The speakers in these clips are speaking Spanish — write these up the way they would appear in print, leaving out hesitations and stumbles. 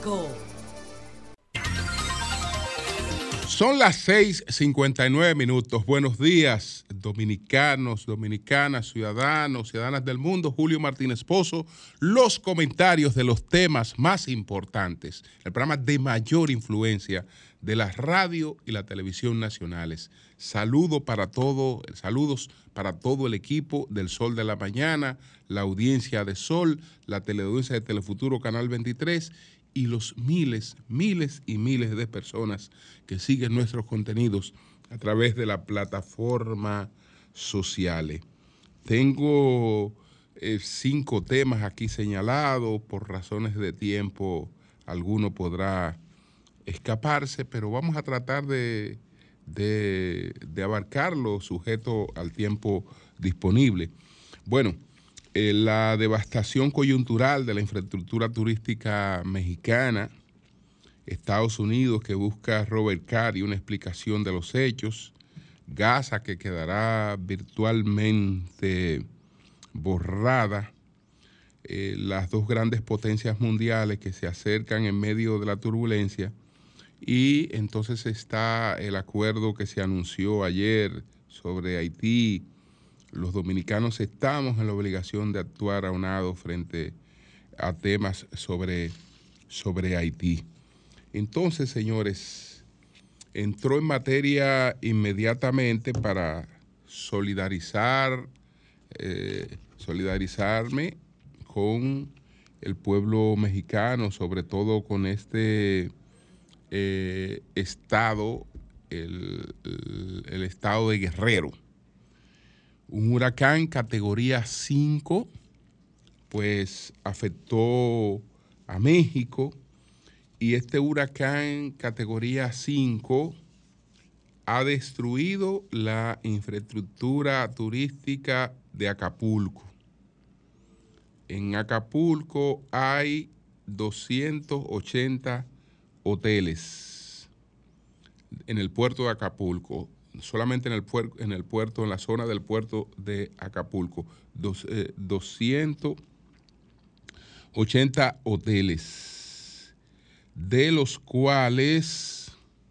México. Son las 6:59. Buenos días, dominicanos, dominicanas, ciudadanos, ciudadanas del mundo. Julio Martínez Pozo, los comentarios de los temas más importantes, el programa de mayor influencia de la radio y la televisión nacionales. Saludos para todo el equipo del Sol de la Mañana, la audiencia de Sol, la teleaudiencia de Telefuturo Canal 23 y los miles y miles de personas que siguen nuestros contenidos a través de las plataformas sociales. Tengo 5 temas aquí señalados. Por razones de tiempo, alguno podrá escaparse, pero vamos a tratar de abarcarlo sujeto al tiempo disponible. Bueno, la devastación coyuntural de la infraestructura turística mexicana, Estados Unidos que busca Robert Cary una explicación de los hechos, Gaza que quedará virtualmente borrada, las dos grandes potencias mundiales que se acercan en medio de la turbulencia, y entonces está el acuerdo que se anunció ayer sobre Haití. Los dominicanos estamos en la obligación de actuar aunados frente a temas sobre Haití. Entonces, señores, entró en materia inmediatamente para solidarizarme con el pueblo mexicano, sobre todo con este estado, el estado de Guerrero. Un huracán categoría 5, pues afectó a México, y este huracán categoría 5 ha destruido la infraestructura turística de Acapulco. En Acapulco hay 280 hoteles en el puerto de Acapulco. Solamente en el puerto, en la zona del puerto de Acapulco, 280 hoteles, de los cuales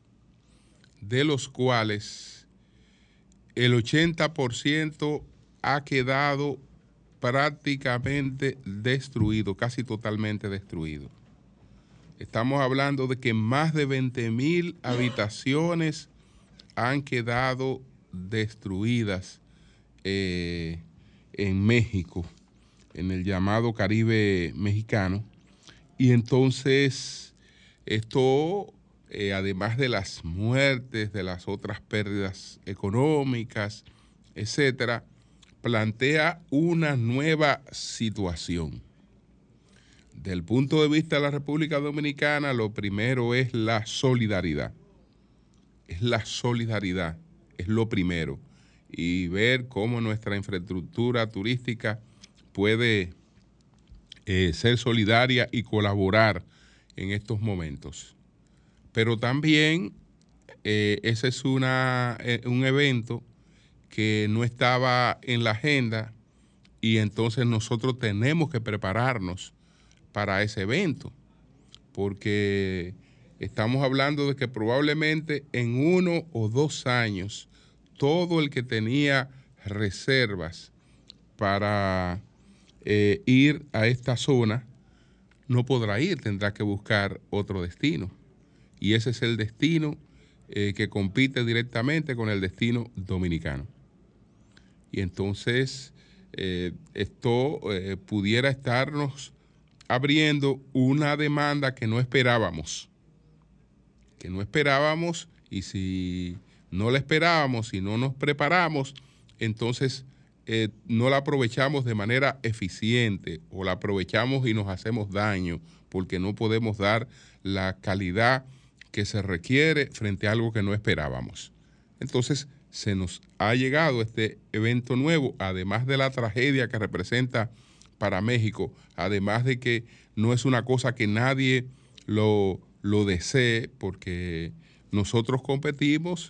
el 80% ha quedado prácticamente destruido, casi totalmente destruido. Estamos hablando de que más de 20,000 habitaciones han quedado destruidas en México, en el llamado Caribe mexicano. Y entonces esto, además de las muertes, de las otras pérdidas económicas, etcétera, plantea una nueva situación. Del punto de vista de la República Dominicana, lo primero es la solidaridad. Es lo primero, y ver cómo nuestra infraestructura turística puede ser solidaria y colaborar en estos momentos. Pero también ese es un evento que no estaba en la agenda, y entonces nosotros tenemos que prepararnos para ese evento, porque estamos hablando de que probablemente en 1 o 2 años todo el que tenía reservas para ir a esta zona no podrá ir, tendrá que buscar otro destino. Y ese es el destino que compite directamente con el destino dominicano. Y entonces esto pudiera estarnos abriendo una demanda que no esperábamos, y si no la esperábamos, si no nos preparamos, entonces no la aprovechamos de manera eficiente, o la aprovechamos y nos hacemos daño, porque no podemos dar la calidad que se requiere frente a algo que no esperábamos. Entonces se nos ha llegado este evento nuevo, además de la tragedia que representa para México, además de que no es una cosa que nadie lo desee, porque nosotros competimos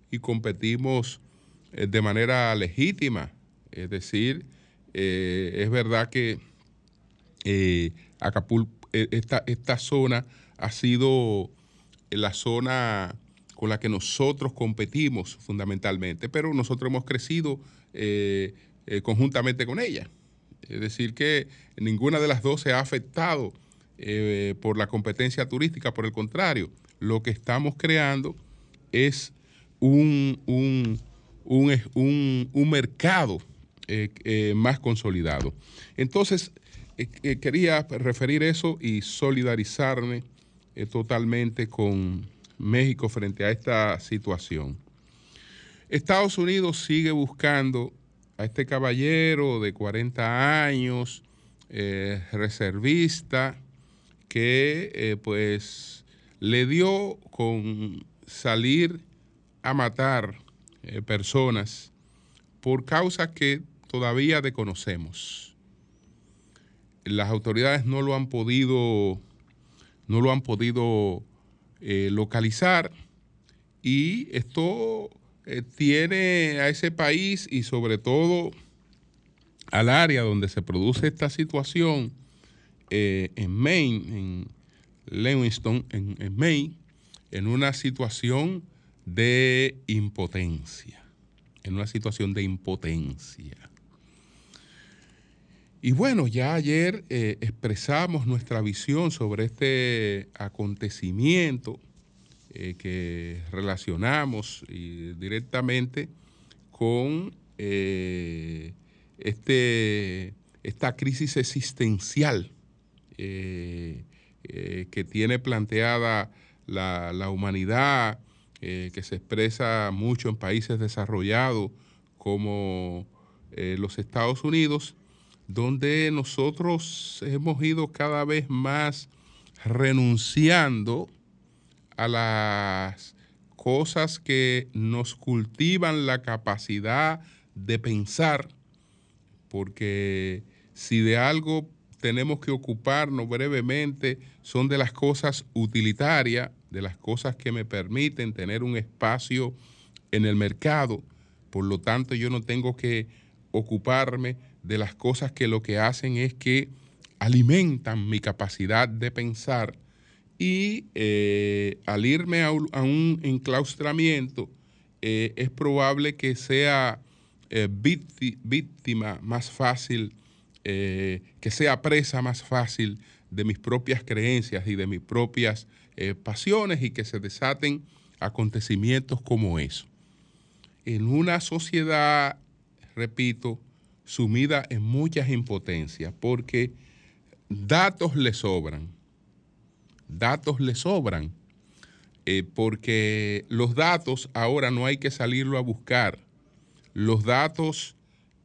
de manera legítima. Es decir, es verdad que Acapulco, esta zona ha sido la zona con la que nosotros competimos fundamentalmente, pero nosotros hemos crecido conjuntamente con ella. Es decir, que ninguna de las dos se ha afectado por la competencia turística, por el contrario, lo que estamos creando es un mercado más consolidado. Entonces, quería referir eso y solidarizarme totalmente con México frente a esta situación. Estados Unidos sigue buscando a este caballero de 40 años, reservista, que pues le dio con salir a matar personas por causas que todavía desconocemos. Las autoridades no lo han podido localizar, y esto tiene a ese país y sobre todo al área donde se produce esta situación, en Maine, en Lewiston, en Maine, en una situación de impotencia, Y bueno, ya ayer expresamos nuestra visión sobre este acontecimiento que relacionamos directamente con esta crisis existencial que tiene planteada la humanidad, que se expresa mucho en países desarrollados como los Estados Unidos, donde nosotros hemos ido cada vez más renunciando a las cosas que nos cultivan la capacidad de pensar, porque si de algo tenemos que ocuparnos brevemente son de las cosas utilitarias, de las cosas que me permiten tener un espacio en el mercado. Por lo tanto, yo no tengo que ocuparme de las cosas que lo que hacen es que alimentan mi capacidad de pensar, y al irme a un enclaustramiento es probable que sea víctima más fácil, que sea presa más fácil de mis propias creencias y de mis propias pasiones, y que se desaten acontecimientos como eso. En una sociedad, repito, sumida en muchas impotencias, porque datos le sobran, porque los datos ahora no hay que salirlo a buscar. Los datos,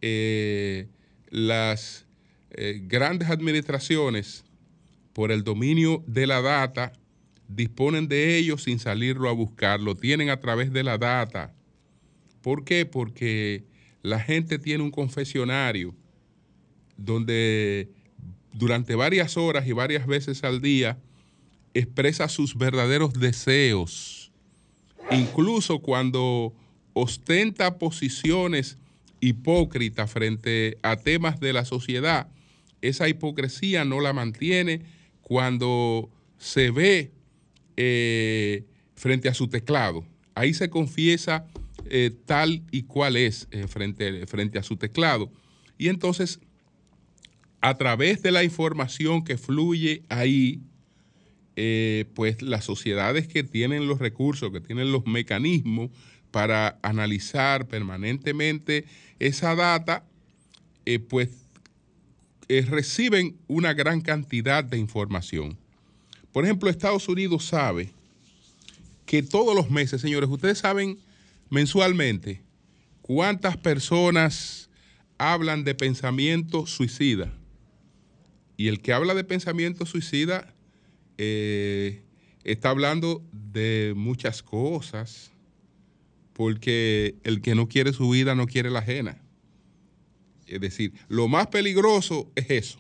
las grandes administraciones, por el dominio de la data, disponen de ellos sin salirlo a buscar, lo tienen a través de la data. ¿Por qué? Porque la gente tiene un confesionario donde durante varias horas y varias veces al día expresa sus verdaderos deseos, incluso cuando ostenta posiciones hipócritas frente a temas de la sociedad. Esa hipocresía no la mantiene cuando se ve frente a su teclado. Ahí se confiesa tal y cual es frente a su teclado. Y entonces, a través de la información que fluye ahí, pues las sociedades que tienen los recursos, que tienen los mecanismos para analizar permanentemente esa data, reciben una gran cantidad de información. Por ejemplo, Estados Unidos sabe que todos los meses, señores, ustedes saben mensualmente cuántas personas hablan de pensamiento suicida. Y el que habla de pensamiento suicida está hablando de muchas cosas, porque el que no quiere su vida no quiere la ajena. Es decir, lo más peligroso es eso,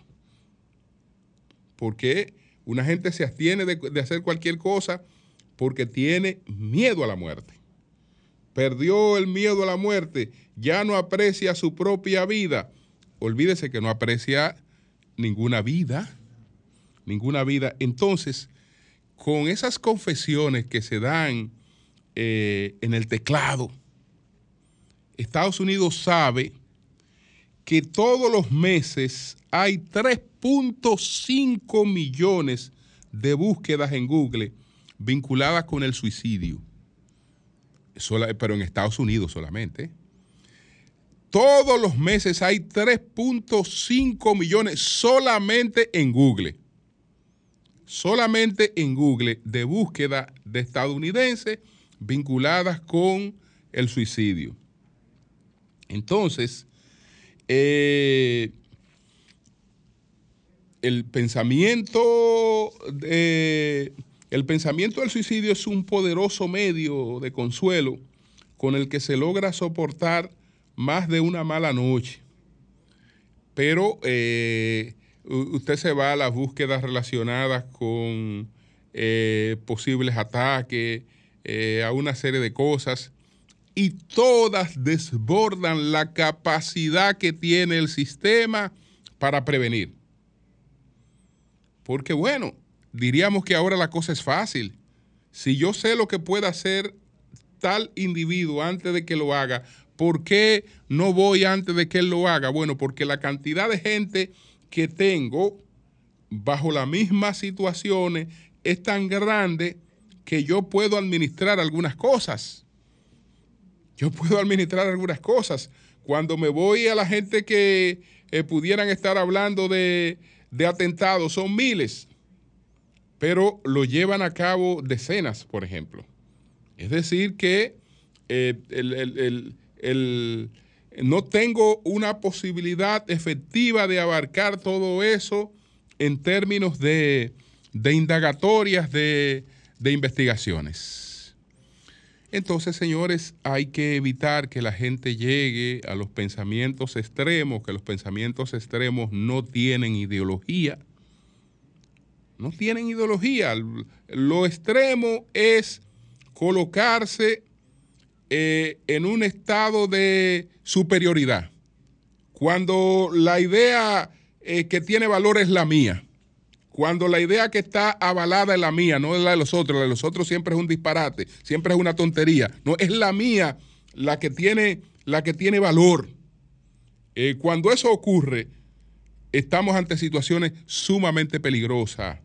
porque una gente se abstiene de hacer cualquier cosa porque tiene miedo a la muerte. Perdió el miedo a la muerte, ya no aprecia su propia vida. Olvídese que no aprecia ninguna vida. Entonces, con esas confesiones que se dan en el teclado, Estados Unidos sabe que todos los meses hay 3.5 millones de búsquedas en Google vinculadas con el suicidio. Pero en Estados Unidos solamente. Todos los meses hay 3.5 millones solamente en Google. Solamente en Google de búsqueda de estadounidenses vinculadas con el suicidio. Entonces, el pensamiento del suicidio es un poderoso medio de consuelo con el que se logra soportar más de una mala noche. Pero usted se va a las búsquedas relacionadas con posibles ataques, a una serie de cosas, y todas desbordan la capacidad que tiene el sistema para prevenir. Porque bueno, diríamos que ahora la cosa es fácil. Si yo sé lo que puede hacer tal individuo antes de que lo haga, ¿por qué no voy antes de que él lo haga? Bueno, porque la cantidad de gente que tengo bajo las mismas situaciones es tan grande que yo puedo administrar algunas cosas. Cuando me voy a la gente que pudieran estar hablando de atentados, son miles, pero lo llevan a cabo decenas, por ejemplo. Es decir que no tengo una posibilidad efectiva de abarcar todo eso en términos de indagatorias, de investigaciones. Entonces, señores, hay que evitar que la gente llegue a los pensamientos extremos, que los pensamientos extremos no tienen ideología. No tienen ideología. Lo extremo es colocarse en un estado de superioridad, cuando la idea que tiene valor es la mía, cuando la idea que está avalada es la mía, no es la de los otros siempre es un disparate, siempre es una tontería, no, es la mía la que tiene valor. Cuando eso ocurre, estamos ante situaciones sumamente peligrosas.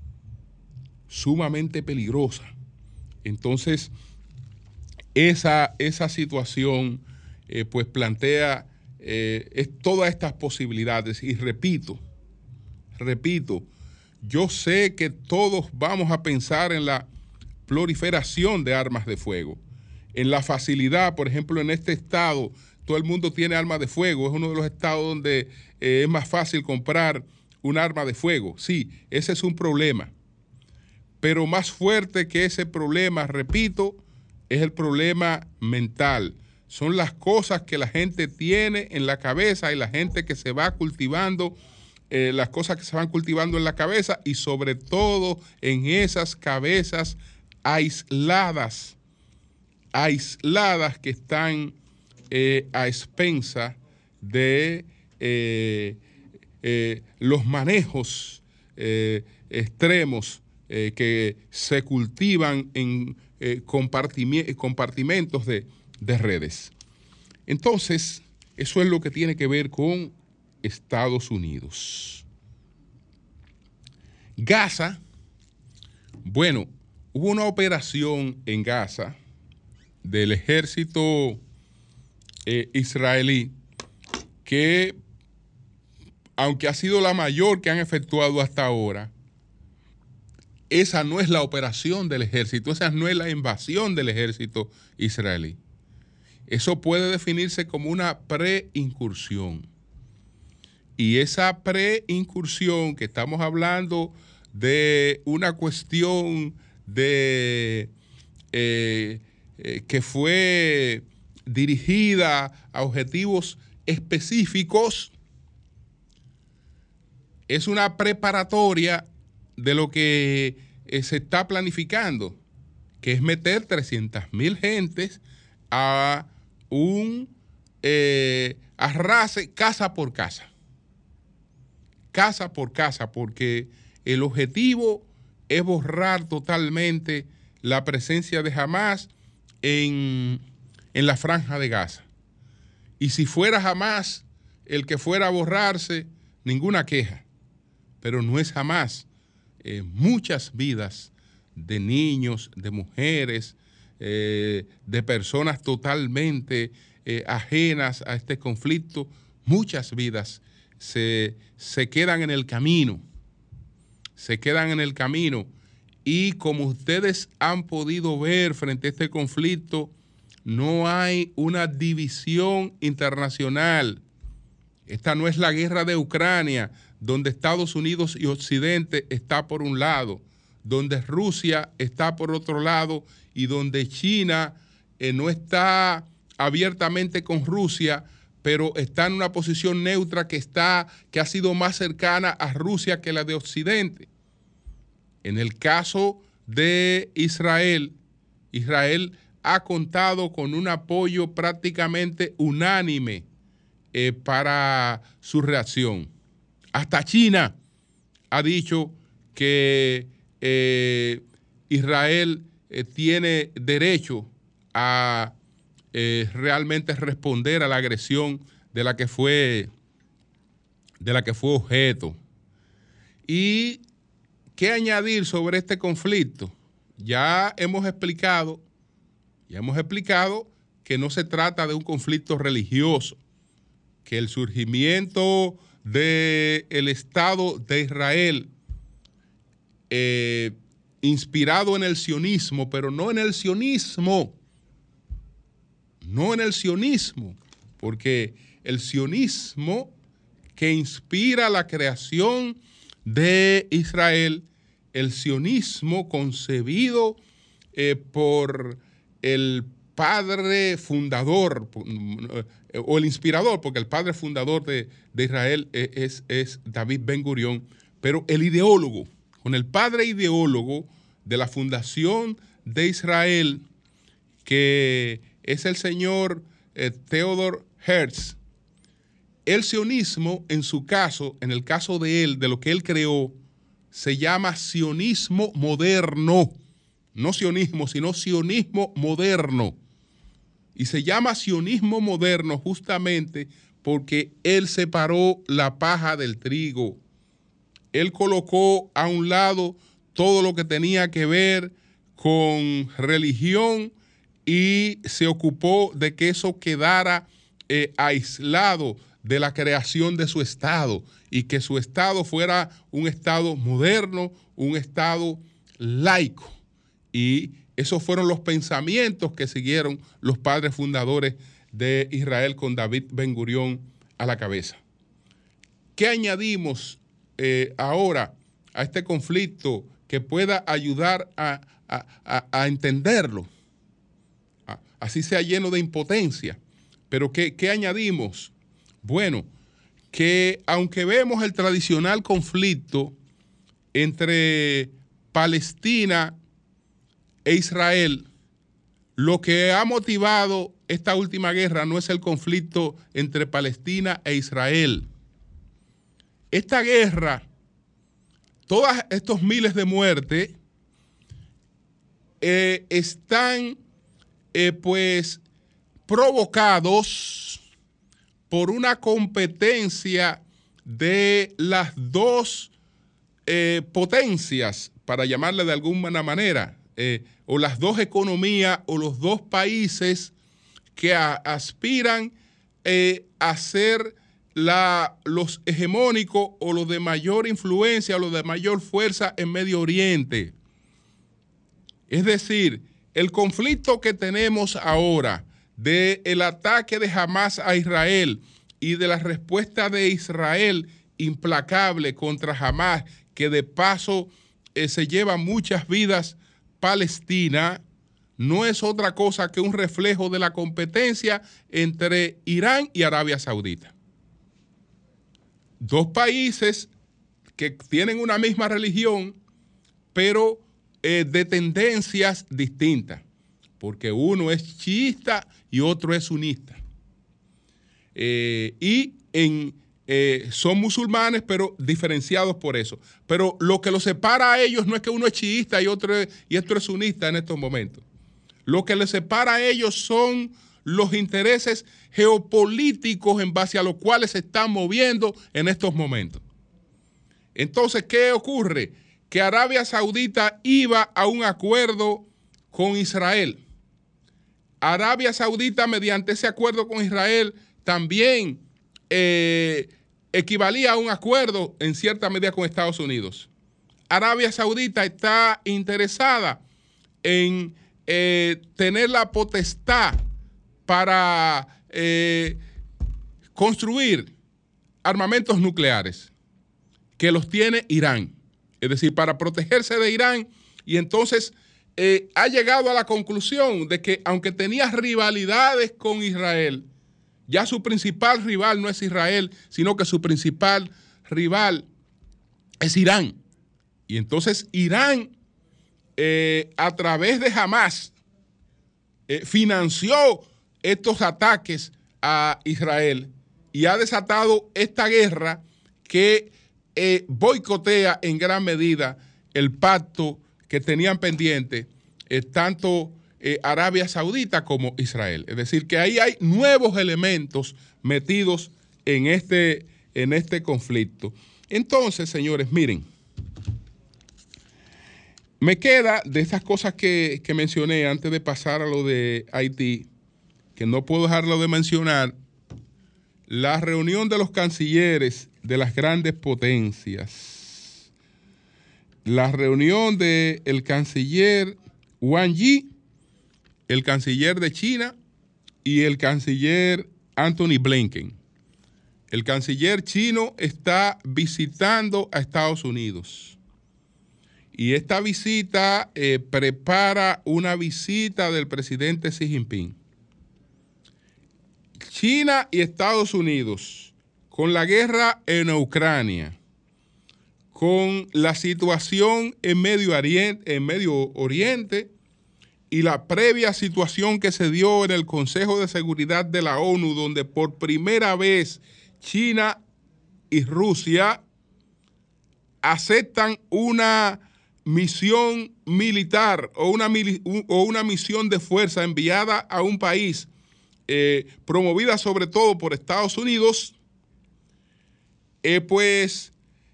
Entonces, esa situación pues plantea todas estas posibilidades. Y repito, yo sé que todos vamos a pensar en la proliferación de armas de fuego, en la facilidad. Por ejemplo, en este estado todo el mundo tiene armas de fuego, es uno de los estados donde es más fácil comprar un arma de fuego. Sí, ese es un problema, pero más fuerte que ese problema, repito, es el problema mental. Son las cosas que la gente tiene en la cabeza y la gente que se va cultivando, las cosas que se van cultivando en la cabeza, y sobre todo en esas cabezas aisladas que están a expensas de los manejos extremos que se cultivan en compartimentos de redes. Entonces, eso es lo que tiene que ver con Estados Unidos. Gaza, bueno, hubo una operación en Gaza del ejército israelí que, aunque ha sido la mayor que han efectuado hasta ahora, esa no es la operación del ejército, esa no es la invasión del ejército israelí. Eso puede definirse como una preincursión. Y esa preincursión, que estamos hablando de una cuestión de que fue dirigida a objetivos específicos, es una preparatoria de lo que se está planificando, que es meter 300,000 gentes a un arrase casa por casa, porque el objetivo es borrar totalmente la presencia de Hamás en la Franja de Gaza. Y si fuera Hamás el que fuera a borrarse, ninguna queja. Pero no es Hamás. Muchas vidas de niños, de mujeres, de personas totalmente ajenas a este conflicto, muchas vidas se quedan en el camino. Se quedan en el camino. Y como ustedes han podido ver frente a este conflicto, no hay una división internacional. Esta no es la guerra de Ucrania, donde Estados Unidos y Occidente está por un lado, donde Rusia está por otro lado y donde China no está abiertamente con Rusia, pero está en una posición neutra que ha sido más cercana a Rusia que la de Occidente. En el caso de Israel, Israel ha contado con un apoyo prácticamente unánime para su reacción. Hasta China ha dicho que Israel tiene derecho a realmente responder a la agresión de la que fue objeto. ¿Y qué añadir sobre este conflicto? Ya hemos explicado que no se trata de un conflicto religioso, que el surgimiento del Estado de Israel, inspirado en el sionismo, pero no en el sionismo, porque el sionismo que inspira la creación de Israel, el sionismo concebido por el padre fundador o el inspirador, porque el padre fundador de Israel es David Ben Gurión, pero el ideólogo, con el padre ideólogo de la fundación de Israel, que es el señor Theodor Herzl. El sionismo, en su caso, en el caso de él, de lo que él creó, se llama sionismo moderno. No sionismo, sino sionismo moderno. Y se llama sionismo moderno justamente porque él separó la paja del trigo. Él colocó a un lado todo lo que tenía que ver con religión y se ocupó de que eso quedara aislado de la creación de su Estado y que su Estado fuera un Estado moderno, un Estado laico. Y esos fueron los pensamientos que siguieron los padres fundadores de Israel con David Ben Gurión a la cabeza. ¿Qué añadimos ahora a este conflicto que pueda ayudar a entenderlo? Así sea lleno de impotencia. Pero ¿qué añadimos? Bueno, que aunque vemos el tradicional conflicto entre Palestina e Israel, lo que ha motivado esta última guerra no es el conflicto entre Palestina e Israel. Esta guerra, todos estos miles de muertes, están pues provocados por una competencia de las dos potencias, para llamarle de alguna manera, o las dos economías o los dos países que aspiran a ser los hegemónicos o los de mayor influencia o los de mayor fuerza en Medio Oriente. Es decir, el conflicto que tenemos ahora del ataque de Hamás a Israel y de la respuesta de Israel implacable contra Hamás, que de paso se lleva muchas vidas palestinas, no es otra cosa que un reflejo de la competencia entre Irán y Arabia Saudita. Dos países que tienen una misma religión, pero de tendencias distintas, porque uno es chiita y otro es sunita. Y en son musulmanes, pero diferenciados por eso. Pero lo que los separa a ellos no es que uno es chiista y otro es sunista en estos momentos. Lo que les separa a ellos son los intereses geopolíticos en base a los cuales se están moviendo en estos momentos. Entonces, ¿qué ocurre? Que Arabia Saudita iba a un acuerdo con Israel. Arabia Saudita, mediante ese acuerdo con Israel, también equivalía a un acuerdo en cierta medida con Estados Unidos. Arabia Saudita está interesada en tener la potestad para construir armamentos nucleares, que los tiene Irán, es decir, para protegerse de Irán, y entonces ha llegado a la conclusión de que aunque tenía rivalidades con Israel, ya su principal rival no es Israel, sino que su principal rival es Irán. Y entonces Irán, a través de Hamas, financió estos ataques a Israel y ha desatado esta guerra que boicotea en gran medida el pacto que tenían pendiente tanto Arabia Saudita como Israel. Es decir, que ahí hay nuevos elementos metidos en este conflicto. Entonces, señores, miren, me queda de esas cosas que mencioné antes de pasar a lo de Haití, que no puedo dejarlo de mencionar, la reunión de los cancilleres de las grandes potencias. La reunión del canciller Wang Yi, el canciller de China y el canciller Antony Blinken. El canciller chino está visitando a Estados Unidos. Y esta visita prepara una visita del presidente Xi Jinping. China y Estados Unidos, con la guerra en Ucrania, con la situación en Medio Oriente y la previa situación que se dio en el Consejo de Seguridad de la ONU, donde por primera vez China y Rusia aceptan una misión militar o una misión de fuerza enviada a un país promovida sobre todo por Estados Unidos, pues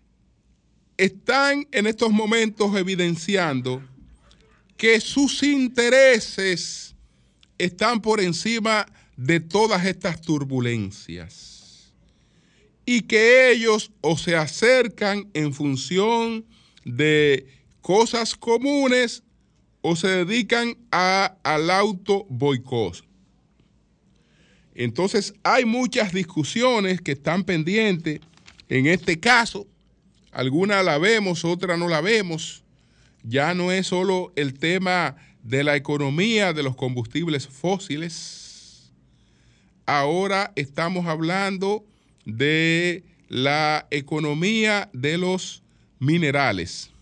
están en estos momentos evidenciando que sus intereses están por encima de todas estas turbulencias y que ellos o se acercan en función de cosas comunes o se dedican al auto boicot. Entonces hay muchas discusiones que están pendientes en este caso. Algunas la vemos, otras no la vemos. Ya no es solo el tema de la economía de los combustibles fósiles. Ahora estamos hablando de la economía de los minerales,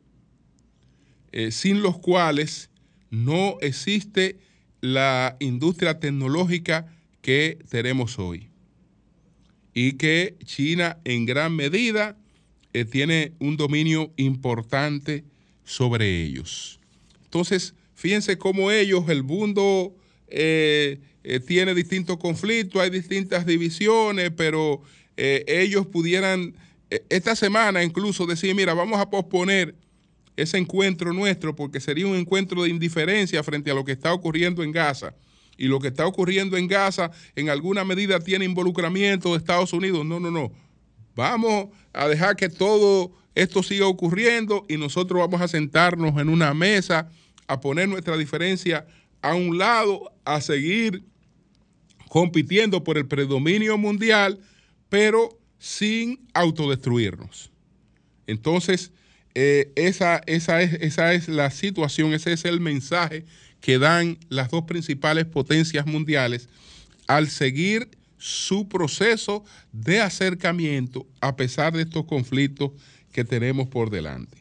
sin los cuales no existe la industria tecnológica que tenemos hoy y que China en gran medida tiene un dominio importante sobre ellos. Entonces, fíjense cómo ellos, el mundo tiene distintos conflictos, hay distintas divisiones, pero ellos pudieran, esta semana incluso decir, mira, vamos a posponer ese encuentro nuestro porque sería un encuentro de indiferencia frente a lo que está ocurriendo en Gaza. Y lo que está ocurriendo en Gaza en alguna medida tiene involucramiento de Estados Unidos. No. Vamos a dejar que todo esto siga ocurriendo y nosotros vamos a sentarnos en una mesa, a poner nuestra diferencia a un lado, a seguir compitiendo por el predominio mundial, pero sin autodestruirnos. Entonces, esa es la situación, ese es el mensaje que dan las dos principales potencias mundiales al seguir su proceso de acercamiento a pesar de estos conflictos que tenemos por delante.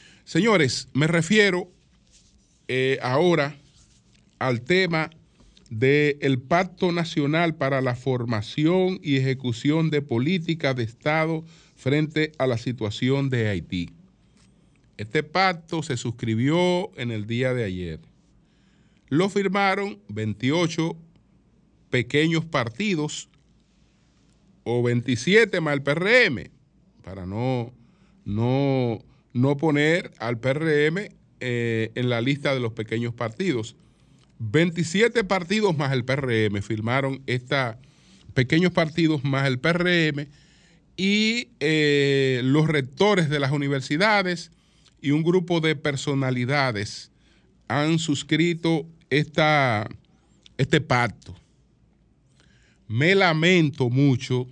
Señores, me refiero ahora al tema del Pacto Nacional para la Formación y Ejecución de Políticas de Estado frente a la situación de Haití. Este pacto se suscribió en el día de ayer. Lo firmaron 28 pequeños partidos o 27 más el PRM, para no poner al PRM en la lista de los pequeños partidos. 27 partidos más el PRM firmaron pequeños partidos más el PRM y los rectores de las universidades y un grupo de personalidades han suscrito este pacto. Me lamento mucho,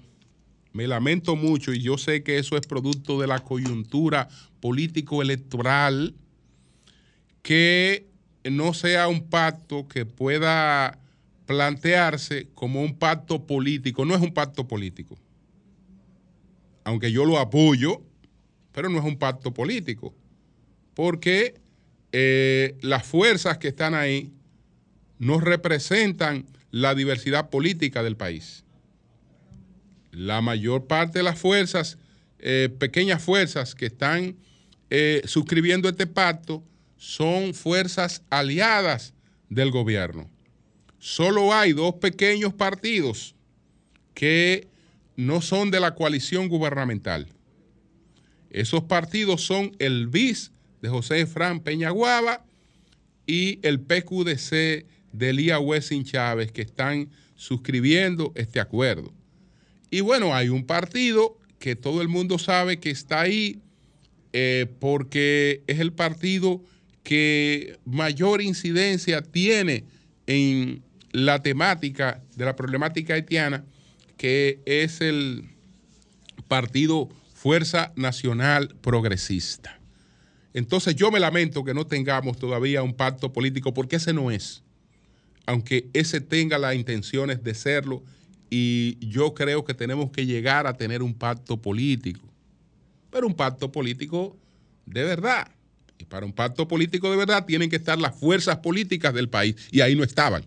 y yo sé que eso es producto de la coyuntura político-electoral, que no sea un pacto que pueda plantearse como un pacto político. No es un pacto político, aunque yo lo apoyo, pero no es un pacto político, porque las fuerzas que están ahí no representan la diversidad política del país. La mayor parte de las fuerzas, pequeñas fuerzas que están suscribiendo este pacto, son fuerzas aliadas del gobierno. Solo hay 2 pequeños partidos que no son de la coalición gubernamental. Esos partidos son el BIS de José Efraín Peñaguaba y el PQDC de Elías Wessing Chávez, que están suscribiendo este acuerdo. Y bueno, hay un partido que todo el mundo sabe que está ahí porque es el partido que mayor incidencia tiene en la temática de la problemática haitiana, que es el Partido Fuerza Nacional Progresista. Entonces yo me lamento que no tengamos todavía un pacto político, porque ese no es, aunque ese tenga las intenciones de serlo, y yo creo que tenemos que llegar a tener un pacto político, pero un pacto político de verdad. Y para un pacto político de verdad tienen que estar las fuerzas políticas del país, y ahí no estaban.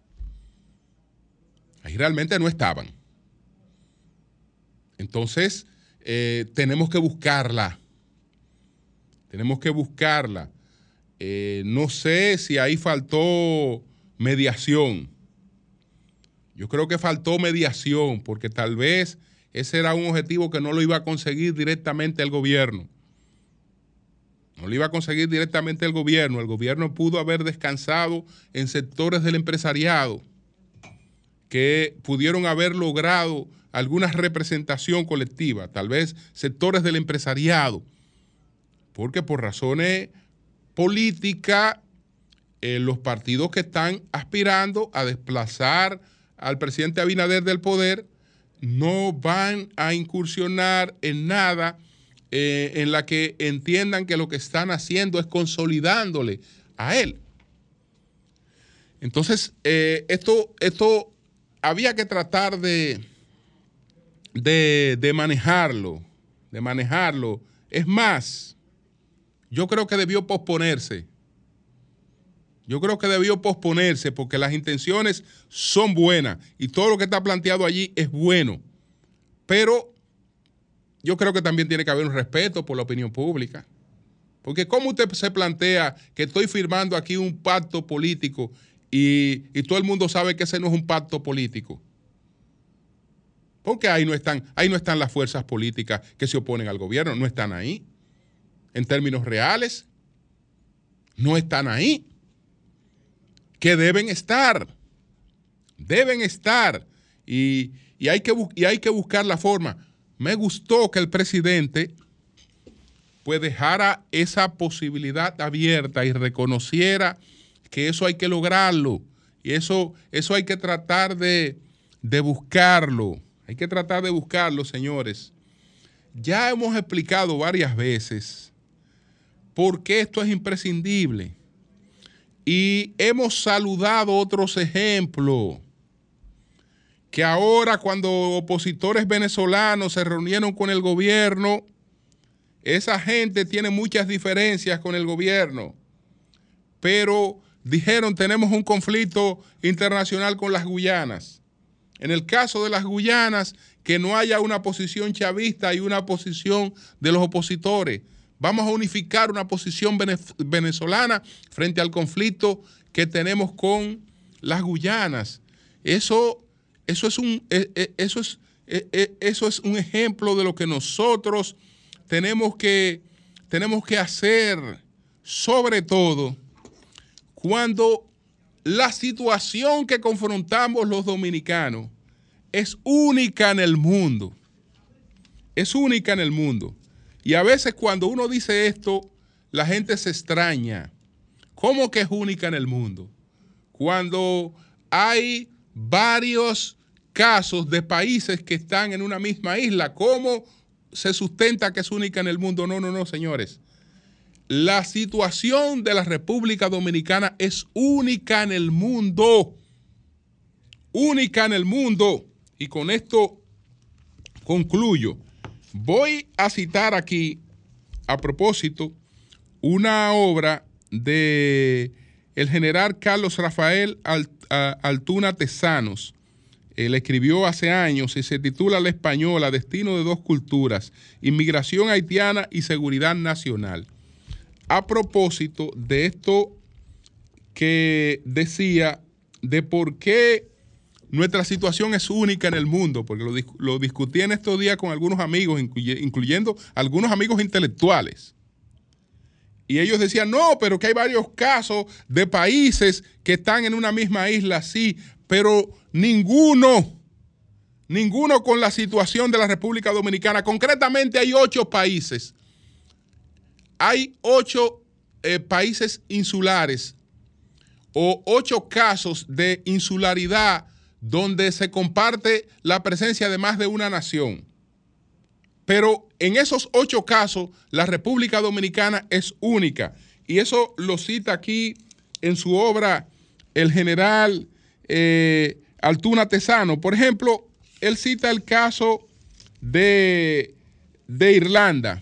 Ahí realmente no estaban. Entonces, tenemos que buscarla. Tenemos que buscarla. No sé si ahí faltó mediación. Yo creo que faltó mediación, porque tal vez ese era un objetivo que no lo iba a conseguir directamente el gobierno. No lo iba a conseguir directamente el gobierno. El gobierno pudo haber descansado en sectores del empresariado que pudieron haber logrado alguna representación colectiva, tal vez sectores del empresariado, porque por razones políticas los partidos que están aspirando a desplazar al presidente Abinader del poder no van a incursionar en nada en la que entiendan que lo que están haciendo es consolidándole a él. Entonces, esto había que tratar de manejarlo, Es más, yo creo que debió posponerse. Porque las intenciones son buenas y todo lo que está planteado allí es bueno. Pero yo creo que también tiene que haber un respeto por la opinión pública. Porque ¿cómo usted se plantea que estoy firmando aquí un pacto político y todo el mundo sabe que ese no es un pacto político? Porque ahí no están las fuerzas políticas que se oponen al gobierno, no están ahí. En términos reales, no están ahí. Que deben estar. Y hay que buscar la forma. Me gustó que el presidente pues dejara esa posibilidad abierta y reconociera que eso hay que lograrlo. Y eso hay que tratar de buscarlo. Hay que tratar de buscarlo, señores. Ya hemos explicado varias veces por qué esto es imprescindible. Y hemos saludado otros ejemplos. Que ahora, cuando opositores venezolanos se reunieron con el gobierno, esa gente tiene muchas diferencias con el gobierno, pero dijeron tenemos un conflicto internacional con las Guyanas. En el caso de las Guyanas, que no haya una posición chavista y una posición de los opositores. Vamos a unificar una posición venezolana frente al conflicto que tenemos con las Guyanas. Eso es un ejemplo de lo que nosotros tenemos que hacer, sobre todo cuando la situación que confrontamos los dominicanos es única en el mundo. Es única en el mundo. Y a veces cuando uno dice esto, la gente se extraña. ¿Cómo que es única en el mundo? Cuando hay varios casos de países que están en una misma isla, ¿cómo se sustenta que es única en el mundo? No, señores. La situación de la República Dominicana es única en el mundo. Única en el mundo. Y con esto concluyo. Voy a citar aquí, a propósito, una obra de el general Carlos Rafael Altuna Tezanos. Él escribió hace años y se titula La Española, Destino de dos culturas, inmigración haitiana y seguridad nacional. A propósito de esto que decía de por qué nuestra situación es única en el mundo, porque lo discutí en estos días con algunos amigos, incluyendo algunos amigos intelectuales. Y ellos decían, no, pero que hay varios casos de países que están en una misma isla, sí, pero ninguno con la situación de la República Dominicana. Concretamente hay 8 países. Hay 8 países insulares o 8 casos de insularidad donde se comparte la presencia de más de una nación. Pero en esos 8 casos, la República Dominicana es única. Y eso lo cita aquí en su obra el general Altuna Tezanos. Por ejemplo, él cita el caso de Irlanda.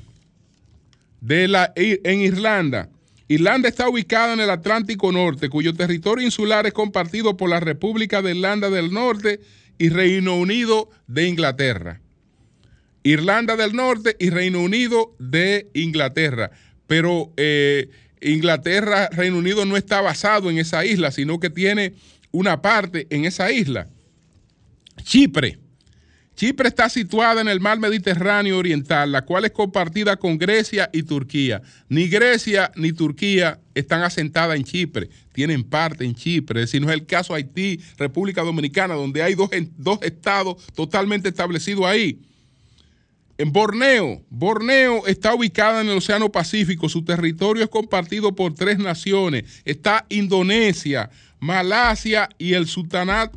En Irlanda. Irlanda está ubicada en el Atlántico Norte, cuyo territorio insular es compartido por la República de Irlanda del Norte y Reino Unido de Inglaterra. Irlanda del Norte y Reino Unido de Inglaterra. Pero Inglaterra, Reino Unido no está basado en esa isla, sino que tiene una parte en esa isla. Chipre. Chipre está situada en el mar Mediterráneo oriental, la cual es compartida con Grecia y Turquía. Ni Grecia ni Turquía están asentadas en Chipre, tienen parte en Chipre. Es decir, no es el caso Haití, República Dominicana, donde hay dos estados totalmente establecidos ahí. En Borneo está ubicada en el Océano Pacífico. Su territorio es compartido por 3 naciones. Está Indonesia, Malasia y el sultanato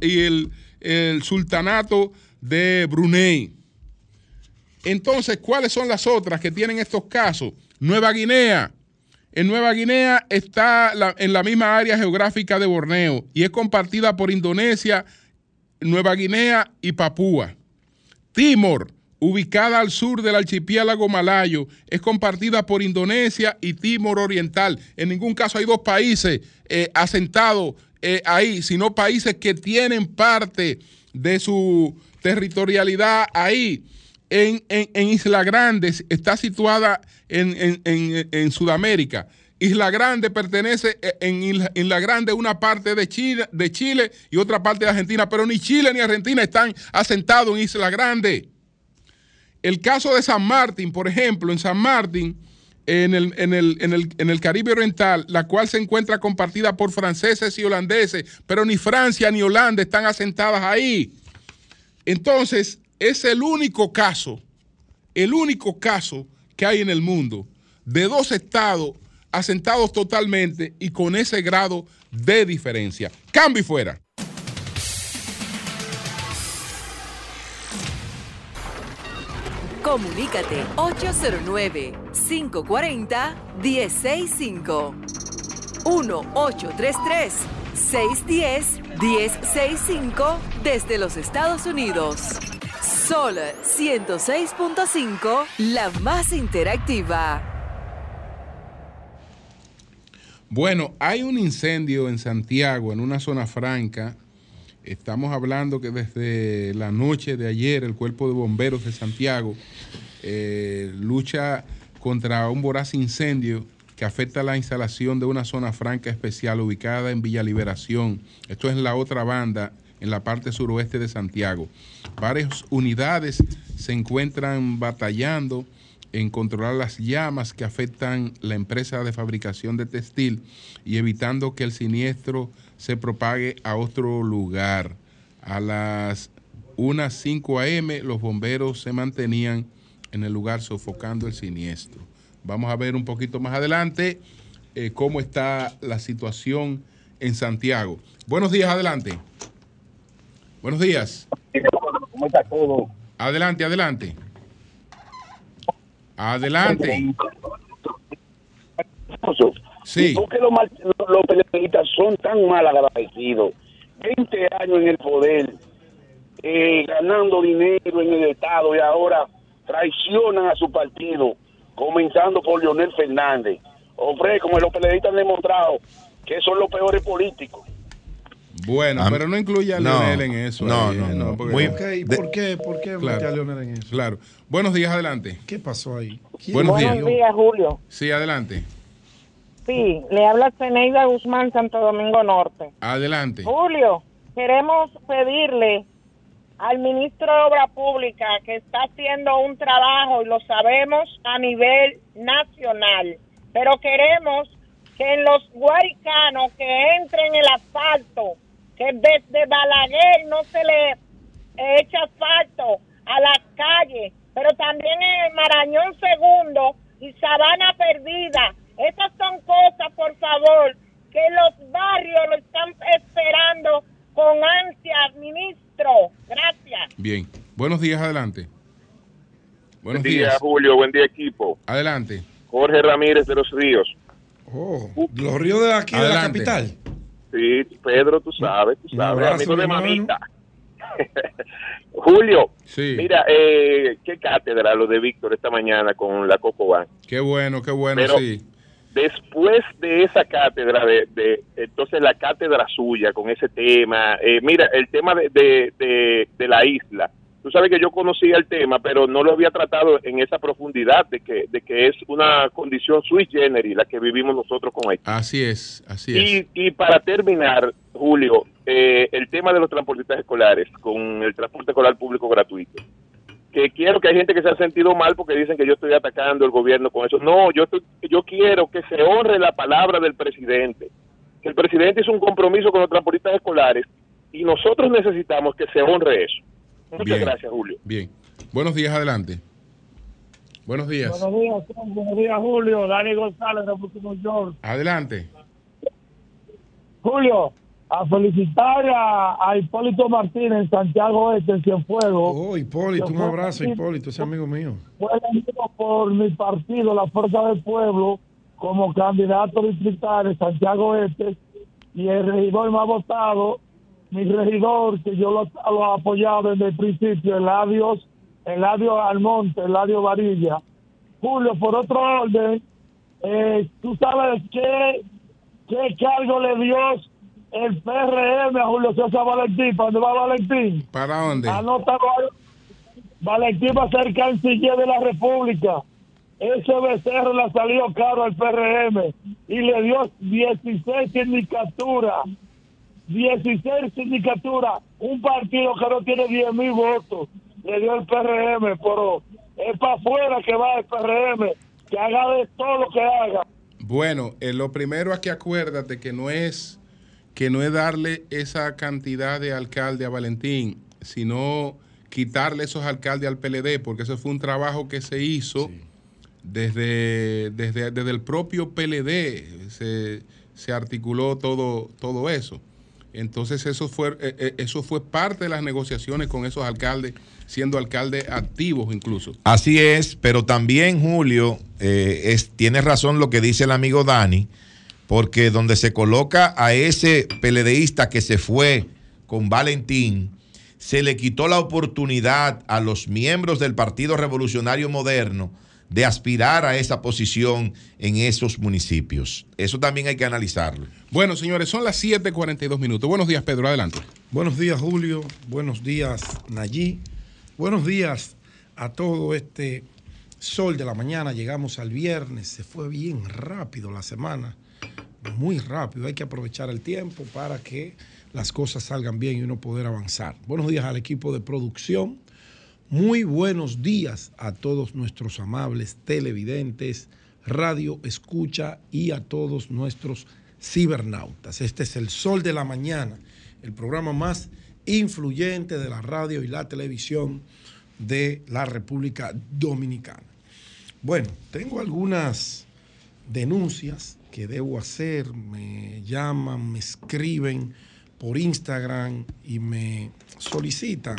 de Brunei. Entonces, ¿cuáles son las otras que tienen estos casos? Nueva Guinea. En Nueva Guinea está en la misma área geográfica de Borneo y es compartida por Indonesia, Nueva Guinea y Papúa. Timor, ubicada al sur del archipiélago malayo, es compartida por Indonesia y Timor Oriental. En ningún caso hay 2 países asentados ahí, sino países que tienen parte de su territorialidad ahí. En Isla Grande, está situada en Sudamérica. Isla Grande pertenece en Isla Grande una parte de Chile y otra parte de Argentina, pero ni Chile ni Argentina están asentados en Isla Grande. El caso de San Martín, por ejemplo, en San Martín, en el Caribe Oriental, la cual se encuentra compartida por franceses y holandeses, pero ni Francia ni Holanda están asentadas ahí. Entonces, es el único caso que hay en el mundo de 2 estados asentados totalmente y con ese grado de diferencia. Cambio y fuera. Comunícate 809-540-1065. 1-833-610-1065 desde los Estados Unidos. Sol 106.5, la más interactiva. Bueno, hay un incendio en Santiago, en una zona franca. Estamos hablando que desde la noche de ayer el Cuerpo de Bomberos de Santiago lucha contra un voraz incendio que afecta la instalación de una zona franca especial ubicada en Villa Liberación. Esto es en la otra banda, en la parte suroeste de Santiago. Varias unidades se encuentran batallando en controlar las llamas que afectan la empresa de fabricación de textil y evitando que el siniestro se propague a otro lugar. A las 1:05 a.m. los bomberos se mantenían en el lugar sofocando el siniestro. Vamos a ver un poquito más adelante cómo está la situación en Santiago. Buenos días, adelante. Buenos días. ¿Cómo está todo? Adelante, adelante. Adelante. Sí. ¿Por qué los periodistas son tan mal agradecidos? 20 años en el poder, ganando dinero en el Estado y ahora traicionan a su partido, comenzando por Leonel Fernández. Hombre, como los periodistas han demostrado que son los peores políticos. Bueno, pero no incluya a Leonel en eso. No. Porque, ¿Por qué mete a Leonel en eso? Claro. Buenos días, adelante. ¿Qué pasó ahí? Buenos días, Julio. Sí, adelante. Sí, le habla Zeneida Guzmán, Santo Domingo Norte. Adelante. Julio, queremos pedirle al ministro de Obra Pública que está haciendo un trabajo, y lo sabemos, a nivel nacional, pero queremos que en los guaricanos que entren el asfalto, que desde Balaguer no se le echa asfalto a las calles, pero también en el Marañón Segundo y Sabana Perdida. Esas son cosas, por favor, que los barrios lo están esperando con ansias, ministro. Gracias. Bien. Buenos días, adelante. Buenos días, Julio. Buen día, equipo. Adelante. Jorge Ramírez de los Ríos. Los Ríos de aquí, adelante. De la capital. Sí, Pedro, tú sabes, abrazo, amigo de mamita. Julio, sí. Mira, qué cátedra lo de Víctor esta mañana con la Cocobán. Qué bueno, pero sí. Después de esa cátedra, entonces la cátedra suya con ese tema, mira, el tema de la isla. Tú sabes que yo conocía el tema, pero no lo había tratado en esa profundidad de que es una condición sui generis la que vivimos nosotros con Haití. Así es. Y para terminar, Julio, el tema de los transportistas escolares con el transporte escolar público gratuito. Que quiero que hay gente que se ha sentido mal porque dicen que yo estoy atacando al gobierno con eso. No, yo quiero que se honre la palabra del presidente. Que el presidente hizo un compromiso con los transportistas escolares y nosotros necesitamos que se honre eso. Muchas gracias, Julio. Bien. Buenos días, adelante. Buenos días. Buenos días, Julio. Dani González, República de Nueva York. Adelante. Julio, a felicitar a Hipólito Martínez en Santiago Este, en Cienfuegos. Oh, Hipólito, un abrazo, Hipólito, ese amigo mío. Fue elegido por mi partido, la Fuerza del Pueblo, como candidato distrital en Santiago Este, y el regidor más votado, mi regidor, que yo lo he apoyado desde el principio, Eladio Almonte, Eladio Varilla. Julio, por otro orden, ¿tú sabes qué cargo le dio el PRM a Julio César Valentín? ¿Para dónde va Valentín? ¿Para dónde? Valentín va a ser canciller de la República. Ese becerro le salió caro al PRM y le dio 16 sindicaturas. 16 sindicaturas, un partido que no tiene 10,000 votos, le dio el PRM, pero es para afuera que va el PRM, que haga de todo lo que haga. Bueno, lo primero es que acuérdate que no es darle esa cantidad de alcalde a Valentín, sino quitarle esos alcaldes al PLD, porque eso fue un trabajo que se hizo desde el propio PLD, se articuló todo eso. Entonces eso fue parte de las negociaciones con esos alcaldes, siendo alcaldes activos incluso. Así es, pero también, Julio, tiene razón lo que dice el amigo Dani, porque donde se coloca a ese PLDista que se fue con Valentín, se le quitó la oportunidad a los miembros del Partido Revolucionario Moderno de aspirar a esa posición en esos municipios. Eso también hay que analizarlo. Bueno, señores, son las 7:42 minutos. Buenos días, Pedro, adelante. Buenos días, Julio. Buenos días, Nayí. Buenos días a todo este sol de la mañana. Llegamos al viernes. Se fue bien rápido la semana. Muy rápido. Hay que aprovechar el tiempo para que las cosas salgan bien y uno poder avanzar. Buenos días al equipo de producción. Muy buenos días a todos nuestros amables televidentes, radio escucha y a todos nuestros cibernautas. Este es el Sol de la Mañana, el programa más influyente de la radio y la televisión de la República Dominicana. Bueno, tengo algunas denuncias que debo hacer. Me llaman, me escriben por Instagram y me solicitan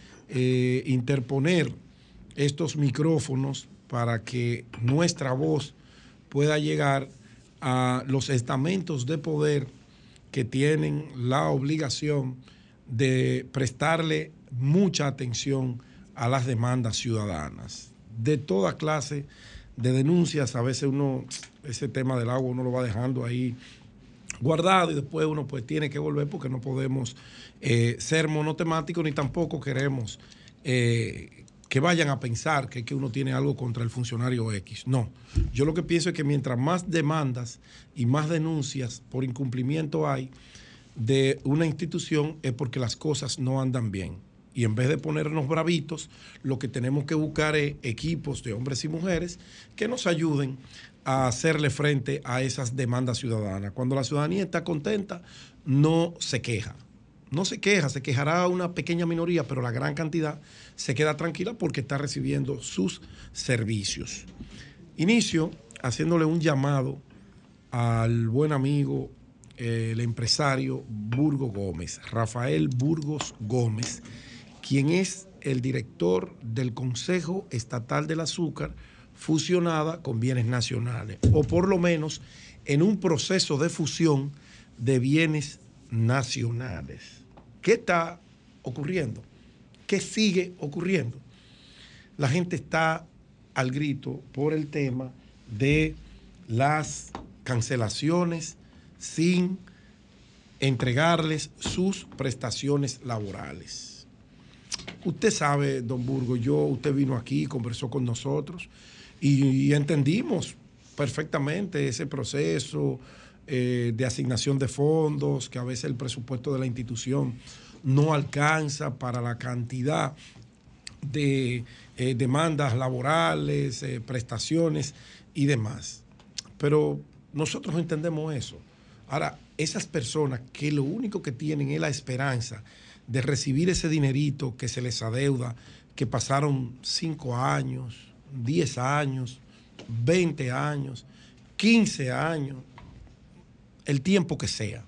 interponer estos micrófonos para que nuestra voz pueda llegar a los estamentos de poder que tienen la obligación de prestarle mucha atención a las demandas ciudadanas. De toda clase de denuncias, a veces ese tema del agua uno lo va dejando ahí guardado y después uno pues tiene que volver porque no podemos ser monotemáticos ni tampoco queremos que vayan a pensar que uno tiene algo contra el funcionario X. No, yo lo que pienso es que mientras más demandas y más denuncias por incumplimiento hay de una institución es porque las cosas no andan bien. Y en vez de ponernos bravitos, lo que tenemos que buscar es equipos de hombres y mujeres que nos ayuden a hacerle frente a esas demandas ciudadanas. Cuando la ciudadanía está contenta, no se queja. No se queja, se quejará una pequeña minoría, pero la gran cantidad se queda tranquila porque está recibiendo sus servicios. Inicio haciéndole un llamado al buen amigo, el empresario Burgos Gómez, Rafael Burgos Gómez, quien es el director del Consejo Estatal del Azúcar, fusionada con Bienes Nacionales, o por lo menos en un proceso de fusión de bienes nacionales. ¿Qué está ocurriendo? ¿Qué sigue ocurriendo? La gente está al grito por el tema de las cancelaciones sin entregarles sus prestaciones laborales. Usted sabe, don Burgos, usted vino aquí, conversó con nosotros y entendimos perfectamente ese proceso de asignación de fondos, que a veces el presupuesto de la institución no alcanza para la cantidad de demandas laborales, prestaciones y demás. Pero nosotros entendemos eso. Ahora, esas personas que lo único que tienen es la esperanza de recibir ese dinerito que se les adeuda, que pasaron 5 años, 10 años, 20 años, 15 años, el tiempo que sea,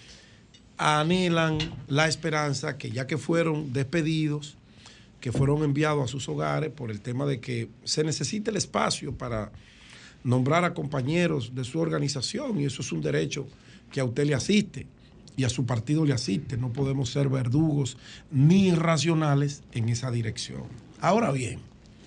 anhelan la esperanza que ya que fueron despedidos, que fueron enviados a sus hogares por el tema de que se necesita el espacio para nombrar a compañeros de su organización, y eso es un derecho que a usted le asiste y a su partido le asiste. No podemos ser verdugos ni irracionales en esa dirección. Ahora bien,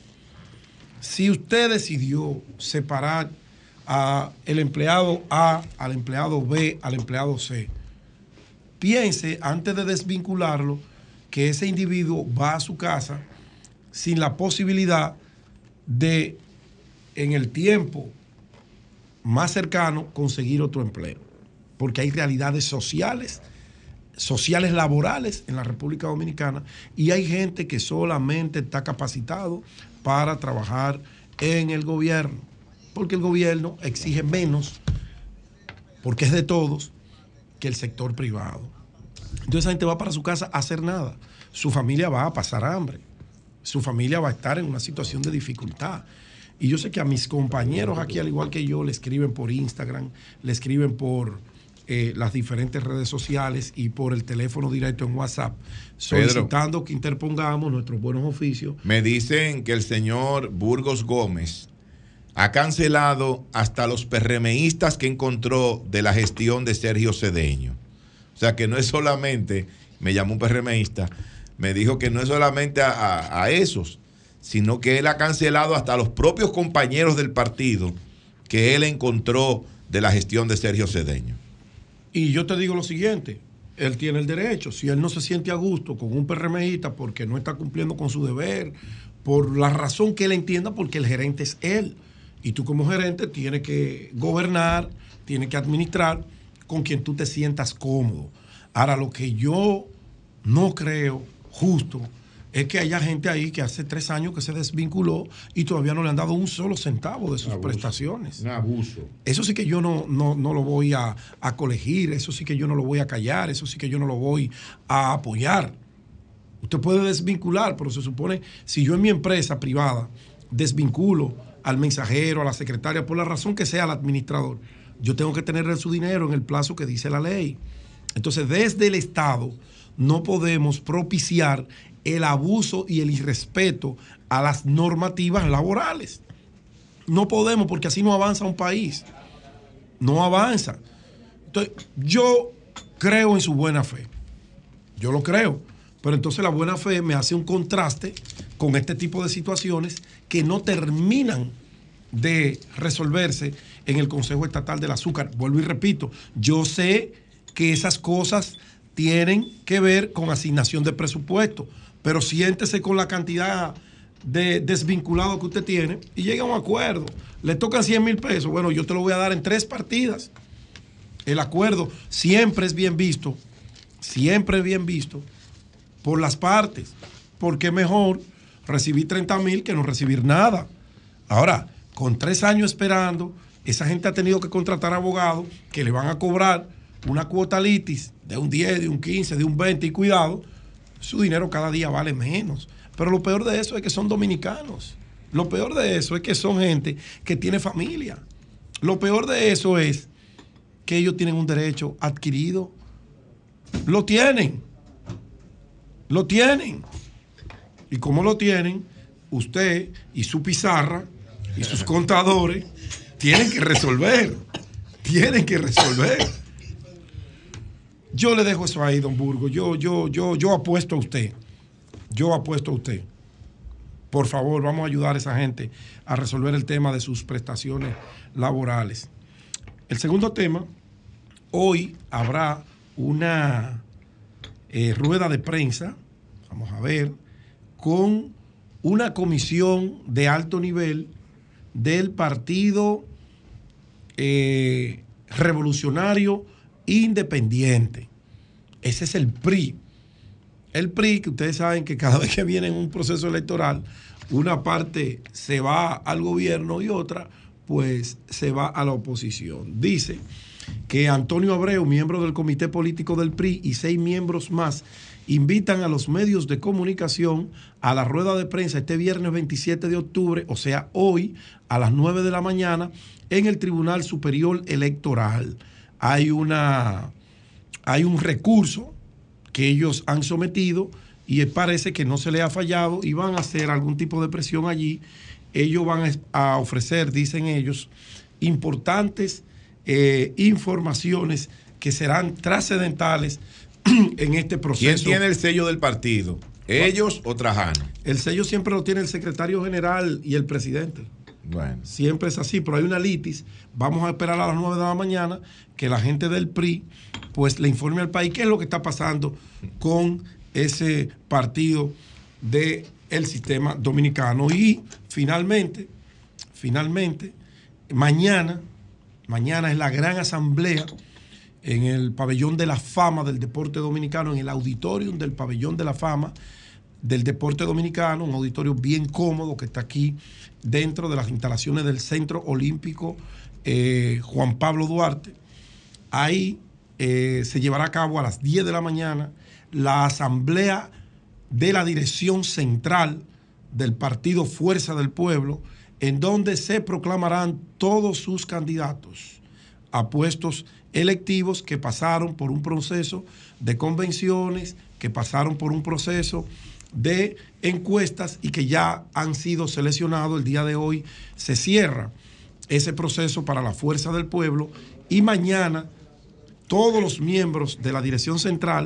si usted decidió separar al empleado A, al empleado B, al empleado C, piense antes de desvincularlo que ese individuo va a su casa sin la posibilidad de, en el tiempo más cercano, conseguir otro empleo. Porque hay realidades sociales laborales en la República Dominicana y hay gente que solamente está capacitado para trabajar en el gobierno, porque el gobierno exige menos, porque es de todos, que el sector privado. Entonces esa gente va para su casa a hacer nada. Su familia va a pasar hambre. Su familia va a estar en una situación de dificultad. Y yo sé que a mis compañeros aquí, al igual que yo, le escriben por Instagram, le escriben por las diferentes redes sociales y por el teléfono directo en WhatsApp, solicitando que interpongamos nuestros buenos oficios. Me dicen que el señor Burgos Gómez ha cancelado hasta los PRMistas que encontró de la gestión de Sergio Cedeño. O sea que no es solamente, me llamó un PRMista, me dijo que no es solamente a esos, sino que él ha cancelado hasta los propios compañeros del partido que él encontró de la gestión de Sergio Cedeño. Y yo te digo lo siguiente, él tiene el derecho, si él no se siente a gusto con un PRMista porque no está cumpliendo con su deber, por la razón que él entienda, porque el gerente es él. Y tú como gerente tienes que gobernar, tienes que administrar con quien tú te sientas cómodo. Ahora, lo que yo no creo justo es que haya gente ahí que hace 3 años que se desvinculó y todavía no le han dado un solo centavo de sus prestaciones. Un abuso. Eso sí que yo no lo voy a colegir, eso sí que yo no lo voy a callar, eso sí que yo no lo voy a apoyar. Usted puede desvincular, pero se supone, si yo en mi empresa privada desvinculo al mensajero, a la secretaria, por la razón que sea al administrador, yo tengo que tener su dinero en el plazo que dice la ley. Entonces, desde el Estado no podemos propiciar el abuso y el irrespeto a las normativas laborales. No podemos, porque así no avanza un país. No avanza. Entonces, yo creo en su buena fe. Yo lo creo. Pero entonces la buena fe me hace un contraste con este tipo de situaciones que no terminan de resolverse en el Consejo Estatal del Azúcar. Vuelvo y repito, yo sé que esas cosas tienen que ver con asignación de presupuesto, pero siéntese con la cantidad de desvinculados que usted tiene y llegue a un acuerdo. Le tocan 100,000 pesos, bueno, yo te lo voy a dar en 3 partidas. El acuerdo siempre es bien visto por las partes, porque es mejor recibir 30,000 que no recibir nada. Ahora, con 3 años esperando, esa gente ha tenido que contratar abogados que le van a cobrar una cuota litis de un 10, de un 15, de un 20 y cuidado, su dinero cada día vale menos. Pero lo peor de eso es que son dominicanos. Lo peor de eso es que son gente que tiene familia. Lo peor de eso es que ellos tienen un derecho adquirido. Lo tienen. Lo tienen. Y como lo tienen, usted y su pizarra y sus contadores tienen que resolver. Tienen que resolver. Yo le dejo eso ahí, don Burgo. Yo apuesto a usted. Yo apuesto a usted. Por favor, vamos a ayudar a esa gente a resolver el tema de sus prestaciones laborales. El segundo tema, hoy habrá una rueda de prensa, vamos a ver, con una comisión de alto nivel del Partido Revolucionario Independiente. Ese es el PRI. El PRI, que ustedes saben que cada vez que viene en un proceso electoral, una parte se va al gobierno y otra pues se va a la oposición. Dice que Antonio Abreu, miembro del comité político del PRI, y 6 miembros más invitan a los medios de comunicación a la rueda de prensa este viernes 27 de octubre, o sea, hoy, a las 9 de la mañana, en el Tribunal Superior Electoral. Hay un recurso que ellos han sometido y parece que no se le ha fallado y van a hacer algún tipo de presión allí. Ellos van a ofrecer, dicen ellos, importantes informaciones que serán trascendentales en este proceso. ¿Quién tiene el sello del partido? ¿Ellos o Trajano? El sello siempre lo tiene el secretario general y el presidente. Bueno. Siempre es así, pero hay una litis. Vamos a esperar a las 9 de la mañana que la gente del PRI pues le informe al país qué es lo que está pasando con ese partido del sistema dominicano. Y finalmente, mañana es la gran asamblea en el pabellón de la fama del deporte dominicano, en el auditorium del pabellón de la fama del deporte dominicano, un auditorio bien cómodo que está aquí dentro de las instalaciones del Centro Olímpico Juan Pablo Duarte. Ahí se llevará a cabo a las 10 de la mañana la asamblea de la dirección central del partido Fuerza del Pueblo, en donde se proclamarán todos sus candidatos a puestos electivos que pasaron por un proceso de convenciones, que pasaron por un proceso de encuestas y que ya han sido seleccionados. El día de hoy se cierra ese proceso para la Fuerza del Pueblo y mañana todos los miembros de la dirección central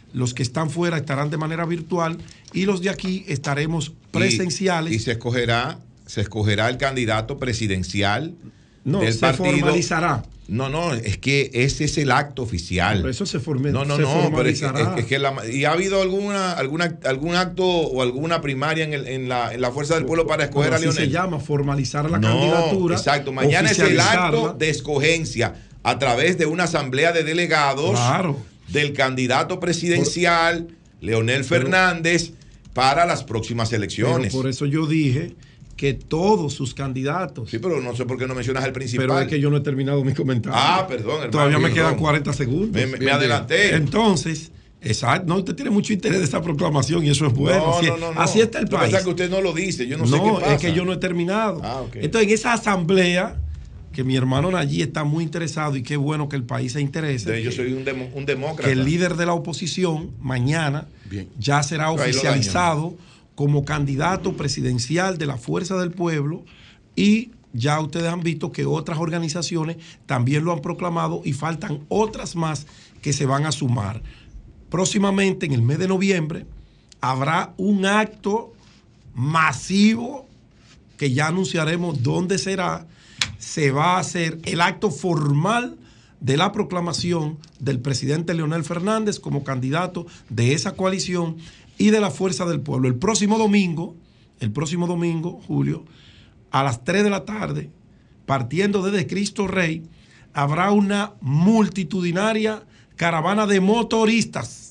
Los que están fuera estarán de manera virtual y los de aquí estaremos presenciales. Y se escogerá el candidato presidencial del partido. Se formalizará. No, es que ese es el acto oficial. Por eso se formalizará. Pero es que ¿y ha habido algún acto o alguna primaria en la Fuerza del Pueblo para escoger a Leonel? Se llama formalizar la candidatura. Exacto, mañana es el acto de escogencia a través de una asamblea de delegados del candidato presidencial Leonel Fernández para las próximas elecciones. Por eso yo dije que todos sus candidatos. Sí, pero no sé por qué no mencionas el principal. Pero es que yo no he terminado mi comentario. Perdón, hermano. Todavía me quedan 40 segundos. Me adelanté. Entonces, exacto, usted tiene mucho interés de esta proclamación y eso es bueno. Así está el país. Que usted no lo dice, yo no sé qué pasa. Es que yo no he terminado. Entonces, en esa asamblea, que mi hermano Nayib está muy interesado y qué bueno que el país se interese. Yo soy un demócrata. Que el líder de la oposición mañana ya será oficializado como candidato presidencial de la Fuerza del Pueblo, y ya ustedes han visto que otras organizaciones también lo han proclamado y faltan otras más que se van a sumar. Próximamente, en el mes de noviembre, habrá un acto masivo que ya anunciaremos dónde será. Se va a hacer el acto formal de la proclamación del presidente Leonel Fernández como candidato de esa coalición y de la Fuerza del Pueblo. El próximo domingo, Julio, a las 3 de la tarde, partiendo desde Cristo Rey, habrá una multitudinaria caravana de motoristas,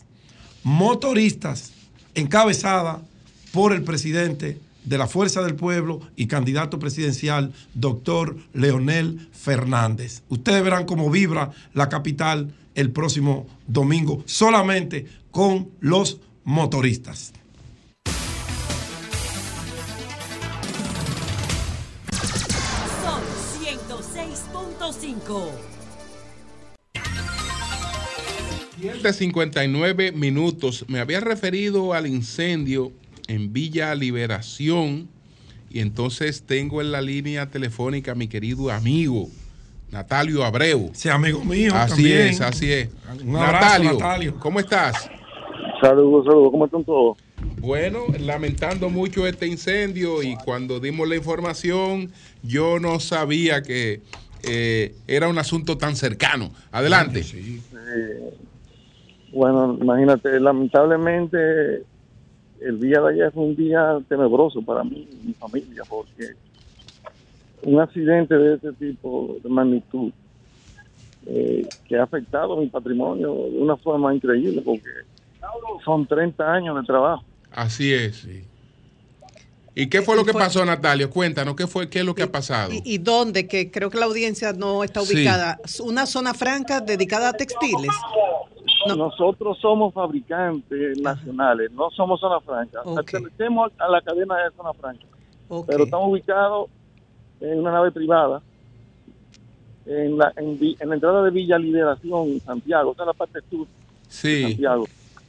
encabezada por el presidente de la Fuerza del Pueblo y candidato presidencial, doctor Leonel Fernández. Ustedes verán cómo vibra la capital el próximo domingo, solamente con los motoristas. Son 106.5. 7:59 minutos. Me había referido al incendio en Villa Liberación y entonces tengo en la línea telefónica a mi querido amigo Natalio Abreu. Sí, amigo mío. Así es. Un abrazo, Natalio. ¿Cómo estás? Saludos, ¿cómo están todos? Bueno, lamentando mucho este incendio, y cuando dimos la información yo no sabía que era un asunto tan cercano. Adelante. Sí. Bueno, imagínate, lamentablemente el día de ayer fue un día tenebroso para mí y mi familia, porque un accidente de este tipo de magnitud que ha afectado mi patrimonio de una forma increíble, porque son 30 años de trabajo. Así es. Sí. ¿Y qué fue lo que pasó, Natalio? Cuéntanos, ¿qué es lo que ha pasado? ¿Y dónde? Que creo que la audiencia no está ubicada. Sí. ¿Una zona franca dedicada a textiles? No. Nosotros somos fabricantes nacionales, no somos zona franca. Pertenecemos a la cadena de zona franca. Pero estamos ubicados en una nave privada, en la entrada de Villa Liberación, Santiago, o sea, la parte sur de Santiago.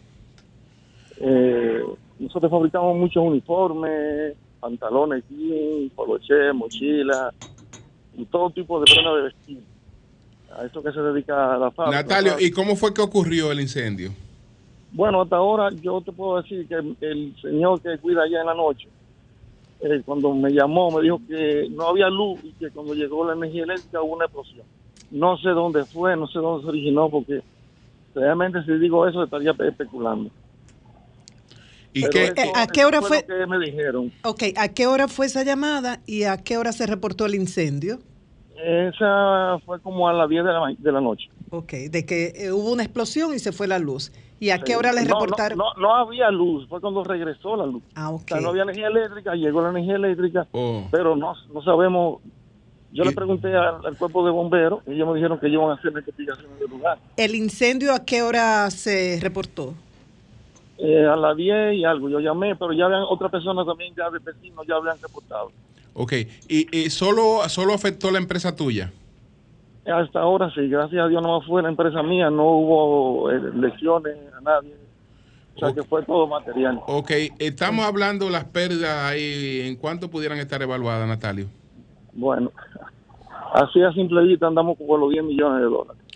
Nosotros fabricamos muchos uniformes, pantalones, jeans, poloché, mochilas y todo tipo de prenda de vestir. A eso que se dedica a la fábrica. Natalio, ¿y cómo fue que ocurrió el incendio? Bueno, hasta ahora yo te puedo decir que el señor que cuida allá en la noche, cuando me llamó, me dijo que no había luz y que cuando llegó la energía eléctrica hubo una explosión. No sé dónde fue, no sé dónde se originó, porque realmente si digo eso estaría especulando. ¿Y a qué hora fue? Lo que me dijeron. ¿A qué hora fue esa llamada y a qué hora se reportó el incendio? Esa fue como a las 10 de la noche. De que hubo una explosión y se fue la luz. ¿Y a qué hora les reportaron? No había luz, fue cuando regresó la luz. O sea, no había energía eléctrica, llegó la energía eléctrica, pero no sabemos. Yo le pregunté al cuerpo de bomberos y ellos me dijeron que iban a hacer una investigación en el lugar. ¿El incendio a qué hora se reportó? A las 10 y algo, yo llamé, pero ya habían otras personas también, ya de vecinos, ya habían reportado. ¿Y solo afectó la empresa tuya? Hasta ahora sí, gracias a Dios no fue la empresa mía, no hubo lesiones a nadie. O sea que fue todo material. Estamos hablando de las pérdidas ahí, ¿en cuánto pudieran estar evaluadas, Natalio? Bueno, así a simple vista andamos con los $10 millones.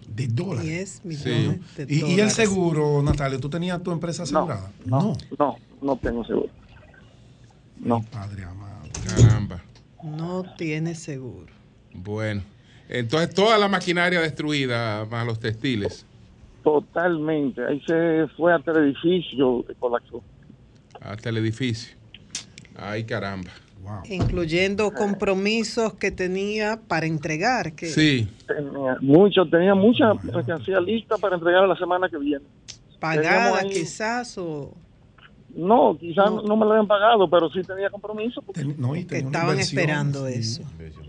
de dólares. 10 millones de dólares. ¿Y el seguro, Natalio? ¿Tú tenías tu empresa asegurada? No tengo seguro. No. Ay, padre amado. Caramba. No tiene seguro. Bueno, entonces toda la maquinaria destruida, más los textiles. Totalmente. Ahí se fue hasta el edificio, colapsó. Hasta el edificio. Ay, caramba. Wow. Incluyendo compromisos que tenía para entregar. Que Sí. Tenía mucha mercancía lista para entregar la semana que viene. Pagada ahí- quizás o No, quizás no me lo habían pagado, pero sí tenía compromiso. Y tenía una estaban inversión, esperando sí. eso.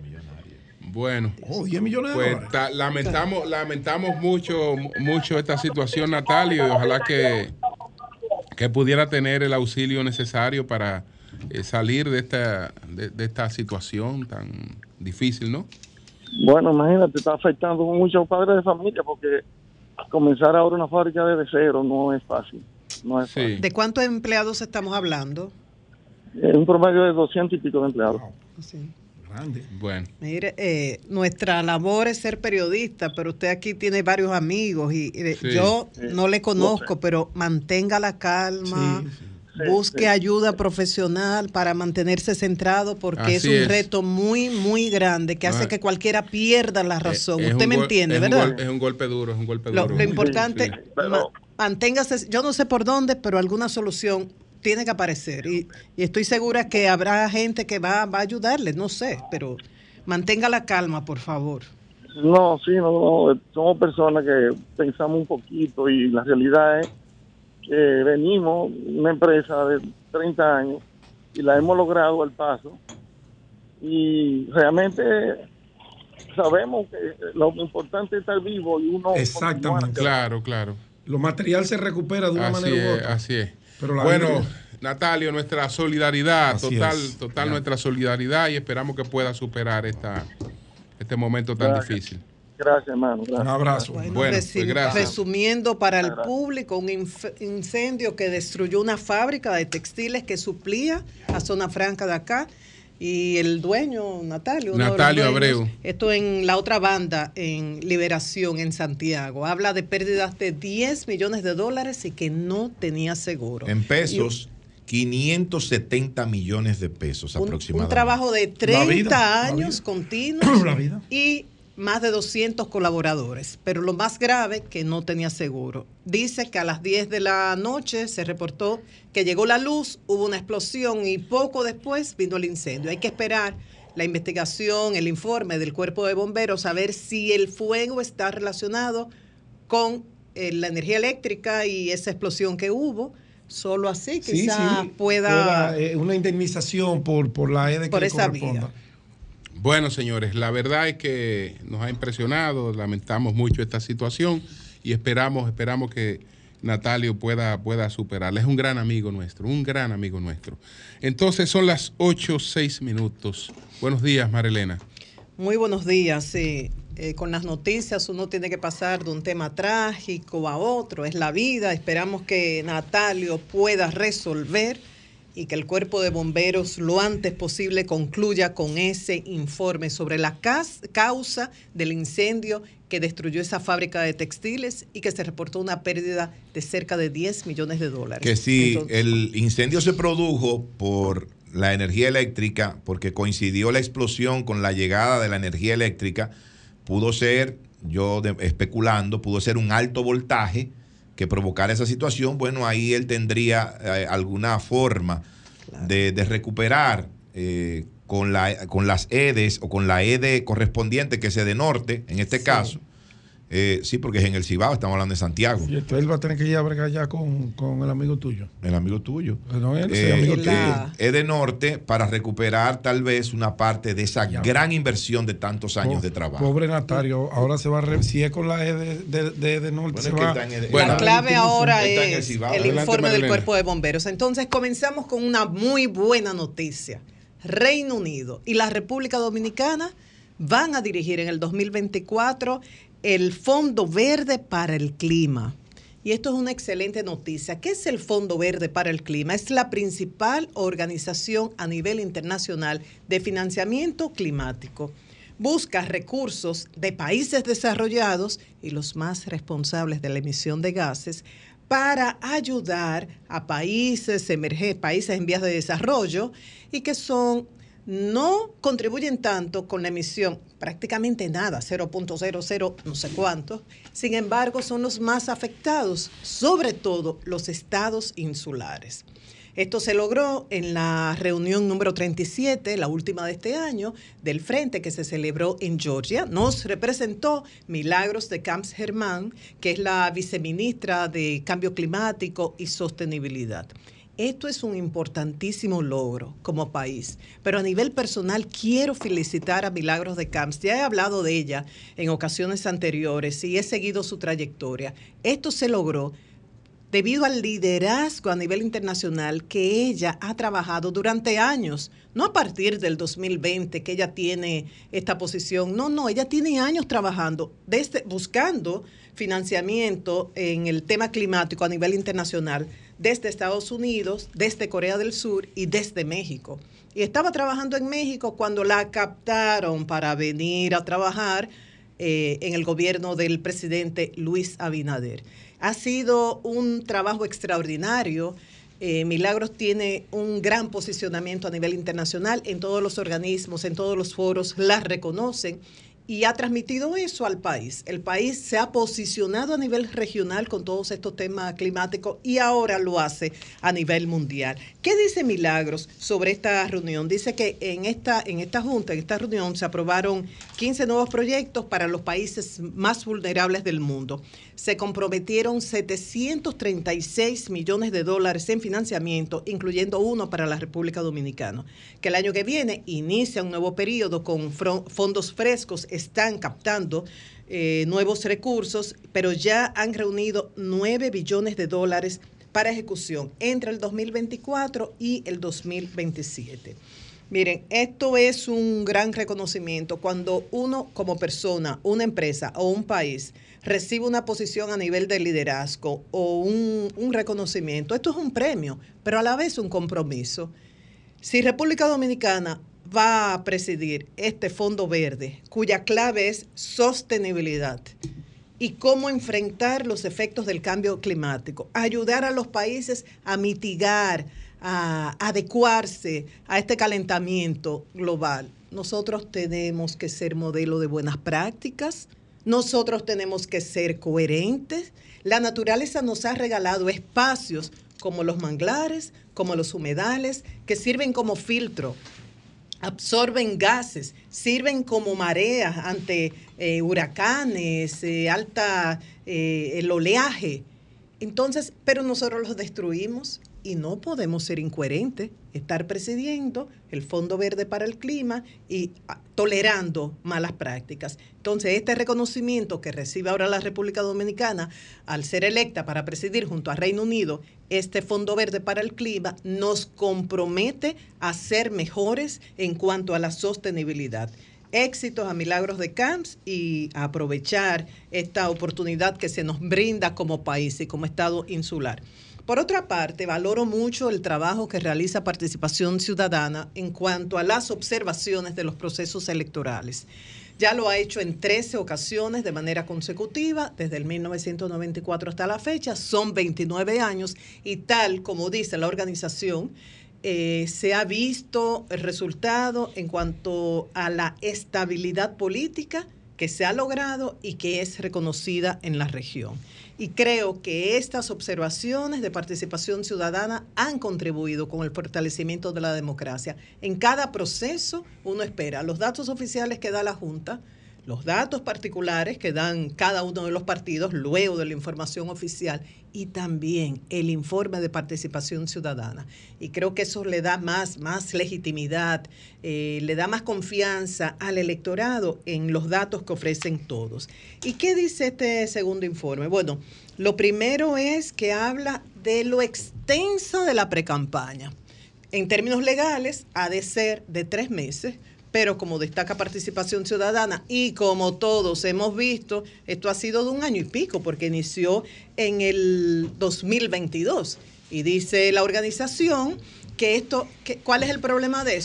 Bueno. 10 millones de Pues dólares. lamentamos mucho esta situación, Natalio, y ojalá que pudiera tener el auxilio necesario para salir de esta situación tan difícil, ¿no? Bueno, imagínate, está afectando mucho a los padres de familia porque comenzar ahora una fábrica desde cero no es fácil. No es fácil. ¿De cuántos empleados estamos hablando? Un promedio de 200 y pico de empleados. Wow. Sí. Grande. Bueno. Mire, nuestra labor es ser periodista, pero usted aquí tiene varios amigos y Sí. yo Sí. no le conozco, Lo sé. pero mantenga la calma, Sí, busque sí. ayuda profesional para mantenerse centrado porque Así es un es. reto muy, muy grande que hace Ah. que cualquiera pierda la razón. Es Usted un me gol- entiende, es un ¿verdad? gol- es un golpe duro, es un golpe Lo duro. importante, Sí. Pero- manténgase, yo no sé por dónde, pero alguna solución tiene que aparecer. Y estoy segura que habrá gente que va a ayudarle, no sé, pero mantenga la calma, por favor. No, sí, no, somos personas que pensamos un poquito y la realidad es que venimos una empresa de 30 años y la hemos logrado al paso y realmente sabemos que lo importante es estar vivo y uno Exactamente. continuar. Claro. Lo material se recupera de una Así manera u es, otra. así es. Pero la Bueno, vida- Natalio, nuestra solidaridad, Así total es. Ya. nuestra solidaridad y esperamos que pueda superar este momento tan Gracias. difícil. Gracias, hermano. Un Gracias. abrazo. Bueno, pues gracias. Resumiendo para el público, un incendio que destruyó una fábrica de textiles que suplía a Zona Franca de acá. Y el dueño, Natalio. uno de los Natalio dueños, Abreu. Esto en la otra banda, en Liberación, en Santiago. Habla de pérdidas de 10 millones de dólares y que no tenía seguro. En pesos, 570 millones de pesos Un aproximadamente. trabajo de 30 La vida, la años vida. continuos La vida. y más de 200 colaboradores. Pero lo más grave, que no tenía seguro. Dice que a las 10 de la noche se reportó que llegó la luz, hubo una explosión y poco después vino el incendio. Hay que esperar la investigación, el informe del Cuerpo de Bomberos, a ver si el fuego está relacionado con la energía eléctrica y esa explosión que hubo. Solo así Sí, quizá sí. pueda... una indemnización por la EDE que Por le esa corresponda. vía. Bueno, señores, la verdad es que nos ha impresionado, lamentamos mucho esta situación y esperamos que Natalio pueda superarla. Es un gran amigo nuestro, un gran amigo nuestro. Entonces son las 8:06. Buenos días, Marilena. Muy buenos días. Sí. Con las noticias uno tiene que pasar de un tema trágico a otro, es la vida. Esperamos que Natalio pueda resolver y que el Cuerpo de Bomberos lo antes posible concluya con ese informe sobre la causa del incendio que destruyó esa fábrica de textiles y que se reportó una pérdida de cerca de 10 millones de dólares. Que sí, Entonces, el incendio se produjo por la energía eléctrica, porque coincidió la explosión con la llegada de la energía eléctrica. Pudo ser, especulando, pudo ser un alto voltaje que provocara esa situación. Bueno, ahí él tendría alguna forma de recuperar con las EDES o con la EDE correspondiente, que es EDE Norte, en este caso. Sí, porque es en el Cibao, estamos hablando de Santiago. Y entonces él va a tener que ir a bregar ya con el amigo tuyo. El amigo tuyo. No, él, sí, amigo tuyo. EDE Norte, para recuperar tal vez una parte de esa gran inversión de tantos años de trabajo. Pobre Natalio, ahora se va a si es con la E de Norte, Bueno, se es que va. está en EDE. La clave ahora Está en el es Cibao. el Adelante, informe del Marilena. Cuerpo de Bomberos. Entonces comenzamos con una muy buena noticia. Reino Unido y la República Dominicana van a dirigir en el 2024 el Fondo Verde para el Clima. Y esto es una excelente noticia. ¿Qué es el Fondo Verde para el Clima? Es la principal organización a nivel internacional de financiamiento climático. busca recursos de países desarrollados y los más responsables de la emisión de gases para ayudar a países países en vías de desarrollo y que no contribuyen tanto con la emisión, prácticamente nada, 0.00 no sé cuánto. Sin embargo, son los más afectados, sobre todo los estados insulares. Esto se logró en la reunión número 37, la última de este año, del Frente que se celebró en Georgia. Nos representó Milagros de Camps Germán, que es la viceministra de Cambio Climático y Sostenibilidad. Esto es un importantísimo logro como país, pero a nivel personal quiero felicitar a Milagros de Camps. Ya he hablado de ella en ocasiones anteriores y he seguido su trayectoria. Esto se logró debido al liderazgo a nivel internacional que ella ha trabajado durante años, no a partir del 2020 que ella tiene esta posición, no, ella tiene años trabajando, buscando financiamiento en el tema climático a nivel internacional, desde Estados Unidos, desde Corea del Sur y desde México. Y estaba trabajando en México cuando la captaron para venir a trabajar en el gobierno del presidente Luis Abinader. Ha sido un trabajo extraordinario. Milagros tiene un gran posicionamiento a nivel internacional, en todos los organismos, en todos los foros, la reconocen y ha transmitido eso al país. El país se ha posicionado a nivel regional con todos estos temas climáticos y ahora lo hace a nivel mundial. ¿Qué dice Milagros sobre esta reunión? Dice que en esta reunión se aprobaron 15 nuevos proyectos para los países más vulnerables del mundo. Se comprometieron $736 millones en financiamiento, incluyendo uno para la República Dominicana, que el año que viene inicia un nuevo periodo con fondos frescos, están captando nuevos recursos, pero ya han reunido $9 billones para ejecución entre el 2024 y el 2027. Miren, esto es un gran reconocimiento cuando uno como persona, una empresa o un país recibe una posición a nivel de liderazgo o un reconocimiento. Esto es un premio, pero a la vez un compromiso. Si República Dominicana va a presidir este Fondo Verde, cuya clave es sostenibilidad, y cómo enfrentar los efectos del cambio climático, ayudar a los países a mitigar, a adecuarse a este calentamiento global. Nosotros tenemos que ser modelo de buenas prácticas, nosotros tenemos que ser coherentes. La naturaleza nos ha regalado espacios como los manglares, como los humedales, que sirven como filtro, absorben gases, sirven como mareas ante huracanes, el oleaje. Entonces, pero nosotros los destruimos y no podemos ser incoherentes, estar presidiendo el Fondo Verde para el Clima y tolerando malas prácticas. Entonces, este reconocimiento que recibe ahora la República Dominicana al ser electa para presidir junto a Reino Unido este Fondo Verde para el Clima nos compromete a ser mejores en cuanto a la sostenibilidad. Éxitos a Milagros de Camps y a aprovechar esta oportunidad que se nos brinda como país y como Estado insular. Por otra parte, valoro mucho el trabajo que realiza Participación Ciudadana en cuanto a las observaciones de los procesos electorales. Ya lo ha hecho en 13 ocasiones de manera consecutiva, desde el 1994 hasta la fecha, son 29 años y tal como dice la organización, se ha visto el resultado en cuanto a la estabilidad política que se ha logrado y que es reconocida en la región. Y creo que estas observaciones de participación ciudadana han contribuido con el fortalecimiento de la democracia. En cada proceso uno espera los datos oficiales que da la Junta, los datos particulares que dan cada uno de los partidos luego de la información oficial y también el informe de participación ciudadana. Y creo que eso le da más legitimidad, le da más confianza al electorado en los datos que ofrecen todos. ¿Y qué dice este segundo informe? Bueno, lo primero es que habla de lo extenso de la precampaña. En términos legales, ha de ser de 3 meses, pero como destaca Participación Ciudadana y como todos hemos visto, esto ha sido de 1 año y pico porque inició en el 2022 y dice la organización que ¿cuál es el problema de eso?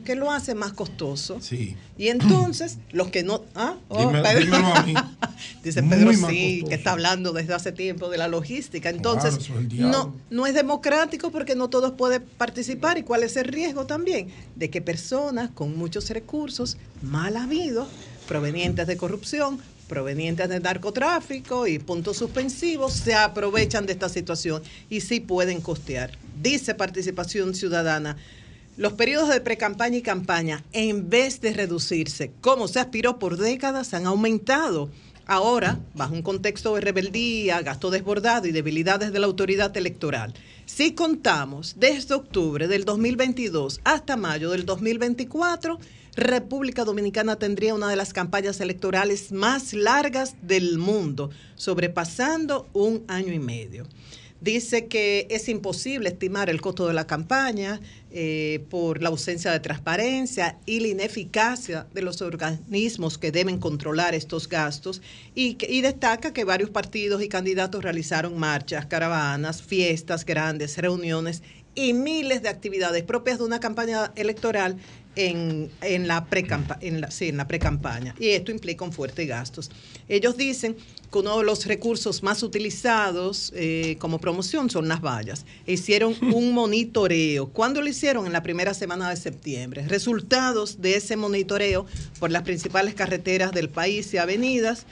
que lo hace más costoso. Sí. Y entonces, los que no... Dímelo a mí. Dice Pedro, sí, que está hablando desde hace tiempo de la logística. Entonces, claro, no es democrático porque no todos pueden participar. ¿Y cuál es el riesgo también? De que personas con muchos recursos mal habidos, provenientes de corrupción, provenientes de narcotráfico y puntos suspensivos, se aprovechan de esta situación y sí pueden costear. Dice Participación Ciudadana, los periodos de precampaña y campaña, en vez de reducirse, como se aspiró por décadas, han aumentado. Ahora, bajo un contexto de rebeldía, gasto desbordado y debilidades de la autoridad electoral. Si contamos desde octubre del 2022 hasta mayo del 2024, República Dominicana tendría una de las campañas electorales más largas del mundo, sobrepasando 1 año y medio. Dice que es imposible estimar el costo de la campaña por la ausencia de transparencia y la ineficacia de los organismos que deben controlar estos gastos y destaca que varios partidos y candidatos realizaron marchas, caravanas, fiestas grandes, reuniones y miles de actividades propias de una campaña electoral en la precampaña. Y esto implica un fuerte gastos. Ellos dicen que uno de los recursos más utilizados como promoción son las vallas. Hicieron un monitoreo. ¿Cuándo lo hicieron? En la primera semana de septiembre. Resultados de ese monitoreo por las principales carreteras del país y avenidas,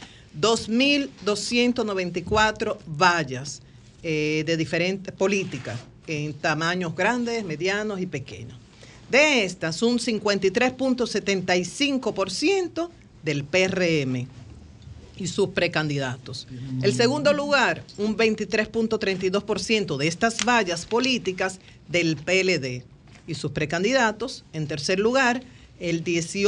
2.294 vallas de diferentes políticas, en tamaños grandes, medianos y pequeños. De estas, un 53.75% del PRM y sus precandidatos. El segundo lugar, un 23.32% de estas vallas políticas del PLD y sus precandidatos. En tercer lugar, el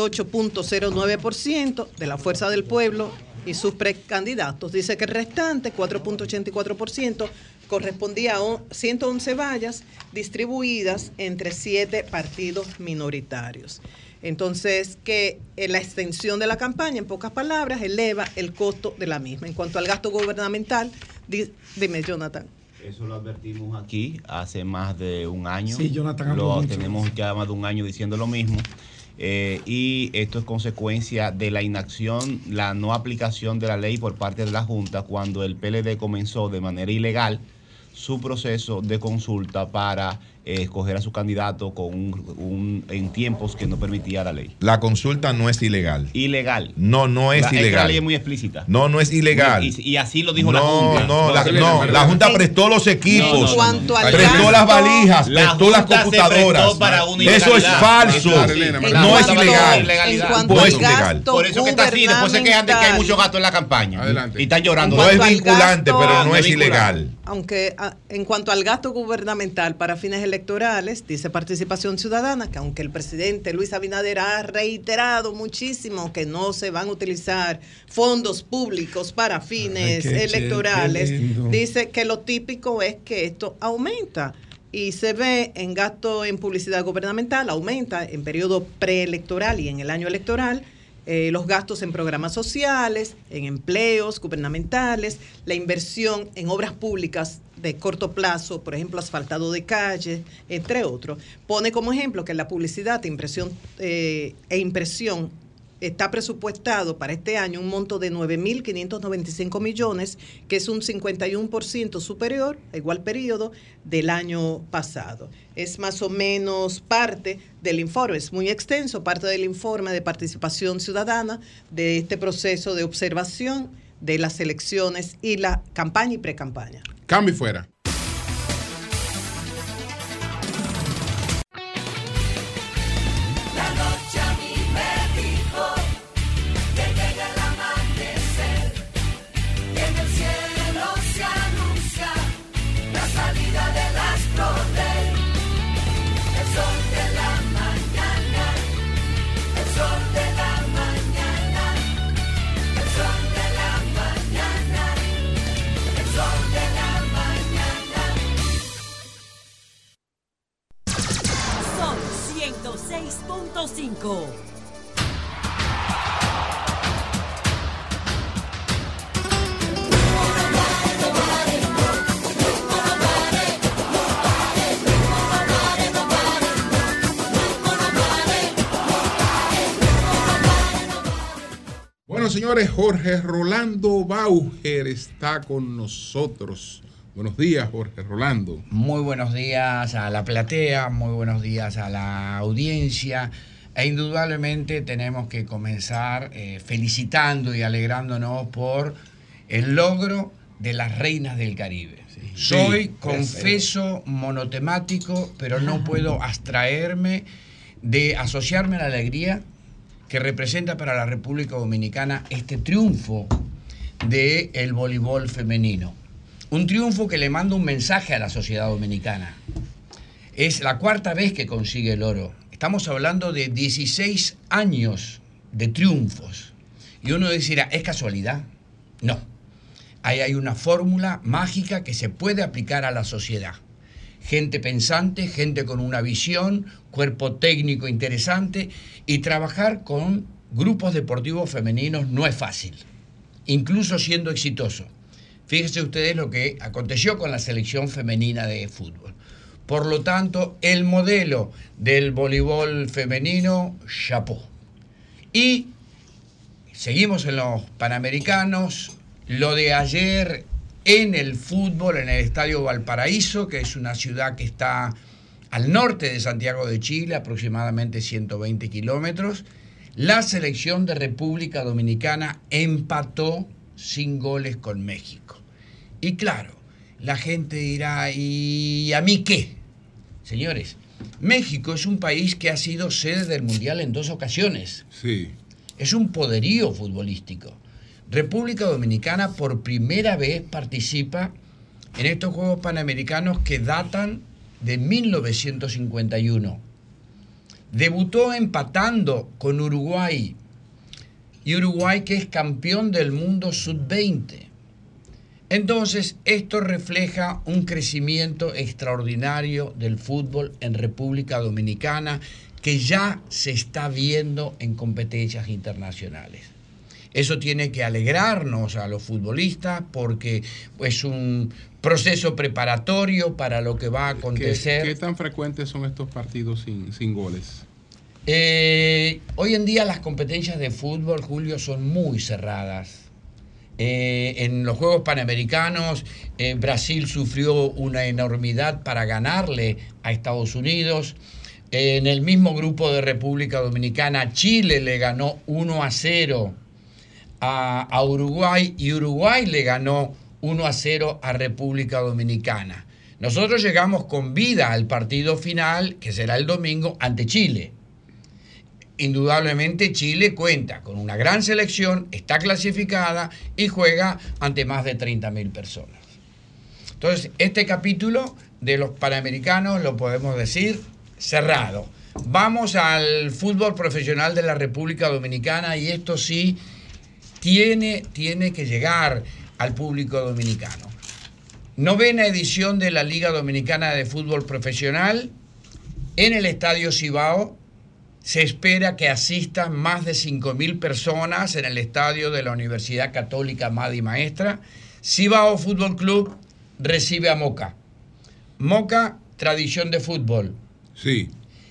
18.09% de la Fuerza del Pueblo y sus precandidatos. Dice que el restante, 4.84%, correspondía a 111 vallas distribuidas entre 7 partidos minoritarios. Entonces, que la extensión de la campaña, en pocas palabras, eleva el costo de la misma. En cuanto al gasto gubernamental, dime, Jonathan. Eso lo advertimos aquí hace más de un año. Sí, Jonathan. Tenemos ya más de un año diciendo lo mismo. Y esto es consecuencia de la inacción, la no aplicación de la ley por parte de la Junta cuando el PLD comenzó de manera ilegal su proceso de consulta para escoger a su candidato en tiempos que no permitía la ley. La consulta no es ilegal. Ilegal. No es ilegal. La ley es muy explícita. No es ilegal. Y así lo dijo la Junta. La Junta prestó los equipos, prestó las valijas, prestó las computadoras. Eso es falso. No es ilegal. No es ilegal. Por eso que está así. Después se quejan de que hay mucho gasto en la campaña. Adelante. Y están llorando. No es vinculante, pero no es ilegal. Aunque en cuanto al gasto gubernamental para fines electorales, dice Participación Ciudadana que aunque el presidente Luis Abinader ha reiterado muchísimo que no se van a utilizar fondos públicos para fines electorales, dice que lo típico es que esto aumenta y se ve en gasto en publicidad gubernamental, aumenta en periodo preelectoral y en el año electoral. Los gastos en programas sociales, en empleos gubernamentales, la inversión en obras públicas de corto plazo, por ejemplo, asfaltado de calles, entre otros. Pone como ejemplo que la publicidad impresión está presupuestado para este año un monto de 9.595 millones, que es un 51% superior a igual periodo del año pasado. Es más o menos parte del informe, es muy extenso, parte del informe de Participación Ciudadana de este proceso de observación de las elecciones y la campaña y precampaña. Cambio y fuera. El sol de la mañana. Bueno, señores, Jorge Rolando Bauer está con nosotros. Buenos días, Jorge Rolando. Muy buenos días a la platea, muy buenos días a la audiencia. E indudablemente tenemos que comenzar felicitando y alegrándonos por el logro de las reinas del Caribe. Sí. Soy, confeso, monotemático, pero no puedo abstraerme de asociarme a la alegría que representa para la República Dominicana este triunfo del voleibol femenino. Un triunfo que le manda un mensaje a la sociedad dominicana. Es la cuarta vez que consigue el oro. Estamos hablando de 16 años de triunfos. Y uno dirá, ¿es casualidad? No. Ahí hay una fórmula mágica que se puede aplicar a la sociedad. Gente pensante, gente con una visión, cuerpo técnico interesante, y trabajar con grupos deportivos femeninos no es fácil, incluso siendo exitoso. Fíjense ustedes lo que aconteció con la selección femenina de fútbol. Por lo tanto, el modelo del voleibol femenino, chapó. Y seguimos en los Panamericanos. Lo de ayer en el fútbol, en el Estadio Valparaíso, que es una ciudad que está al norte de Santiago de Chile, aproximadamente 120 kilómetros, la selección de República Dominicana empató sin goles con México. Y claro, la gente dirá, ¿y a mí qué? Señores, México es un país que ha sido sede del Mundial en 2 ocasiones. Sí. Es un poderío futbolístico. República Dominicana por primera vez participa en estos Juegos Panamericanos que datan de 1951. Debutó empatando con Uruguay, y Uruguay que es campeón del mundo sub-20. Entonces, esto refleja un crecimiento extraordinario del fútbol en República Dominicana que ya se está viendo en competencias internacionales. Eso tiene que alegrarnos a los futbolistas porque es un proceso preparatorio para lo que va a acontecer. ¿Qué tan frecuentes son estos partidos sin goles? Hoy en día las competencias de fútbol, Julio, son muy cerradas. En los Juegos Panamericanos, Brasil sufrió una enormidad para ganarle a Estados Unidos. En el mismo grupo de República Dominicana, Chile le ganó 1-0 a Uruguay, y Uruguay le ganó 1-0 a República Dominicana. Nosotros llegamos con vida al partido final, que será el domingo, ante Chile. Indudablemente Chile cuenta con una gran selección, está clasificada y juega ante más de 30.000 personas. Entonces, este capítulo de los Panamericanos lo podemos decir cerrado. Vamos al fútbol profesional de la República Dominicana, y esto sí tiene que llegar al público dominicano. 9ª edición de la Liga Dominicana de Fútbol Profesional en el Estadio Cibao. Se espera que asistan más de 5.000 personas en el estadio de la Universidad Católica Madre y Maestra. Cibao Fútbol Club recibe a Moca. Moca, tradición de fútbol. Sí.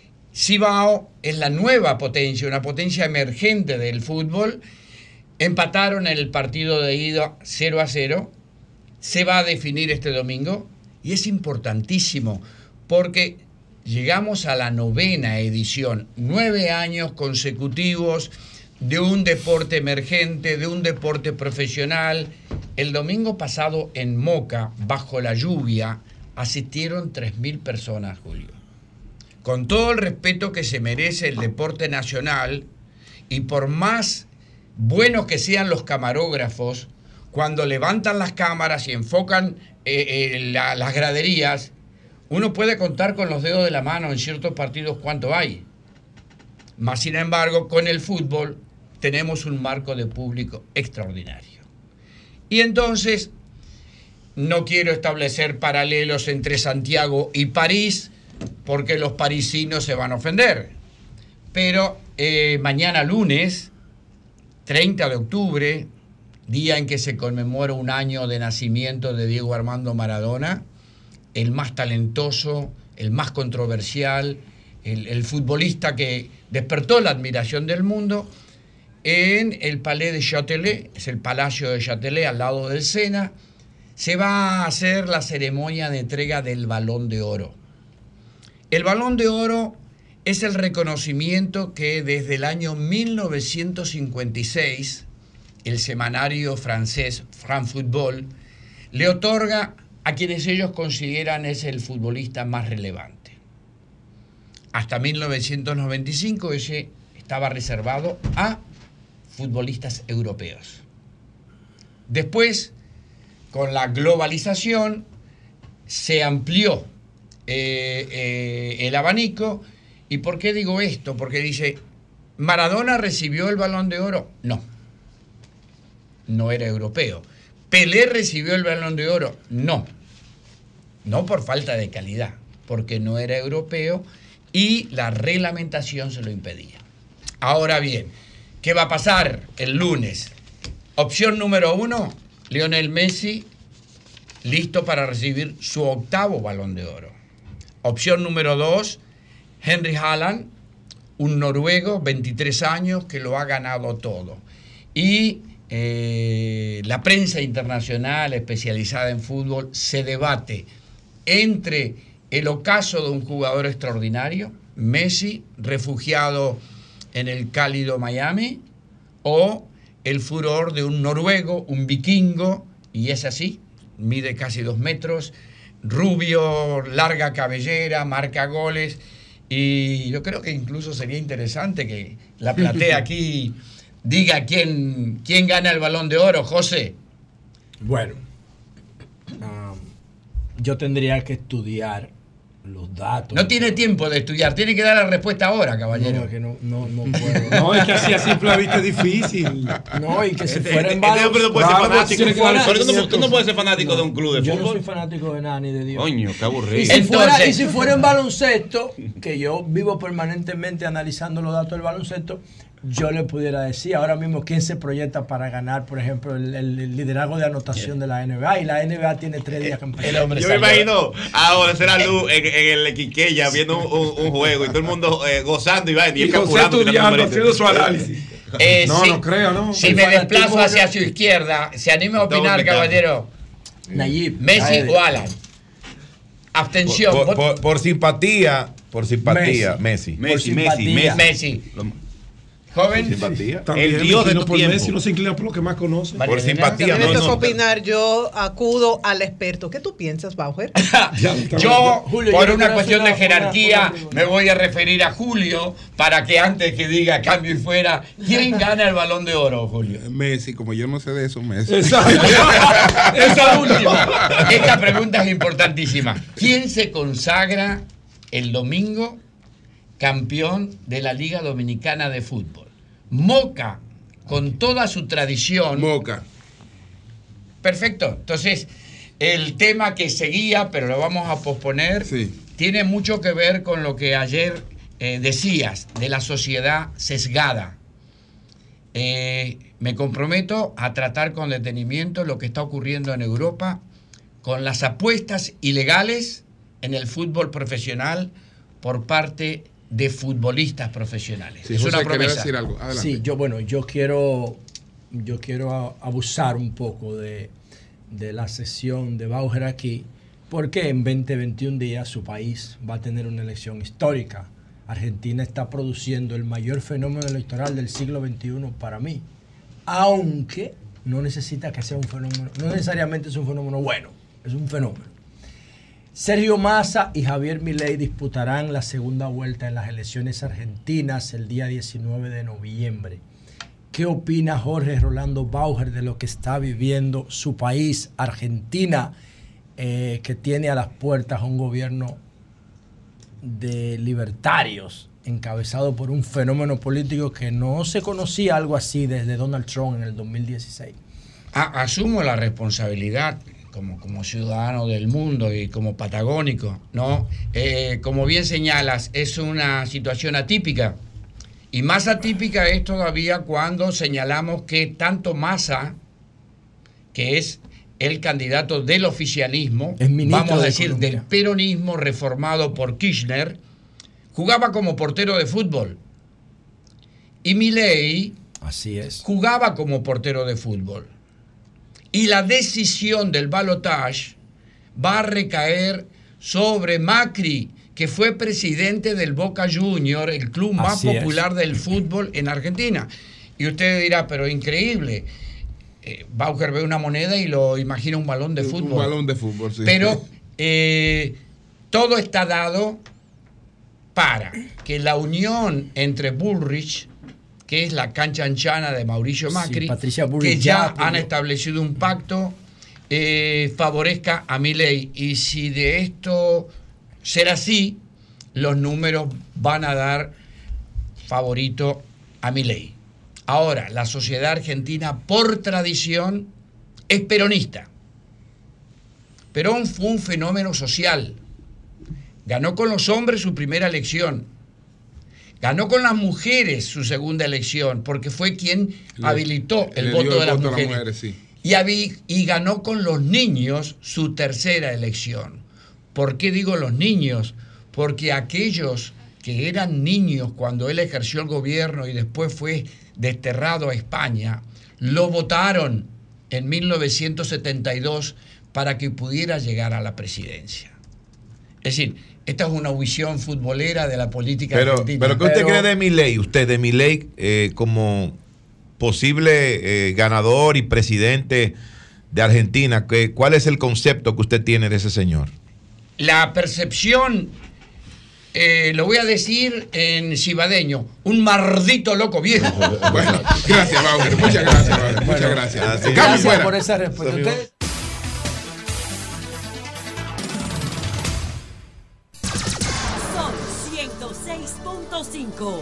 Cibao es la nueva potencia, una potencia emergente del fútbol. Empataron en el partido de ida 0-0. Se va a definir este domingo y es importantísimo porque llegamos a la 9ª edición, 9 años consecutivos de un deporte emergente, de un deporte profesional. El domingo pasado en Moca, bajo la lluvia, asistieron 3.000 personas, Julio. Con todo el respeto que se merece el deporte nacional, y por más buenos que sean los camarógrafos, cuando levantan las cámaras y enfocan las graderías, uno puede contar con los dedos de la mano en ciertos partidos cuánto hay. Mas, sin embargo, con el fútbol tenemos un marco de público extraordinario. Y entonces, no quiero establecer paralelos entre Santiago y París, porque los parisinos se van a ofender. Pero mañana lunes, 30 de octubre, día en que se conmemora un año de nacimiento de Diego Armando Maradona, el más talentoso, el más controversial, el futbolista que despertó la admiración del mundo, en el Palais de Châtelet, es el Palacio de Châtelet al lado del Sena, se va a hacer la ceremonia de entrega del Balón de Oro. El Balón de Oro es el reconocimiento que desde el año 1956 el semanario francés France Football le otorga a quienes ellos consideran es el futbolista más relevante. Hasta 1995 ese estaba reservado a futbolistas europeos. Después, con la globalización, se amplió el abanico. ¿Y por qué digo esto? Porque dice, ¿Maradona recibió el Balón de Oro? No, no era europeo. ¿Pelé recibió el Balón de Oro? No, no por falta de calidad, porque no era europeo y la reglamentación se lo impedía. Ahora bien, ¿qué va a pasar el lunes? Opción número 1, Lionel Messi, listo para recibir su 8º Balón de Oro. Opción número 2, Henry Haaland, un noruego, 23 años, que lo ha ganado todo. Y la prensa internacional especializada en fútbol se debate entre el ocaso de un jugador extraordinario, Messi, refugiado en el cálido Miami, o el furor de un noruego, un vikingo, y es así, mide casi 2 metros, rubio, larga cabellera, marca goles, y yo creo que incluso sería interesante que la platea aquí diga quién gana el Balón de Oro, José. Bueno, yo tendría que estudiar los datos. No tiene tiempo de estudiar, tiene que dar la respuesta ahora, caballero. No, que no puedo. No, es que así a simple vista es difícil. No, y que si fuera en balón. Tú no puedes ser fanático de un club de fútbol. Yo no soy fanático de nada ni de Dios. Coño, qué aburrido. Y si fuera en baloncesto, que yo vivo permanentemente analizando los datos del baloncesto, yo le pudiera decir ahora mismo quién se proyecta para ganar, por ejemplo, el liderazgo de anotación de la NBA. Y la NBA tiene 3 días que empezar. Yo me imagino ahora será luz en el Quiqueya viendo un juego y todo el mundo gozando y estudiando, haciendo su análisis. No creo, ¿no? Si me desplazo hacia su izquierda, ¿se anima a opinar, caballero? Nayib. ¿Messi o Alan? Abstención. Por simpatía, Messi. Messi. Joven, simpatía. El Dios de tu por tiempo. Messi no se inclina por lo que más conoce. Por simpatía. Si me toca opinar, yo acudo al experto. ¿Qué tú piensas, Bauer? Yo, por una cuestión de jerarquía, me voy a referir a Julio para que antes que diga cambio y fuera, ¿quién gana el Balón de Oro, Julio? Messi, como yo no sé de eso, Messi. Exacto. Esa última. Esta pregunta es importantísima. ¿Quién se consagra el domingo campeón de la Liga Dominicana de Fútbol? Moca, con toda su tradición. Moca. Perfecto. Entonces, el tema que seguía, pero lo vamos a posponer, tiene mucho que ver con lo que ayer decías, de la sociedad sesgada. Me comprometo a tratar con detenimiento lo que está ocurriendo en Europa con las apuestas ilegales en el fútbol profesional por parte de futbolistas profesionales. Sí, es José, una promesa. decir algo. Adelante. Sí, yo quiero abusar un poco de la sesión de Bauer aquí, porque en 20-21 días su país va a tener una elección histórica. Argentina está produciendo el mayor fenómeno electoral del siglo XXI para mí, aunque no necesita que sea un fenómeno, no necesariamente es un fenómeno bueno, es un fenómeno. Sergio Massa y Javier Milei disputarán la segunda vuelta en las elecciones argentinas el día 19 de noviembre. ¿Qué opina Jorge Rolando Bauer de lo que está viviendo su país, Argentina, que tiene a las puertas un gobierno de libertarios encabezado por un fenómeno político que no se conocía algo así desde Donald Trump en el 2016? Asumo la responsabilidad como ciudadano del mundo y como patagónico, ¿no? Como bien señalas, es una situación atípica. Y más atípica es todavía cuando señalamos que tanto Massa, que es el candidato del oficialismo, vamos a decir del peronismo reformado por Kirchner, jugaba como portero de fútbol. Y Milei Así es. Jugaba como portero de fútbol. Y la decisión del balotaje va a recaer sobre Macri, que fue presidente del Boca Junior, el club más popular del fútbol en Argentina. Y usted dirá, pero increíble. Bauer ve una moneda y lo imagina un balón de fútbol. Un balón de fútbol, sí. Pero todo está dado para que la unión entre Bullrich, que es la cancha anchana de Mauricio Macri, Patricia Bullrich, que ya han establecido un pacto, favorezca a Milei. Y si de esto será así, los números van a dar favorito a Milei. Ahora, la sociedad argentina, por tradición, es peronista. Perón fue un fenómeno social. Ganó con los hombres su primera elección. Ganó con las mujeres su segunda elección, porque fue quien habilitó el voto de las mujeres. Sí. Y ganó con los niños su tercera elección. ¿Por qué digo los niños? Porque aquellos que eran niños cuando él ejerció el gobierno y después fue desterrado a España, lo votaron en 1972 para que pudiera llegar a la presidencia. Es decir, esta es una visión futbolera de la política argentina. Pero ¿qué usted cree de Milei? Usted de Milei como posible ganador y presidente de Argentina, ¿cuál es el concepto que usted tiene de ese señor? La percepción, lo voy a decir en cibadeño, un mardito loco viejo. Bueno, gracias, Bauer. Muchas gracias, Bauer. Muchas gracias. Gracias por esa respuesta. Usted... Son 106.5.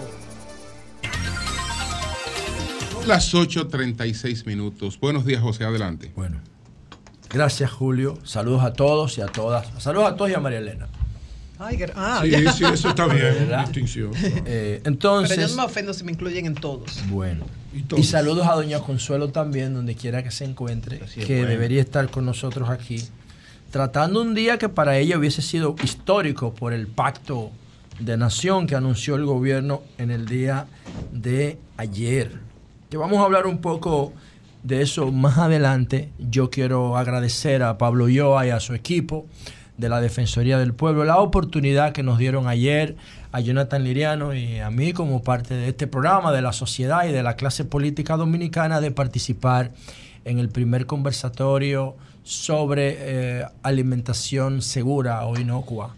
Las 8:36 minutos. Buenos días, José. Adelante. Bueno. Gracias, Julio. Saludos a todos y a todas. Saludos a todos y a María Elena. Ay, sí, eso está bien. Distinción. Entonces, pero yo no me ofendo si me incluyen en todos. Bueno. Y saludos a doña Consuelo también, donde quiera que se encuentre, que debería estar con nosotros aquí, tratando un día que para ella hubiese sido histórico por el pacto de nación que anunció el gobierno en el día de ayer. Que vamos a hablar un poco de eso más adelante. Yo quiero agradecer a Pablo Ulloa y a su equipo de la Defensoría del Pueblo la oportunidad que nos dieron ayer a Jonathan Liriano y a mí como parte de este programa de la sociedad y de la clase política dominicana de participar en el primer conversatorio sobre alimentación segura o inocua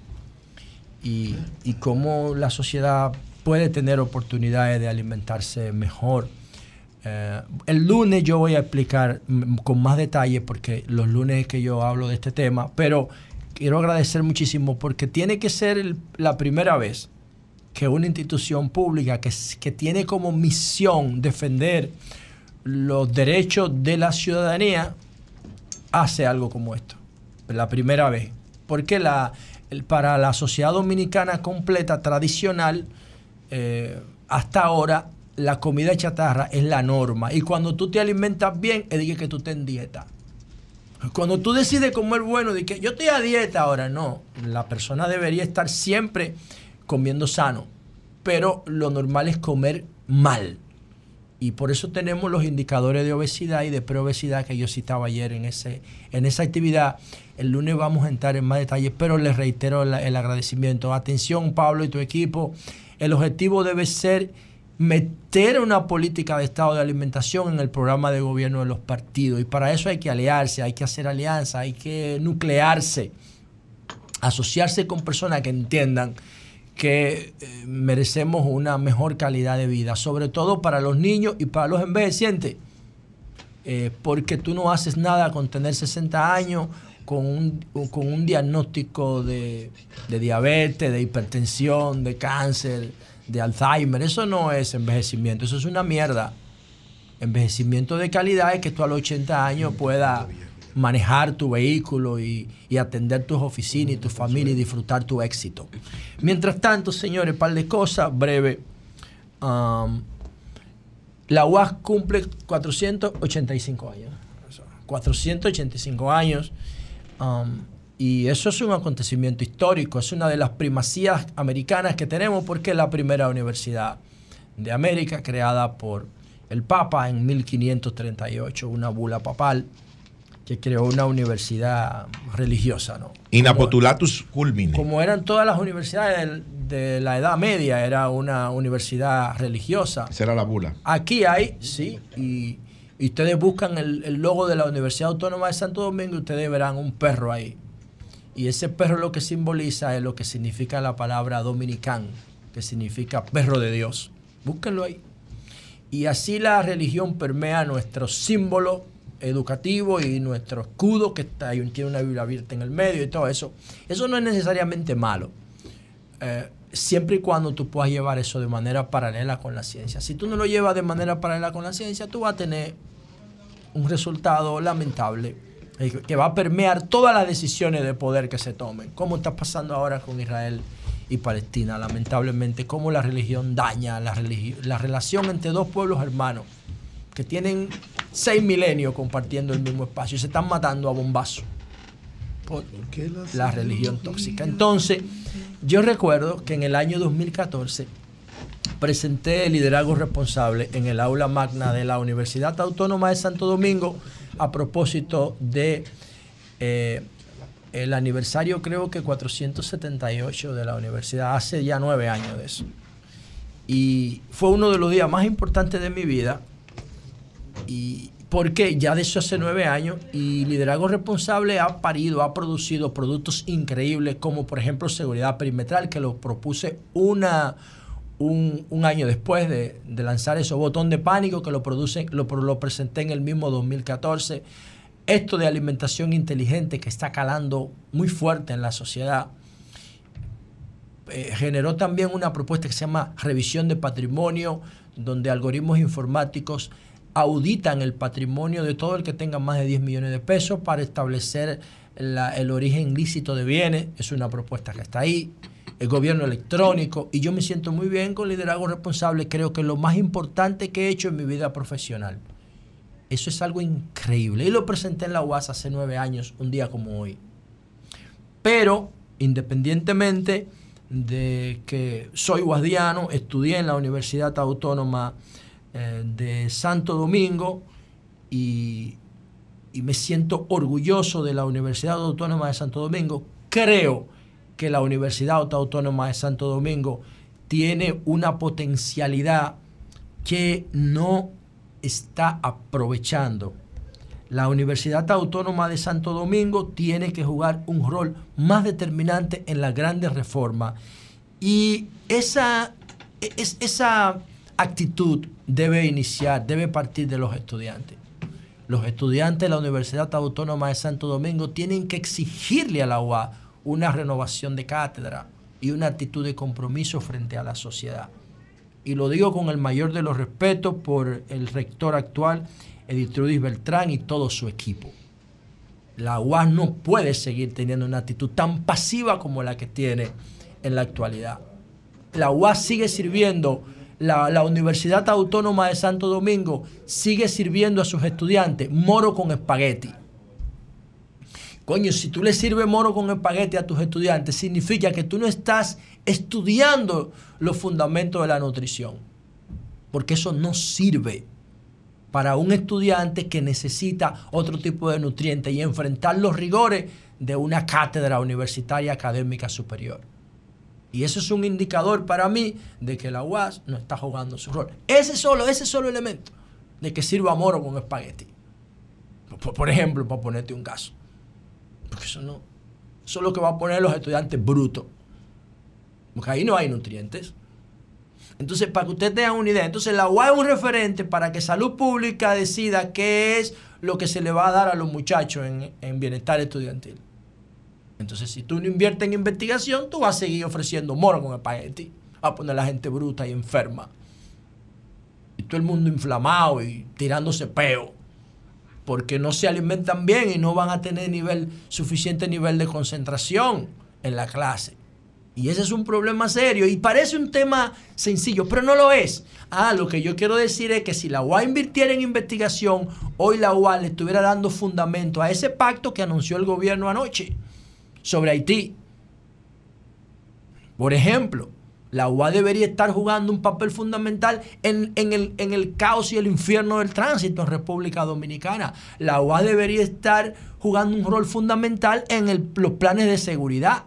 y cómo la sociedad puede tener oportunidades de alimentarse mejor. El lunes yo voy a explicar con más detalle porque los lunes que yo hablo de este tema, pero quiero agradecer muchísimo porque tiene que ser la primera vez que una institución pública que tiene como misión defender los derechos de la ciudadanía hace algo como esto. La primera vez. Porque para la sociedad dominicana completa, tradicional, hasta ahora, la comida chatarra es la norma. Y cuando tú te alimentas bien, es que tú estés en dieta. Cuando tú decides comer bueno, de que yo estoy a dieta ahora, no. La persona debería estar siempre comiendo sano. Pero lo normal es comer mal. Y por eso tenemos los indicadores de obesidad y de preobesidad que yo citaba ayer en esa actividad. El lunes vamos a entrar en más detalles, pero les reitero el agradecimiento. Atención, Pablo y tu equipo. El objetivo debe ser meter una política de estado de alimentación en el programa de gobierno de los partidos. Y para eso hay que aliarse, hay que hacer alianzas, hay que nuclearse, asociarse con personas que entiendan que merecemos una mejor calidad de vida, sobre todo para los niños y para los envejecientes. Porque tú no haces nada con tener 60 años, con un diagnóstico de diabetes, de hipertensión, de cáncer, de Alzheimer. Eso no es envejecimiento, eso es una mierda. Envejecimiento de calidad es que tú a los 80 años puedas manejar tu vehículo y atender tus oficinas y tu familia y disfrutar tu éxito. Mientras tanto, señores, par de cosas breve. La UAS cumple 485 años. 485 años. Y eso es un acontecimiento histórico. Es una de las primacías americanas que tenemos porque es la primera universidad de América creada por el Papa en 1538, una bula papal que creó una universidad religiosa, ¿no? In apostolatus culmine. Como eran todas las universidades de la Edad Media, era una universidad religiosa. Esa era la bula. Aquí hay, sí, y ustedes buscan el logo de la Universidad Autónoma de Santo Domingo y ustedes verán un perro ahí. Y ese perro lo que simboliza es lo que significa la palabra dominican, que significa perro de Dios. Búsquenlo ahí. Y así la religión permea nuestro símbolo educativo y nuestro escudo, que está ahí, tiene una Biblia abierta en el medio y todo eso. Eso no es necesariamente malo, siempre y cuando tú puedas llevar eso de manera paralela con la ciencia. Si tú no lo llevas de manera paralela con la ciencia, tú vas a tener un resultado lamentable que va a permear todas las decisiones de poder que se tomen, como está pasando ahora con Israel y Palestina, lamentablemente, cómo la religión daña la relación entre dos pueblos hermanos que tienen 6 milenios compartiendo el mismo espacio y se están matando a bombazo por la religión tóxica. Entonces, yo recuerdo que en el año 2014 presenté el liderazgo responsable en el aula magna de la Universidad Autónoma de Santo Domingo a propósito de el aniversario, creo que 478 de la universidad, hace ya 9 años de eso. Y fue uno de los días más importantes de mi vida, y porque ya de eso hace 9 años, y Liderazgo Responsable ha producido productos increíbles, como por ejemplo Seguridad Perimetral, que lo propuse un año después de lanzar eso. Botón de Pánico, que lo presenté en el mismo 2014. Esto de alimentación inteligente, que está calando muy fuerte en la sociedad. Generó también una propuesta que se llama Revisión de Patrimonio, donde algoritmos informáticos auditan el patrimonio de todo el que tenga más de 10 millones de pesos para establecer el origen lícito de bienes. Es una propuesta que está ahí. El gobierno electrónico, y yo me siento muy bien con Liderazgo Responsable. Creo que es lo más importante que he hecho en mi vida profesional. Eso es algo increíble. Y lo presenté en la UAS hace 9 años, un día como hoy. Pero, independientemente de que soy guasdiano, estudié en la Universidad Autónoma de Santo Domingo y me siento orgulloso de la Universidad Autónoma de Santo Domingo. Creo que la Universidad Autónoma de Santo Domingo tiene una potencialidad que no está aprovechando. La Universidad Autónoma de Santo Domingo tiene que jugar un rol más determinante en las grandes reformas, y esa actitud debe partir de los estudiantes. Los estudiantes de la Universidad Autónoma de Santo Domingo tienen que exigirle a la UAS una renovación de cátedra y una actitud de compromiso frente a la sociedad. Y lo digo con el mayor de los respetos por el rector actual, Editrudis Beltrán, y todo su equipo. La UAS no puede seguir teniendo una actitud tan pasiva como la que tiene en la actualidad. La UAS sigue sirviendo, la Universidad Autónoma de Santo Domingo sigue sirviendo a sus estudiantes moro con espagueti. Coño, si tú le sirves moro con espagueti a tus estudiantes, significa que tú no estás estudiando los fundamentos de la nutrición, porque eso no sirve para un estudiante que necesita otro tipo de nutrientes y enfrentar los rigores de una cátedra universitaria académica superior. Y eso es un indicador para mí de que la UAS no está jugando su rol. Ese solo elemento de que sirva moro con espagueti. Por ejemplo, para ponerte un caso. Porque eso es lo que va a poner a los estudiantes brutos. Porque ahí no hay nutrientes. Entonces, para que ustedes tengan una idea, entonces la UAS es un referente para que Salud Pública decida qué es lo que se le va a dar a los muchachos en bienestar estudiantil. Entonces, si tú no inviertes en investigación, tú vas a seguir ofreciendo moro con espagueti. Vas a poner a la gente bruta y enferma. Y todo el mundo inflamado y tirándose peo. Porque no se alimentan bien y no van a tener suficiente nivel de concentración en la clase. Y ese es un problema serio. Y parece un tema sencillo, pero no lo es. Lo que yo quiero decir es que si la UAS invirtiera en investigación, hoy la UAS le estuviera dando fundamento a ese pacto que anunció el gobierno anoche sobre Haití. Por ejemplo, La UAS debería estar jugando un papel fundamental en el caos y el infierno del tránsito en República Dominicana. La UAS debería estar jugando un rol fundamental en los planes de seguridad.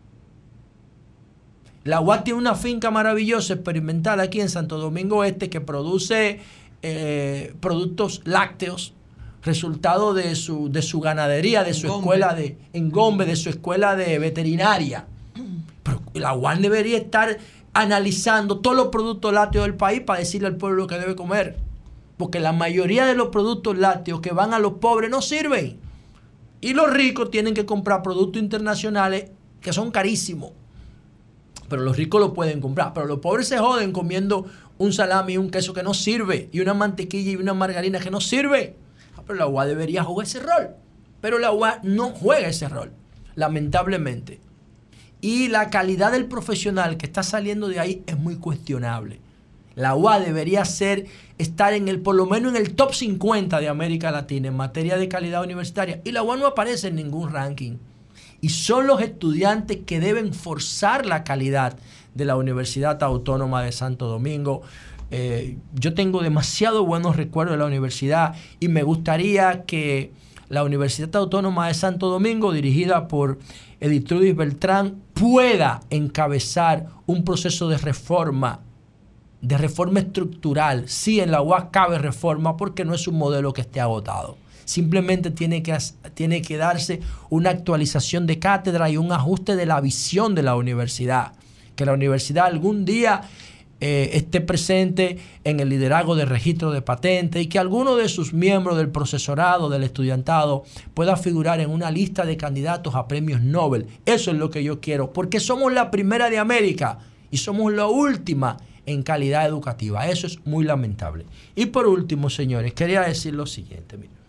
La UAS tiene una finca maravillosa, experimental aquí en Santo Domingo Este, que produce productos lácteos, resultado de su ganadería, de su escuela de engombe, de su escuela de veterinaria. Pero la UAS debería estar analizando todos los productos lácteos del país para decirle al pueblo lo que debe comer. Porque la mayoría de los productos lácteos que van a los pobres no sirven. Y los ricos tienen que comprar productos internacionales que son carísimos. Pero los ricos lo pueden comprar. Pero los pobres se joden comiendo un salami y un queso que no sirve. Y una mantequilla y una margarina que no sirve. Pero la UAS debería jugar ese rol. Pero la UAS no juega ese rol, lamentablemente. Y la calidad del profesional que está saliendo de ahí es muy cuestionable. La UAS debería estar por lo menos en el top 50 de América Latina en materia de calidad universitaria. Y la UAS no aparece en ningún ranking. Y son los estudiantes que deben forzar la calidad de la Universidad Autónoma de Santo Domingo. Yo tengo demasiado buenos recuerdos de la universidad y me gustaría que la Universidad Autónoma de Santo Domingo, dirigida por Editrudis Beltrán, pueda encabezar un proceso de reforma estructural. Sí, en la UAS cabe reforma porque no es un modelo que esté agotado. Simplemente tiene que darse una actualización de cátedra y un ajuste de la visión de la universidad. Que la universidad algún día esté presente en el liderazgo de registro de patentes y que alguno de sus miembros del procesorado, del estudiantado, pueda figurar en una lista de candidatos a premios Nobel. Eso es lo que yo quiero, porque somos la primera de América y somos la última en calidad educativa. Eso es muy lamentable. Y por último, señores, quería decir lo siguiente. Miren.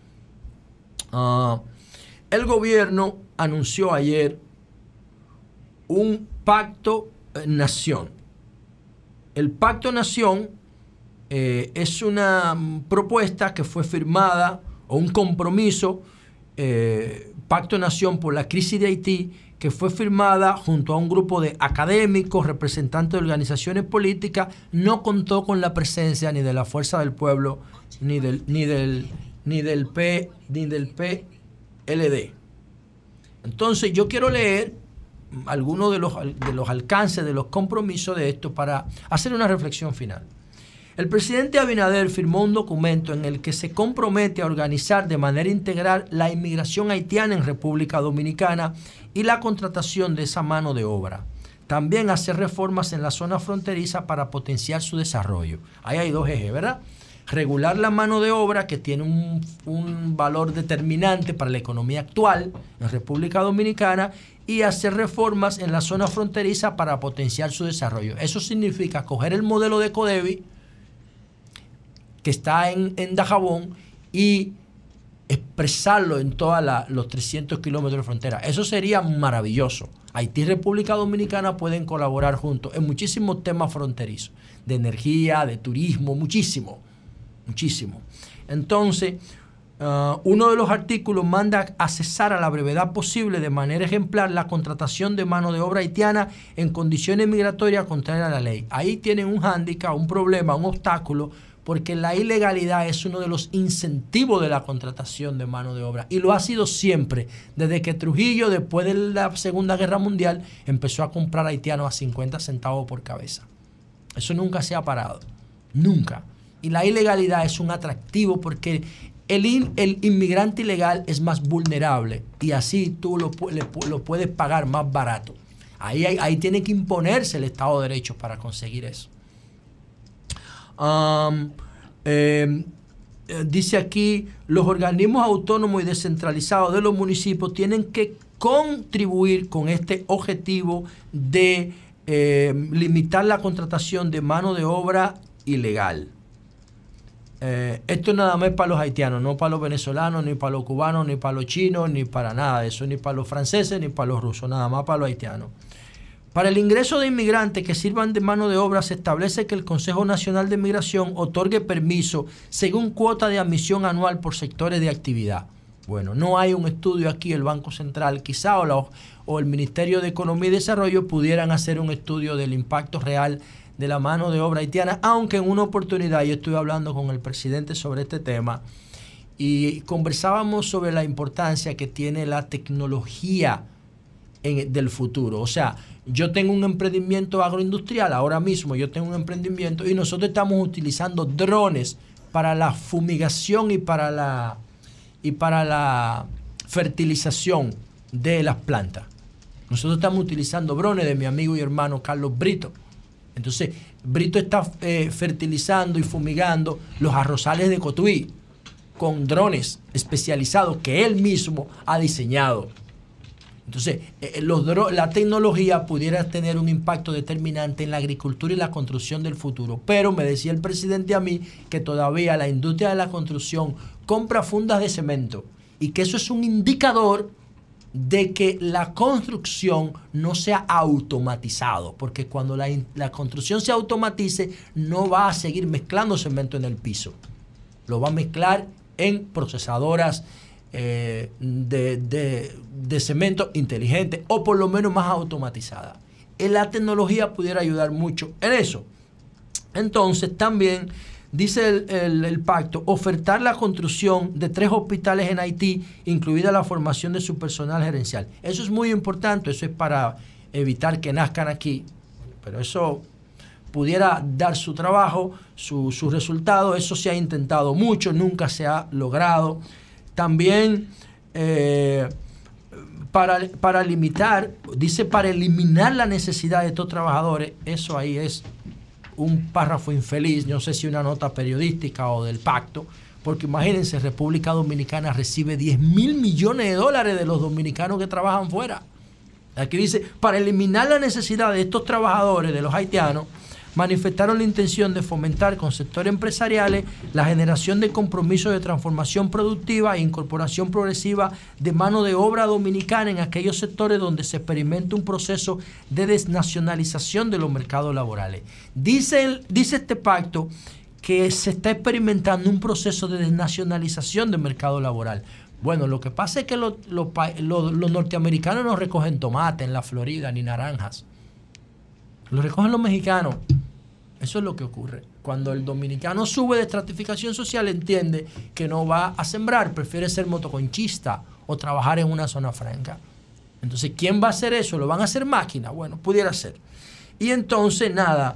El gobierno anunció ayer un pacto nación. El Pacto Nación es una propuesta que fue firmada, o un compromiso, Pacto Nación por la crisis de Haití, que fue firmada junto a un grupo de académicos, representantes de organizaciones políticas. No contó con la presencia ni de la Fuerza del Pueblo, ni del PLD. Entonces yo quiero leer algunos de los alcances, de los compromisos de esto para hacer una reflexión final. El presidente Abinader firmó un documento en el que se compromete a organizar de manera integral la inmigración haitiana en República Dominicana y la contratación de esa mano de obra. También hacer reformas en la zona fronteriza para potenciar su desarrollo. Ahí hay dos ejes, ¿verdad? Regular la mano de obra, que tiene un valor determinante para la economía actual en República Dominicana, y hacer reformas en la zona fronteriza para potenciar su desarrollo. Eso significa coger el modelo de Codevi, que está en Dajabón, y expresarlo en todos los 300 kilómetros de frontera. Eso sería maravilloso. Haití y República Dominicana pueden colaborar juntos en muchísimos temas fronterizos, de energía, de turismo, muchísimo. Entonces, uno de los artículos manda a cesar a la brevedad posible, de manera ejemplar, la contratación de mano de obra haitiana en condiciones migratorias contrarias a la ley. Ahí tienen un hándicap, un problema, un obstáculo, porque la ilegalidad es uno de los incentivos de la contratación de mano de obra, y lo ha sido siempre, desde que Trujillo, después de la Segunda Guerra Mundial, empezó a comprar haitianos a 50 centavos por cabeza. Eso nunca se ha parado, nunca. Y la ilegalidad es un atractivo porque el inmigrante ilegal es más vulnerable y así tú lo puedes pagar más barato. Ahí tiene que imponerse el Estado de Derecho para conseguir eso. Dice aquí, los organismos autónomos y descentralizados de los municipios tienen que contribuir con este objetivo de limitar la contratación de mano de obra ilegal. Esto nada más es para los haitianos, no para los venezolanos, ni para los cubanos, ni para los chinos, ni para nada de eso, ni para los franceses, ni para los rusos, nada más para los haitianos. Para el ingreso de inmigrantes que sirvan de mano de obra, se establece que el Consejo Nacional de Migración otorgue permiso según cuota de admisión anual por sectores de actividad. Bueno, no hay un estudio aquí, el Banco Central quizá o el Ministerio de Economía y Desarrollo pudieran hacer un estudio del impacto real de la mano de obra haitiana, aunque en una oportunidad yo estuve hablando con el presidente sobre este tema y conversábamos sobre la importancia que tiene la tecnología del futuro. O sea, yo tengo un emprendimiento agroindustrial, ahora mismo yo tengo un emprendimiento y nosotros estamos utilizando drones para la fumigación y para la fertilización de las plantas. Nosotros estamos utilizando drones de mi amigo y hermano Carlos Brito. Entonces, Brito está fertilizando y fumigando los arrozales de Cotuí con drones especializados que él mismo ha diseñado. Entonces, la tecnología pudiera tener un impacto determinante en la agricultura y la construcción del futuro. Pero me decía el presidente a mí que todavía la industria de la construcción compra fundas de cemento y que eso es un indicador de que la construcción no sea automatizado, porque cuando la construcción se automatice no va a seguir mezclando cemento en el piso, lo va a mezclar en procesadoras de cemento inteligente o por lo menos más automatizada. La tecnología pudiera ayudar mucho en eso. Entonces también dice el pacto, ofertar la construcción de 3 hospitales en Haití, incluida la formación de su personal gerencial. Eso es muy importante, eso es para evitar que nazcan aquí, pero eso pudiera dar su trabajo, su resultado. Eso se ha intentado mucho, nunca se ha logrado. También para limitar, dice para eliminar la necesidad de estos trabajadores, eso ahí es un párrafo infeliz, no sé si una nota periodística o del pacto, porque imagínense, República Dominicana recibe 10.000 millones de dólares de los dominicanos que trabajan fuera. Aquí dice, para eliminar la necesidad de estos trabajadores, de los haitianos, manifestaron la intención de fomentar con sectores empresariales la generación de compromisos de transformación productiva e incorporación progresiva de mano de obra dominicana en aquellos sectores donde se experimenta un proceso de desnacionalización de los mercados laborales. Dice este pacto que se está experimentando un proceso de desnacionalización del mercado laboral. Bueno, lo que pasa es que los norteamericanos no recogen tomate en la Florida ni naranjas. Lo recogen los mexicanos. Eso es lo que ocurre. Cuando el dominicano sube de estratificación social, entiende que no va a sembrar, prefiere ser motoconchista o trabajar en una zona franca. Entonces, ¿quién va a hacer eso? ¿Lo van a hacer máquinas? Bueno, pudiera ser. Y entonces, nada.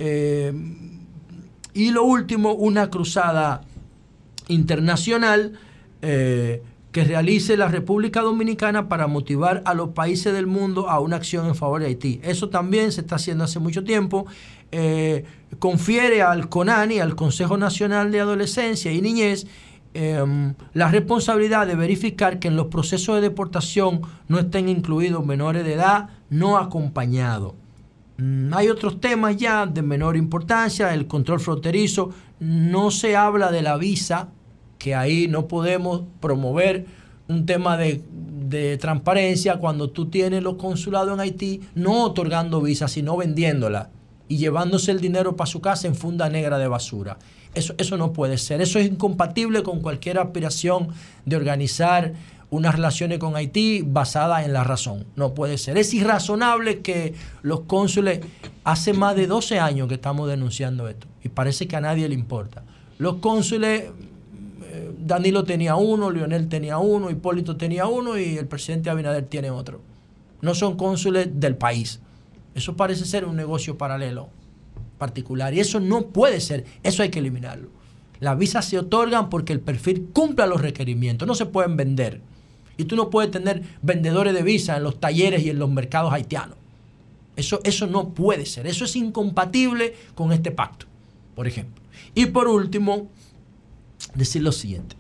Y lo último, una cruzada internacional que realice la República Dominicana para motivar a los países del mundo a una acción en favor de Haití. Eso también se está haciendo hace mucho tiempo. Confiere al CONANI, al Consejo Nacional de Adolescencia y Niñez, la responsabilidad de verificar que en los procesos de deportación no estén incluidos menores de edad no acompañados. Hay otros temas ya de menor importancia, el control fronterizo. No se habla de la visa, que ahí no podemos promover un tema de transparencia cuando tú tienes los consulados en Haití no otorgando visas, sino vendiéndolas y llevándose el dinero para su casa en funda negra de basura. Eso no puede ser. Eso es incompatible con cualquier aspiración de organizar unas relaciones con Haití basadas en la razón. No puede ser. Es irrazonable que los cónsules, hace más de 12 años que estamos denunciando esto y parece que a nadie le importa. Los cónsules, Danilo tenía uno, Leonel tenía uno, Hipólito tenía uno y el presidente Abinader tiene otro. No son cónsules del país. Eso parece ser un negocio paralelo particular y eso no puede ser. Eso hay que eliminarlo. Las visas se otorgan porque el perfil cumpla los requerimientos. No se pueden vender. Y tú no puedes tener vendedores de visas en los talleres y en los mercados haitianos. Eso no puede ser. Eso es incompatible con este pacto, por ejemplo. Y por último, decir lo siguiente.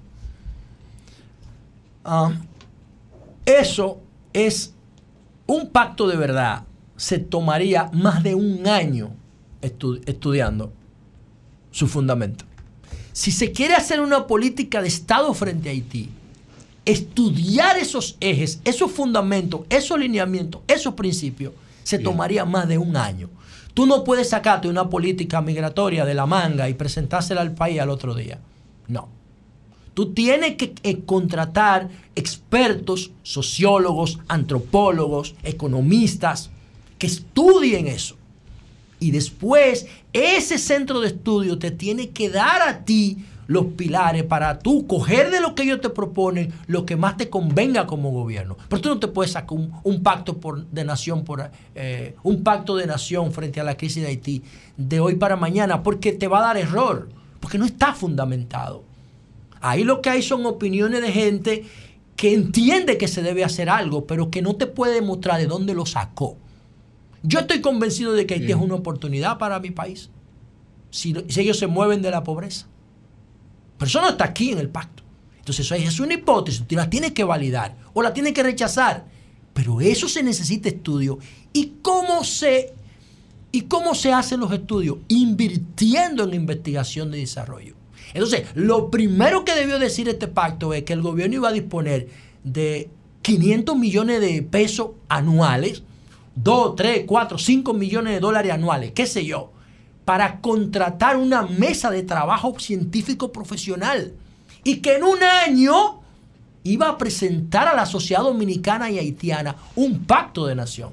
Eso es un pacto de verdad. Se tomaría más de un año estudiando su fundamento. Si se quiere hacer una política de Estado frente a Haití, estudiar esos ejes, esos fundamentos, esos lineamientos, esos principios, se tomaría más de un año. Tú no puedes sacarte una política migratoria de la manga y presentársela al país al otro día. No. Tú tienes que contratar expertos, sociólogos, antropólogos, economistas, que estudien eso. Y después, ese centro de estudio te tiene que dar a ti los pilares para tú coger de lo que ellos te proponen lo que más te convenga como gobierno. Pero tú no te puedes sacar un pacto de nación frente a la crisis de Haití de hoy para mañana, porque te va a dar error, porque no está fundamentado. Ahí lo que hay son opiniones de gente que entiende que se debe hacer algo, pero que no te puede demostrar de dónde lo sacó. Yo estoy convencido de que Haití es una oportunidad para mi país, si ellos se mueven de la pobreza. Pero eso no está aquí en el pacto. Entonces eso es una hipótesis, tú la tienes que validar o la tienes que rechazar. Pero eso se necesita estudio. ¿Y cómo se hacen los estudios? Invirtiendo en investigación de desarrollo. Entonces, lo primero que debió decir este pacto es que el gobierno iba a disponer de 500 millones de pesos anuales, 2, 3, 4, 5 millones de dólares anuales, qué sé yo, para contratar una mesa de trabajo científico profesional y que en un año iba a presentar a la sociedad dominicana y haitiana un pacto de nación.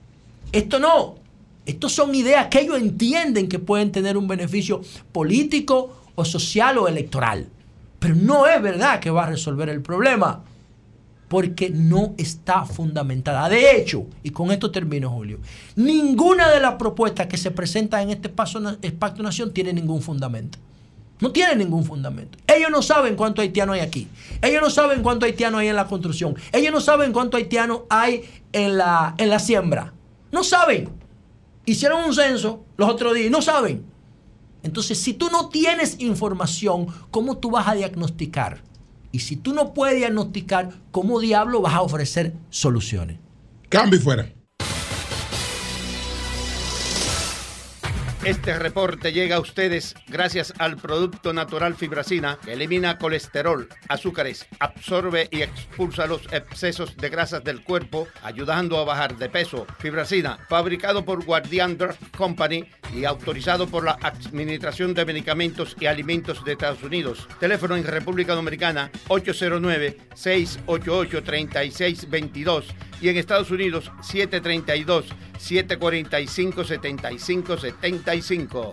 Estos son ideas que ellos entienden que pueden tener un beneficio político o social o electoral, pero no es verdad que va a resolver el problema, porque no está fundamentada. De hecho, y con esto termino, Julio, ninguna de las propuestas que se presentan en este Pacto Nación tiene ningún fundamento. No tiene ningún fundamento. Ellos no saben cuántos haitianos hay aquí. Ellos no saben cuántos haitianos hay en la construcción. Ellos no saben cuántos haitianos hay en la siembra. No saben. Hicieron un censo los otros días y no saben. Entonces, si tú no tienes información, ¿cómo tú vas a diagnosticar? Y si tú no puedes diagnosticar, ¿cómo diablo vas a ofrecer soluciones? Cambio y fuera. Este reporte llega a ustedes gracias al producto natural Fibracina, que elimina colesterol, azúcares, absorbe y expulsa los excesos de grasas del cuerpo, ayudando a bajar de peso. Fibracina, fabricado por Guardian Drug Company y autorizado por la Administración de Medicamentos y Alimentos de Estados Unidos. Teléfono en República Dominicana 809-688-3622 y en Estados Unidos 732-745-7575.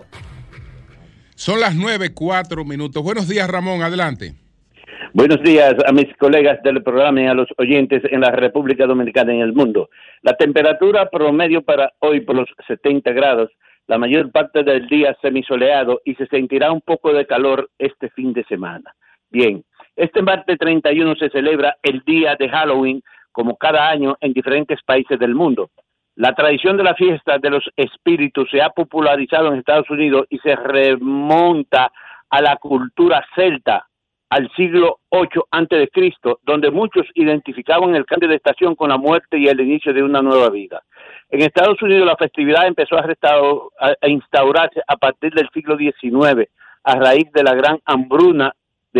Son las 9:04. Buenos días, Ramón, adelante. Buenos días a mis colegas del programa y a los oyentes en la República Dominicana y en el mundo. La temperatura promedio para hoy por los 70 grados, la mayor parte del día semisoleado y se sentirá un poco de calor este fin de semana. Bien, este martes 31 se celebra el día de Halloween, como cada año en diferentes países del mundo. La tradición de la fiesta de los espíritus se ha popularizado en Estados Unidos y se remonta a la cultura celta, al siglo VIII a.C., donde muchos identificaban el cambio de estación con la muerte y el inicio de una nueva vida. En Estados Unidos la festividad empezó a instaurarse a partir del siglo XIX, a raíz de la gran hambruna de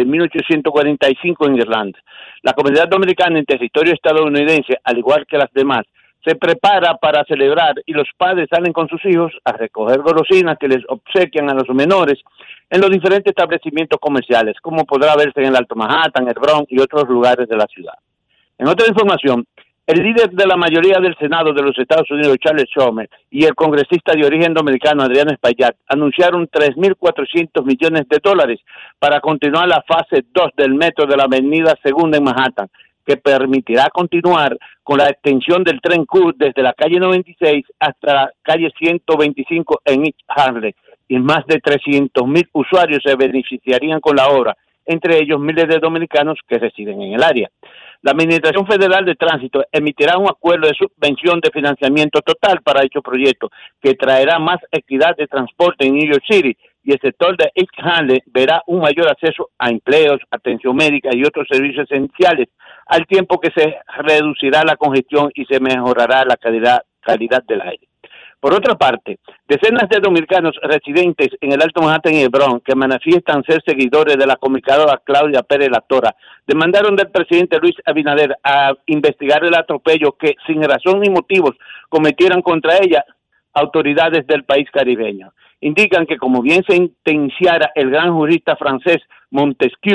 1845 en Irlanda. La comunidad dominicana en territorio estadounidense, al igual que las demás, se prepara para celebrar y los padres salen con sus hijos a recoger golosinas que les obsequian a los menores en los diferentes establecimientos comerciales, como podrá verse en el Alto Manhattan, el Bronx y otros lugares de la ciudad. En otra información, el líder de la mayoría del Senado de los Estados Unidos, Charles Schumer, y el congresista de origen dominicano, Adriano Espaillat, anunciaron $3.400 millones para continuar la fase 2 del metro de la avenida Segunda en Manhattan, que permitirá continuar con la extensión del tren Q desde la calle 96 hasta la calle 125 en East Harlem, y más de 300,000 usuarios se beneficiarían con la obra, entre ellos miles de dominicanos que residen en el área. La Administración Federal de Tránsito emitirá un acuerdo de subvención de financiamiento total para dicho proyecto, que traerá más equidad de transporte en New York City, y el sector de East Harlem verá un mayor acceso a empleos, atención médica y otros servicios esenciales, al tiempo que se reducirá la congestión y se mejorará la calidad del aire. Por otra parte, decenas de dominicanos residentes en el Alto Manhattan y el Bronx, que manifiestan ser seguidores de la comunicadora Claudia Pérez Latora, demandaron del presidente Luis Abinader a investigar el atropello que, sin razón ni motivos, cometieran contra ella autoridades del país caribeño. Indican que, como bien sentenciara el gran jurista francés Montesquieu,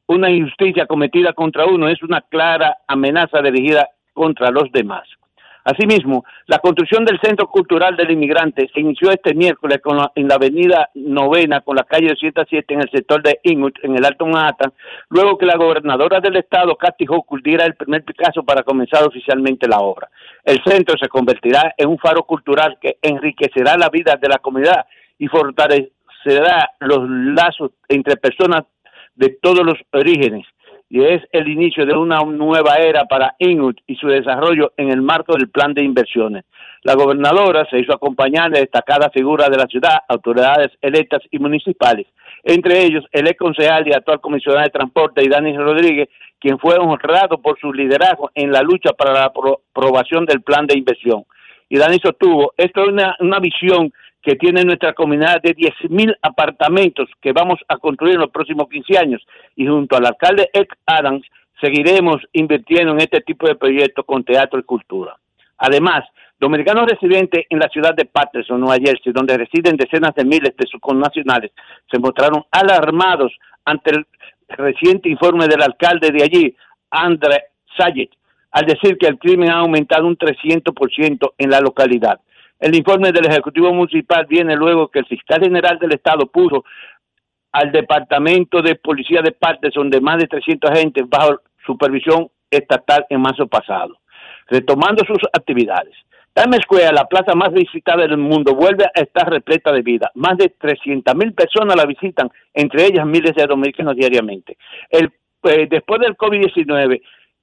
una injusticia cometida contra uno, es una clara amenaza dirigida contra los demás. Asimismo, la construcción del Centro Cultural del Inmigrante se inició este miércoles en la avenida Novena con la calle 207 en el sector de Inwood, en el Alto Manhattan, luego que la gobernadora del estado, Kathy Hochul, diera el primer picazo para comenzar oficialmente la obra. El centro se convertirá en un faro cultural que enriquecerá la vida de la comunidad y fortalecerá los lazos entre personas de todos los orígenes, y es el inicio de una nueva era para Inwood y su desarrollo en el marco del plan de inversiones. La gobernadora se hizo acompañar de destacadas figuras de la ciudad, autoridades electas y municipales, entre ellos el ex concejal y actual comisionado de transporte, Dani Rodríguez, quien fue honrado por su liderazgo en la lucha para la aprobación del plan de inversión. Y Dani sostuvo, esto es una visión que tiene nuestra comunidad de 10,000 apartamentos que vamos a construir en los próximos 15 años, y junto al alcalde Ed Adams seguiremos invirtiendo en este tipo de proyectos con teatro y cultura. Además, dominicanos residentes en la ciudad de Paterson, Nueva Jersey, donde residen decenas de miles de sus connacionales, se mostraron alarmados ante el reciente informe del alcalde de allí, Andre Sayed, al decir que el crimen ha aumentado un 300% en la localidad. El informe del Ejecutivo Municipal viene luego que el fiscal general del Estado puso al Departamento de Policía de Paterson de más de 300 agentes bajo supervisión estatal en marzo pasado. Retomando sus actividades, Times Square, la plaza más visitada del mundo, vuelve a estar repleta de vida. Más de 300,000 personas la visitan, entre ellas miles de dominicanos diariamente. Después del COVID-19,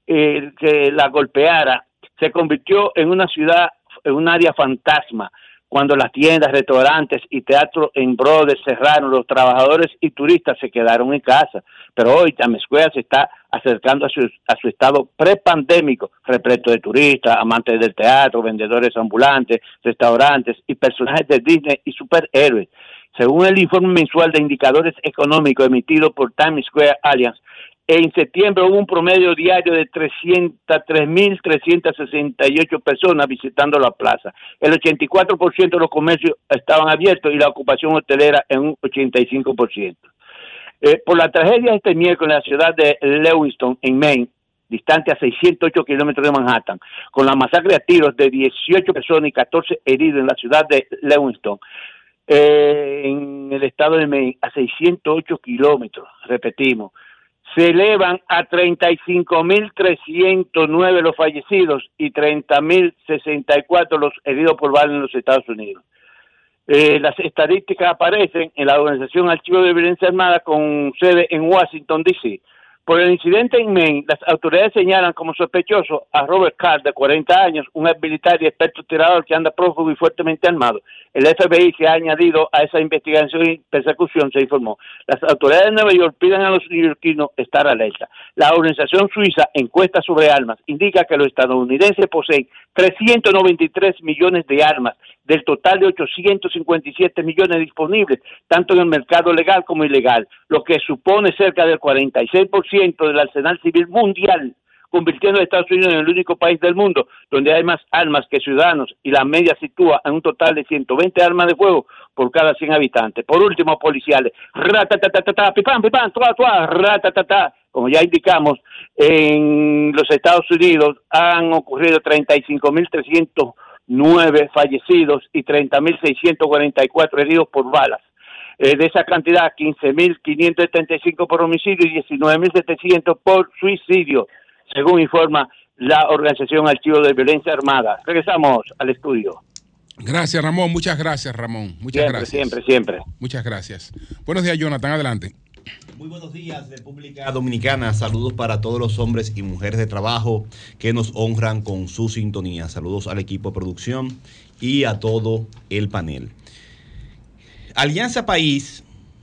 que la golpeara, se convirtió en una ciudad, en un área fantasma. Cuando las tiendas, restaurantes y teatros en Broadway cerraron, los trabajadores y turistas se quedaron en casa. Pero hoy Times Square se está acercando a su estado prepandémico, repleto de turistas, amantes del teatro, vendedores ambulantes, restaurantes y personajes de Disney y superhéroes. Según el informe mensual de indicadores económicos emitido por Times Square Alliance, en septiembre hubo un promedio diario de 303,368 personas visitando la plaza. El 84% de los comercios estaban abiertos y la ocupación hotelera en un 85%. Por la tragedia este miércoles en la ciudad de Lewiston, en Maine, distante a 608 kilómetros de Manhattan, con la masacre a tiros de 18 personas y 14 heridos en la ciudad de Lewiston, en el estado de Maine, a 608 kilómetros, repetimos. Se elevan a 35,309 los fallecidos y 30,064 los heridos por bala en los Estados Unidos. Las estadísticas aparecen en la Organización Archivo de Violencia Armada con sede en Washington, D.C. Por el incidente en Maine, las autoridades señalan como sospechoso a Robert Carr, de 40 años, un ex militar y experto tirador que anda prófugo y fuertemente armado. El FBI se ha añadido a esa investigación y persecución, se informó. Las autoridades de Nueva York piden a los neoyorquinos estar alerta. La organización suiza Encuesta sobre Armas indica que los estadounidenses poseen 393 millones de armas, del total de 857 millones disponibles, tanto en el mercado legal como ilegal, lo que supone cerca del 46% del arsenal civil mundial, convirtiendo a Estados Unidos en el único país del mundo donde hay más armas que ciudadanos, y la media sitúa en un total de 120 armas de fuego por cada 100 habitantes. Por último, policiales, ratatatata, pipán, pipán, tuá, ratatatá. Como ya indicamos, en los Estados Unidos han ocurrido 35,309 fallecidos y 30,644 heridos por balas. De esa cantidad, 15,575 por homicidio y 19,700 por suicidio, según informa la Organización Archivo de Violencia Armada. Regresamos al estudio. Gracias, Ramón. Muchas gracias, Ramón. Muchas gracias. Siempre. Muchas gracias. Buenos días, Jonathan. Adelante. Muy buenos días, República Dominicana. Saludos para todos los hombres y mujeres de trabajo que nos honran con su sintonía. Saludos al equipo de producción y a todo el panel. Alianza País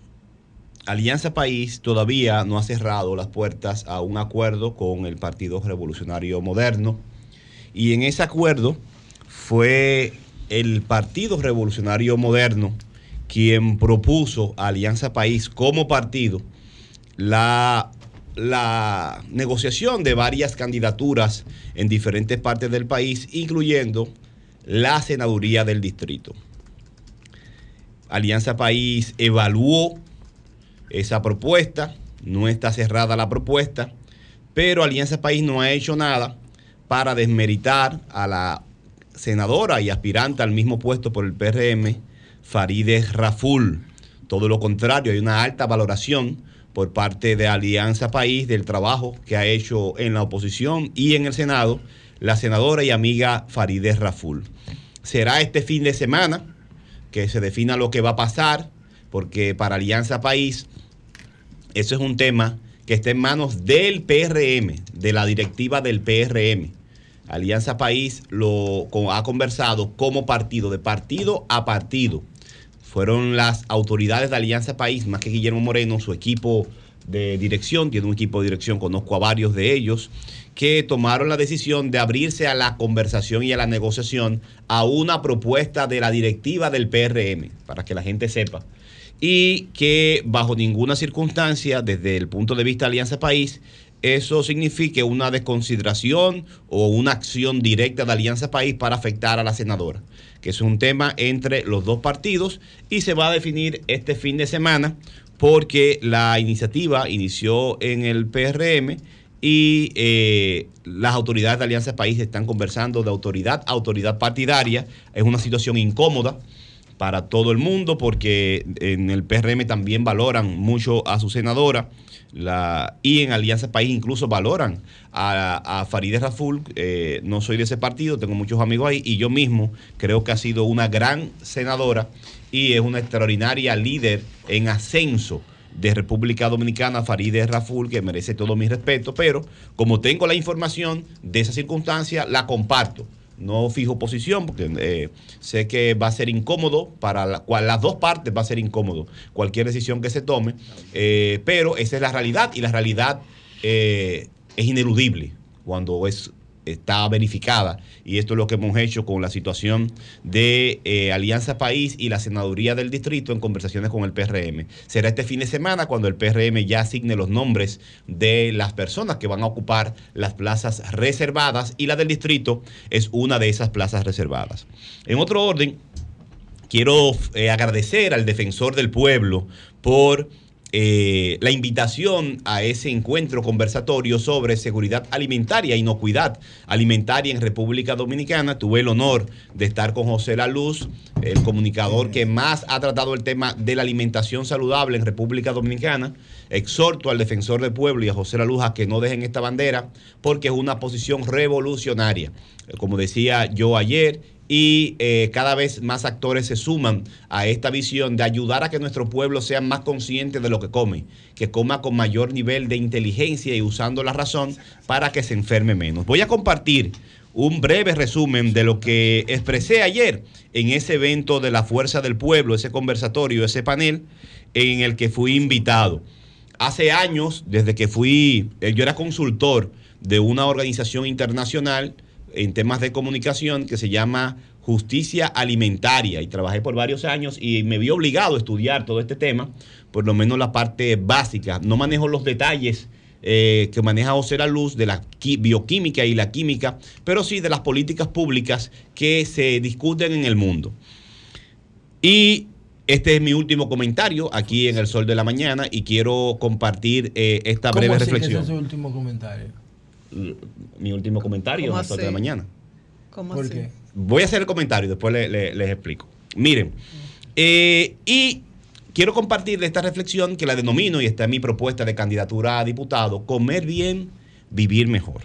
todavía no ha cerrado las puertas a un acuerdo con el Partido Revolucionario Moderno, y en ese acuerdo fue el Partido Revolucionario Moderno quien propuso a Alianza País como partido la negociación de varias candidaturas en diferentes partes del país, incluyendo la senaduría del distrito. Alianza País evaluó esa propuesta no está cerrada la propuesta, pero Alianza País no ha hecho nada para desmeritar a la senadora y aspirante al mismo puesto por el PRM, Farideh Raful. Todo lo contrario, hay una alta valoración por parte de Alianza País del trabajo que ha hecho en la oposición y en el Senado la senadora y amiga Farideh Raful. Será este fin de semana que se defina lo que va a pasar, porque para Alianza País eso es un tema que está en manos del PRM, de la directiva del PRM. Alianza País ha conversado como partido, de partido a partido. Fueron las autoridades de Alianza País, más que Guillermo Moreno, su equipo de dirección, tiene un equipo de dirección, conozco a varios de ellos, que tomaron la decisión de abrirse a la conversación y a la negociación a una propuesta de la directiva del PRM, para que la gente sepa. Y que bajo ninguna circunstancia, desde el punto de vista de Alianza País, eso signifique una desconsideración o una acción directa de Alianza País para afectar a la senadora, que es un tema entre los dos partidos y se va a definir este fin de semana porque la iniciativa inició en el PRM y las autoridades de Alianza País están conversando de autoridad a autoridad partidaria. Es una situación incómoda para todo el mundo porque en el PRM también valoran mucho a su senadora y en Alianza País incluso valoran a Farideh Raful. No soy de ese partido, tengo muchos amigos ahí y yo mismo creo que ha sido una gran senadora y es una extraordinaria líder en ascenso de República Dominicana, Farideh Raful, que merece todo mi respeto, pero como tengo la información de esa circunstancia, la comparto. No fijo posición porque sé que va a ser incómodo para las dos partes, va a ser incómodo cualquier decisión que se tome, pero esa es la realidad y la realidad es ineludible cuando está verificada y esto es lo que hemos hecho con la situación de Alianza País y la senaduría del distrito en conversaciones con el PRM. Será este fin de semana cuando el PRM ya asigne los nombres de las personas que van a ocupar las plazas reservadas y la del distrito es una de esas plazas reservadas. En otro orden, quiero agradecer al defensor del pueblo por la invitación a ese encuentro conversatorio sobre seguridad alimentaria, inocuidad alimentaria en República Dominicana. Tuve el honor de estar con José La Luz, el comunicador que más ha tratado el tema de la alimentación saludable en República Dominicana. Exhorto al defensor del pueblo y a José La Luz a que no dejen esta bandera porque es una posición revolucionaria. Como decía yo ayer, y cada vez más actores se suman a esta visión de ayudar a que nuestro pueblo sea más consciente de lo que come, que coma con mayor nivel de inteligencia y usando la razón para que se enferme menos. Voy a compartir un breve resumen de lo que expresé ayer en ese evento de la Fuerza del Pueblo, ese conversatorio, ese panel en el que fui invitado. Hace años, desde que yo era consultor de una organización internacional en temas de comunicación que se llama Justicia Alimentaria y trabajé por varios años y me vi obligado a estudiar todo este tema, por lo menos la parte básica. No manejo los detalles que maneja José La Luz de la bioquímica y la química, pero sí de las políticas públicas que se discuten en el mundo. Y este es mi último comentario aquí en El Sol de la Mañana y quiero compartir esta breve reflexión. ¿Ese es su último comentario? Mi último comentario en El Sol de la Mañana. ¿Cómo ¿Por así? qué? Voy a hacer el comentario, después les explico. Miren, y quiero compartirles esta reflexión que la denomino, y está en mi propuesta de candidatura a diputado: comer bien, vivir mejor.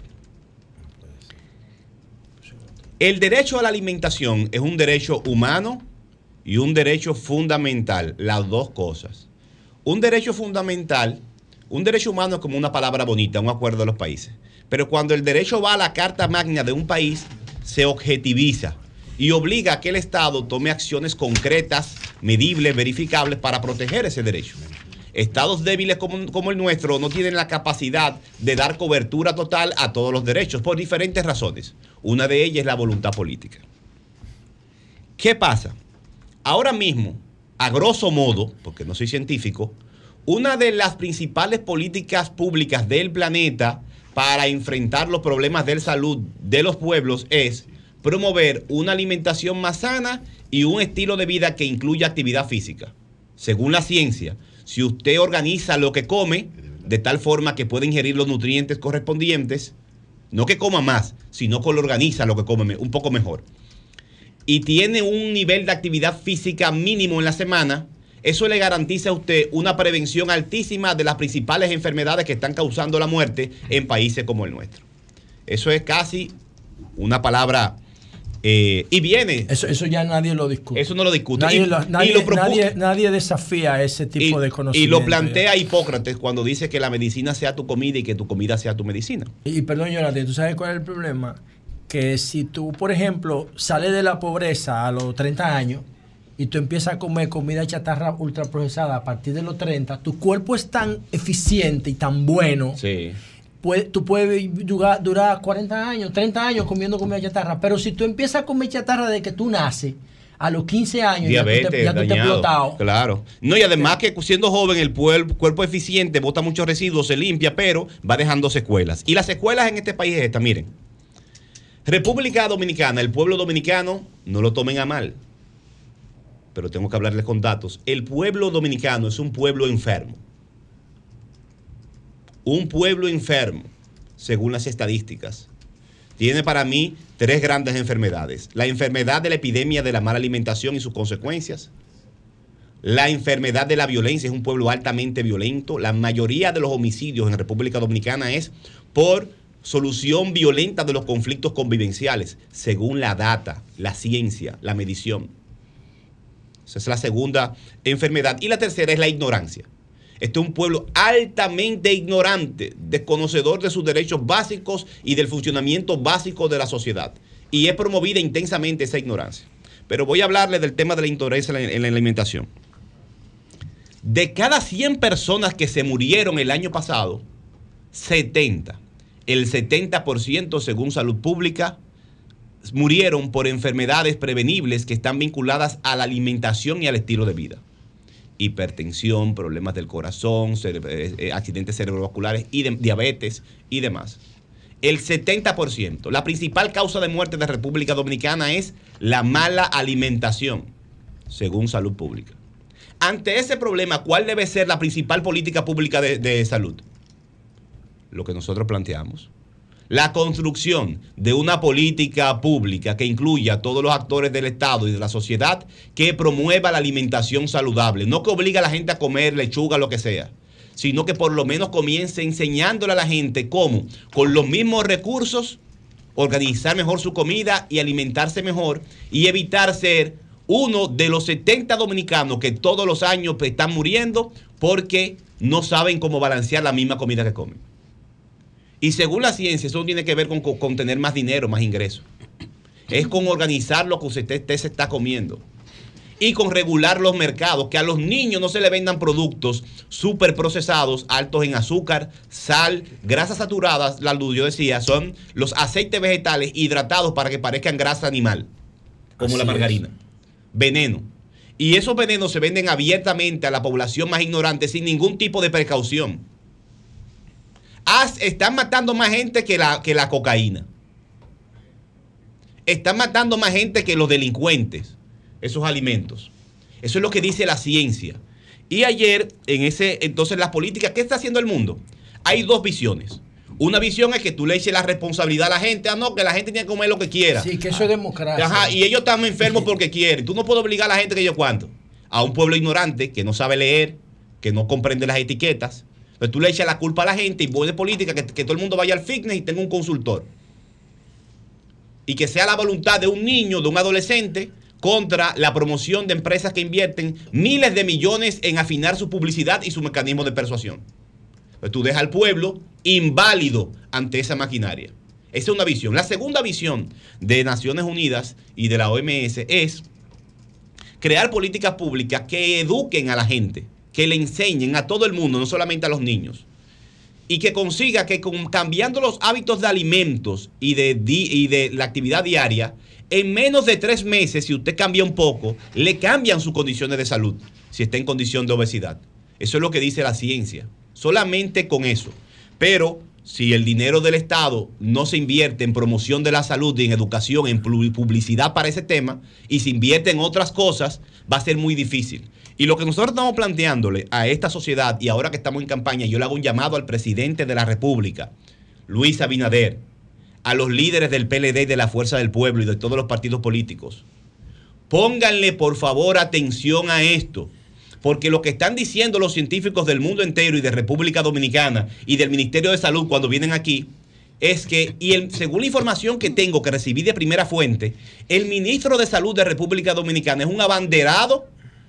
El derecho a la alimentación es un derecho humano y un derecho fundamental, las dos cosas. Un derecho fundamental, un derecho humano es como una palabra bonita, un acuerdo de los países. Pero cuando el derecho va a la Carta Magna de un país, se objetiviza y obliga a que el Estado tome acciones concretas, medibles, verificables para proteger ese derecho. Estados débiles como el nuestro no tienen la capacidad de dar cobertura total a todos los derechos por diferentes razones. Una de ellas es la voluntad política. ¿Qué pasa? Ahora mismo, a grosso modo, porque no soy científico, una de las principales políticas públicas del planeta para enfrentar los problemas de salud de los pueblos es promover una alimentación más sana y un estilo de vida que incluya actividad física. Según la ciencia, si usted organiza lo que come, de tal forma que pueda ingerir los nutrientes correspondientes, no que coma más, sino que lo organiza lo que come un poco mejor, y tiene un nivel de actividad física mínimo en la semana, eso le garantiza a usted una prevención altísima de las principales enfermedades que están causando la muerte en países como el nuestro. Eso es casi una palabra... y viene. Eso ya nadie lo discute. Eso no lo discute. Nadie desafía ese tipo de conocimiento. Y lo plantea Hipócrates cuando dice que la medicina sea tu comida y que tu comida sea tu medicina. Y perdón, Jonathan, ¿tú sabes cuál es el problema? Que si tú, por ejemplo, sales de la pobreza a los 30 años y tú empiezas a comer comida chatarra ultraprocesada a partir de los 30, tu cuerpo es tan eficiente y tan bueno. Sí. Tú puedes durar 40 años, 30 años comiendo comida chatarra, pero si tú empiezas a comer chatarra desde que tú naces, a los 15 años diabetes, ya tú te has explotado. Claro. No, y además que siendo joven el cuerpo eficiente bota muchos residuos, se limpia, pero va dejando secuelas. Y las secuelas en este país es esta, miren. República Dominicana, el pueblo dominicano, no lo tomen a mal, pero tengo que hablarles con datos. El pueblo dominicano es un pueblo enfermo. Un pueblo enfermo, según las estadísticas, tiene para mí 3 grandes enfermedades. La enfermedad de la epidemia de la mala alimentación y sus consecuencias. La enfermedad de la violencia, es un pueblo altamente violento. La mayoría de los homicidios en República Dominicana es por solución violenta de los conflictos convivenciales, según la data, la ciencia, la medición. Esa es la segunda enfermedad. Y la tercera es la ignorancia. Este es un pueblo altamente ignorante, desconocedor de sus derechos básicos y del funcionamiento básico de la sociedad. Y es promovida intensamente esa ignorancia. Pero voy a hablarle del tema de la intolerancia en la alimentación. De cada 100 personas que se murieron el año pasado, el 70% según Salud Pública, murieron por enfermedades prevenibles que están vinculadas a la alimentación y al estilo de vida. Hipertensión, problemas del corazón, accidentes cerebrovasculares, y diabetes y demás. El 70%. La principal causa de muerte de República Dominicana es la mala alimentación, según Salud Pública. Ante ese problema, ¿cuál debe ser la principal política pública de salud? Lo que nosotros planteamos. La construcción de una política pública que incluya a todos los actores del Estado y de la sociedad, que promueva la alimentación saludable. No que obligue a la gente a comer lechuga, lo que sea, sino que por lo menos comience enseñándole a la gente cómo, con los mismos recursos, organizar mejor su comida y alimentarse mejor, y evitar ser uno de los 70 dominicanos que todos los años están muriendo porque no saben cómo balancear la misma comida que comen. Y según la ciencia, eso tiene que ver con tener más dinero, más ingresos. Es con organizar lo que usted se está comiendo. Y con regular los mercados, que a los niños no se le vendan productos súper procesados, altos en azúcar, sal, grasas saturadas. Yo decía, son los aceites vegetales hidratados para que parezcan grasa animal, como la margarina. Veneno. Y esos venenos se venden abiertamente a la población más ignorante sin ningún tipo de precaución. Están matando más gente que la cocaína. Están matando más gente que los delincuentes, esos alimentos. Eso es lo que dice la ciencia. Y ayer, entonces las políticas, ¿qué está haciendo el mundo? Hay 2 visiones. Una visión es que tú le eches la responsabilidad a la gente. No, que la gente tiene que comer lo que quiera. Sí, que eso es democracia. Ajá, y ellos están enfermos porque quieren. Tú no puedes obligar a la gente que yo cuánto. A un pueblo ignorante que no sabe leer, que no comprende las etiquetas. Entonces tú le echas la culpa a la gente y voy de política que todo el mundo vaya al fitness y tenga un consultor. Y que sea la voluntad de un niño, de un adolescente, contra la promoción de empresas que invierten miles de millones en afinar su publicidad y su mecanismo de persuasión. Entonces tú dejas al pueblo inválido ante esa maquinaria. Esa es una visión. La segunda visión de Naciones Unidas y de la OMS es crear políticas públicas que eduquen a la gente, que le enseñen a todo el mundo, no solamente a los niños, y que consiga que cambiando los hábitos de alimentos y de la actividad diaria, en menos de 3 meses, si usted cambia un poco, le cambian sus condiciones de salud, si está en condición de obesidad. Eso es lo que dice la ciencia. Solamente con eso. Pero si el dinero del Estado no se invierte en promoción de la salud y en educación, en publicidad para ese tema, y se invierte en otras cosas, va a ser muy difícil. Y lo que nosotros estamos planteándole a esta sociedad, y ahora que estamos en campaña, yo le hago un llamado al presidente de la República, Luis Abinader, a los líderes del PLD y de la Fuerza del Pueblo y de todos los partidos políticos. Pónganle por favor atención a esto, porque lo que están diciendo los científicos del mundo entero y de República Dominicana y del Ministerio de Salud cuando vienen aquí, es que, según la información que tengo, que recibí de primera fuente, el ministro de Salud de República Dominicana es un abanderado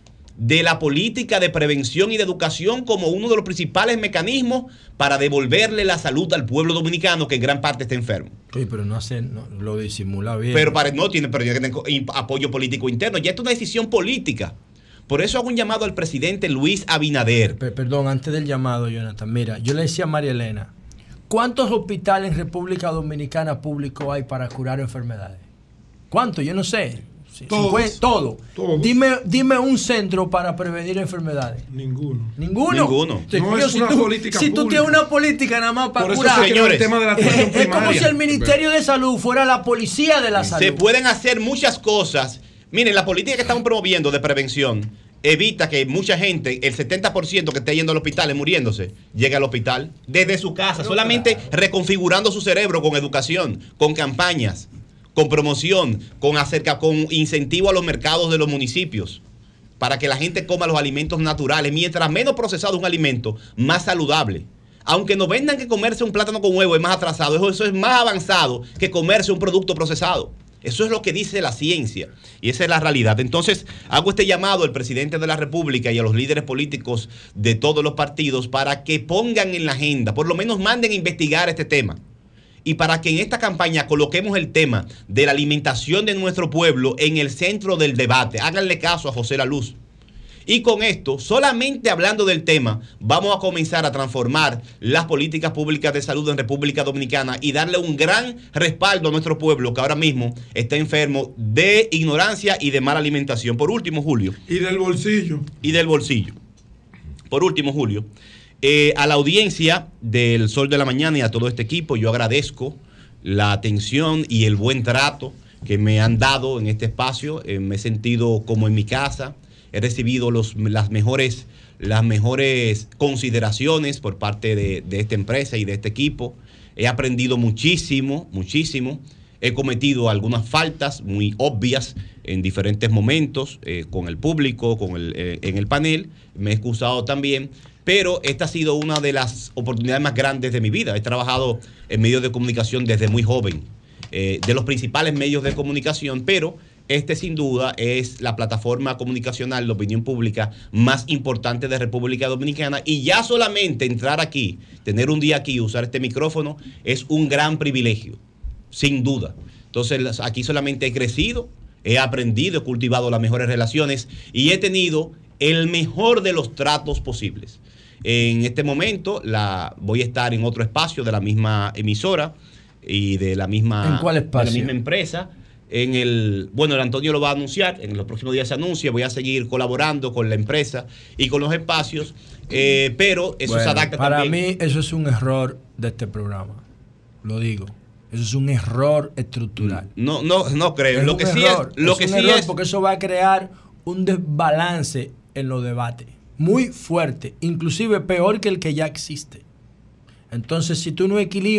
de la política de prevención y de educación como uno de los principales mecanismos para devolverle la salud al pueblo dominicano, que en gran parte está enfermo. Sí, pero no lo disimula bien. Pero tiene que tener apoyo político interno. Ya esto es una decisión política. Por eso hago un llamado al presidente Luis Abinader. Perdón, antes del llamado, Jonathan, mira, yo le decía a María Elena, ¿cuántos hospitales en República Dominicana públicos hay para curar enfermedades? ¿Cuántos? Yo no sé. Todo. Dime un centro para prevenir enfermedades. Ninguno. No es una política si tú tienes una política nada más para curar, señores, el tema de la atención primaria. Es como si el Ministerio de Salud fuera la policía de la salud. Se pueden hacer muchas cosas. Miren, la política que estamos promoviendo de prevención evita que mucha gente, el 70% que está yendo al hospital muriéndose, llegue al hospital desde su casa, solamente reconfigurando su cerebro con educación, con campañas, con promoción, con incentivo a los mercados de los municipios, para que la gente coma los alimentos naturales. Mientras menos procesado un alimento, más saludable. Aunque nos vendan que comerse un plátano con huevo es más atrasado, eso es más avanzado que comerse un producto procesado. Eso es lo que dice la ciencia y esa es la realidad. Entonces, hago este llamado al presidente de la República y a los líderes políticos de todos los partidos para que pongan en la agenda, por lo menos manden a investigar este tema. Y para que en esta campaña coloquemos el tema de la alimentación de nuestro pueblo en el centro del debate. Háganle caso a José La Luz. Y con esto, solamente hablando del tema, vamos a comenzar a transformar las políticas públicas de salud en República Dominicana y darle un gran respaldo a nuestro pueblo que ahora mismo está enfermo de ignorancia y de mala alimentación. Por último, Julio. Y del bolsillo. Por último, Julio. A la audiencia del Sol de la Mañana y a todo este equipo, yo agradezco la atención y el buen trato que me han dado en este espacio. Me he sentido como en mi casa. He recibido las mejores consideraciones por parte de esta empresa y de este equipo. He aprendido muchísimo. He cometido algunas faltas muy obvias en diferentes momentos con el público, en el panel. Me he excusado también. Pero esta ha sido una de las oportunidades más grandes de mi vida. He trabajado en medios de comunicación desde muy joven, de los principales medios de comunicación, pero este sin duda es la plataforma comunicacional de opinión pública más importante de República Dominicana, y ya solamente entrar aquí, tener un día aquí y usar este micrófono es un gran privilegio, sin duda. Entonces aquí solamente he crecido, he aprendido, he cultivado las mejores relaciones y he tenido el mejor de los tratos posibles. En este momento voy a estar en otro espacio de la misma emisora y de la misma, ¿en cuál espacio? De la misma empresa. El Antonio lo va a anunciar, en los próximos días se anuncia. Voy a seguir colaborando con la empresa y con los espacios, pero eso se adapta para también. Para mí eso es un error de este programa, lo digo. Eso es un error estructural. No creo. Lo que sí es porque eso va a crear un desbalance en los debates muy fuerte, inclusive peor que el que ya existe. Entonces, si tú no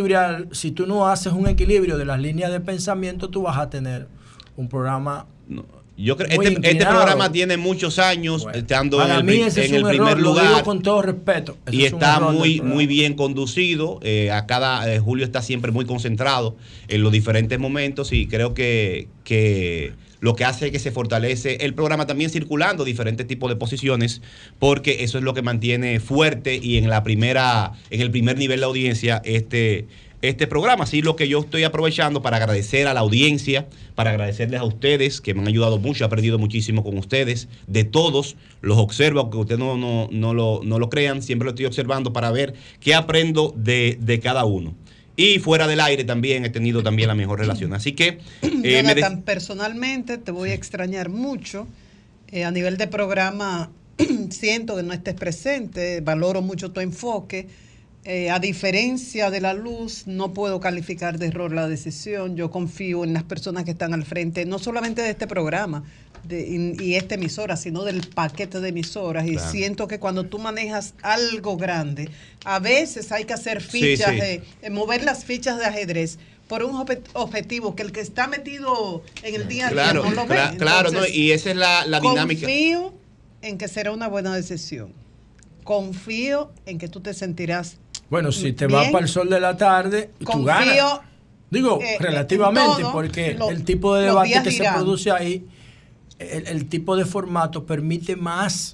haces un equilibrio de las líneas de pensamiento, tú vas a tener un programa. Yo creo este programa tiene muchos años estando en el primer lugar. Lo digo con todo respeto. Y está muy bien conducido. Julio está siempre muy concentrado en los diferentes momentos y creo que lo que hace es que se fortalece el programa también circulando diferentes tipos de posiciones, porque eso es lo que mantiene fuerte y en el primer nivel de audiencia este programa. Así lo que yo estoy aprovechando para agradecer a la audiencia, para agradecerles a ustedes que me han ayudado mucho, he aprendido muchísimo con ustedes, de todos, los observo, aunque ustedes no lo crean, siempre lo estoy observando para ver qué aprendo de cada uno. Y fuera del aire también he tenido también la mejor relación. Así que Jonathan, personalmente te voy a extrañar mucho. A nivel de programa siento que no estés presente, valoro mucho tu enfoque, A diferencia de la luz, no puedo calificar de error la decisión. Yo confío en las personas que están al frente, no solamente de este programa y esta emisora, sino del paquete de emisoras. Y siento que cuando tú manejas algo grande, a veces hay que hacer fichas, mover las fichas de ajedrez por un objetivo que el que está metido en el día a día no lo ve. Claro, entonces, y esa es la dinámica. Confío en que será una buena decisión. Confío en que tú te sentirás bueno, si te vas para el sol de la tarde, tú ganas. Digo, relativamente, porque el tipo de debate que se produce ahí, el tipo de formato permite más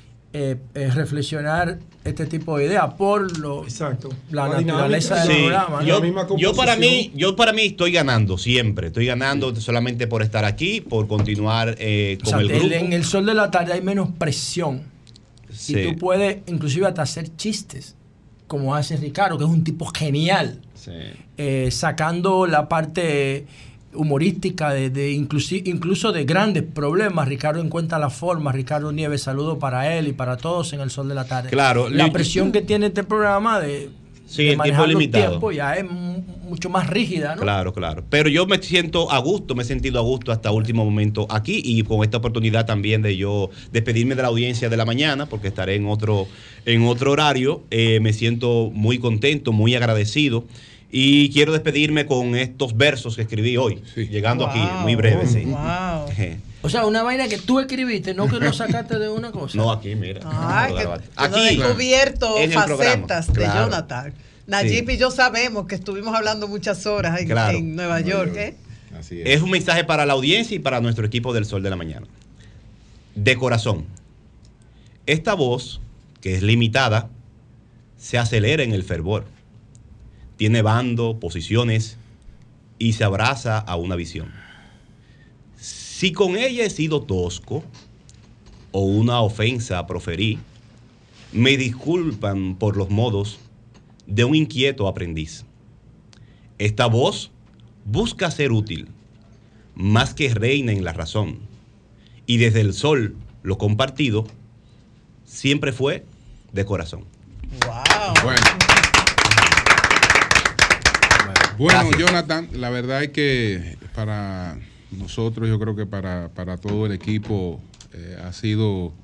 reflexionar este tipo de ideas por la naturaleza del programa. Yo para mí estoy ganando siempre. Estoy ganando solamente por estar aquí, por continuar con el grupo. En el sol de la tarde hay menos presión. Sí. Y tú puedes inclusive hasta hacer chistes, como hace Ricardo, que es un tipo genial, sacando la parte humorística incluso de grandes problemas. Ricardo encuentra la forma. Ricardo Nieves, saludo para él y para todos en el sol de la tarde. Claro, la presión que tiene este programa de manejar los tiempos ya es mucho más rígida, ¿no? Claro. Pero yo me he sentido a gusto hasta último momento aquí, y con esta oportunidad también de yo despedirme de la audiencia de la mañana, porque estaré en otro horario. Me siento muy contento, muy agradecido. Y quiero despedirme con estos versos que escribí hoy, llegando aquí, muy breve. Wow. O sea, una vaina que tú escribiste, no que lo sacaste de una cosa. No, aquí, mira. Aquí he descubierto facetas de Jonathan. Nayib y yo sabemos que estuvimos hablando muchas horas en Nueva York. Así es un mensaje para la audiencia y para nuestro equipo del Sol de la Mañana. De corazón, esta voz, que es limitada, se acelera en el fervor. Tiene bando, posiciones y se abraza a una visión. Si con ella he sido tosco o una ofensa proferí, me disculpan por los modos de un inquieto aprendiz. Esta voz busca ser útil, más que reina en la razón, y desde el sol lo compartido siempre fue de corazón. Wow. Bueno, Jonathan, la verdad es que para nosotros, yo creo que para todo el equipo ha sido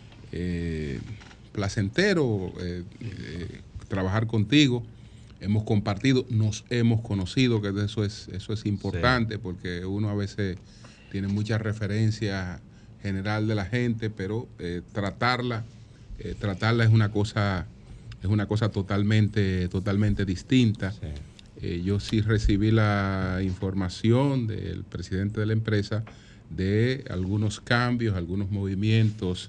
placentero trabajar contigo. Hemos compartido, nos hemos conocido, que eso es importante, porque uno a veces tiene mucha referencia general de la gente, pero tratarla es una cosa totalmente distinta. Sí. Yo sí recibí la información del presidente de la empresa de algunos cambios, algunos movimientos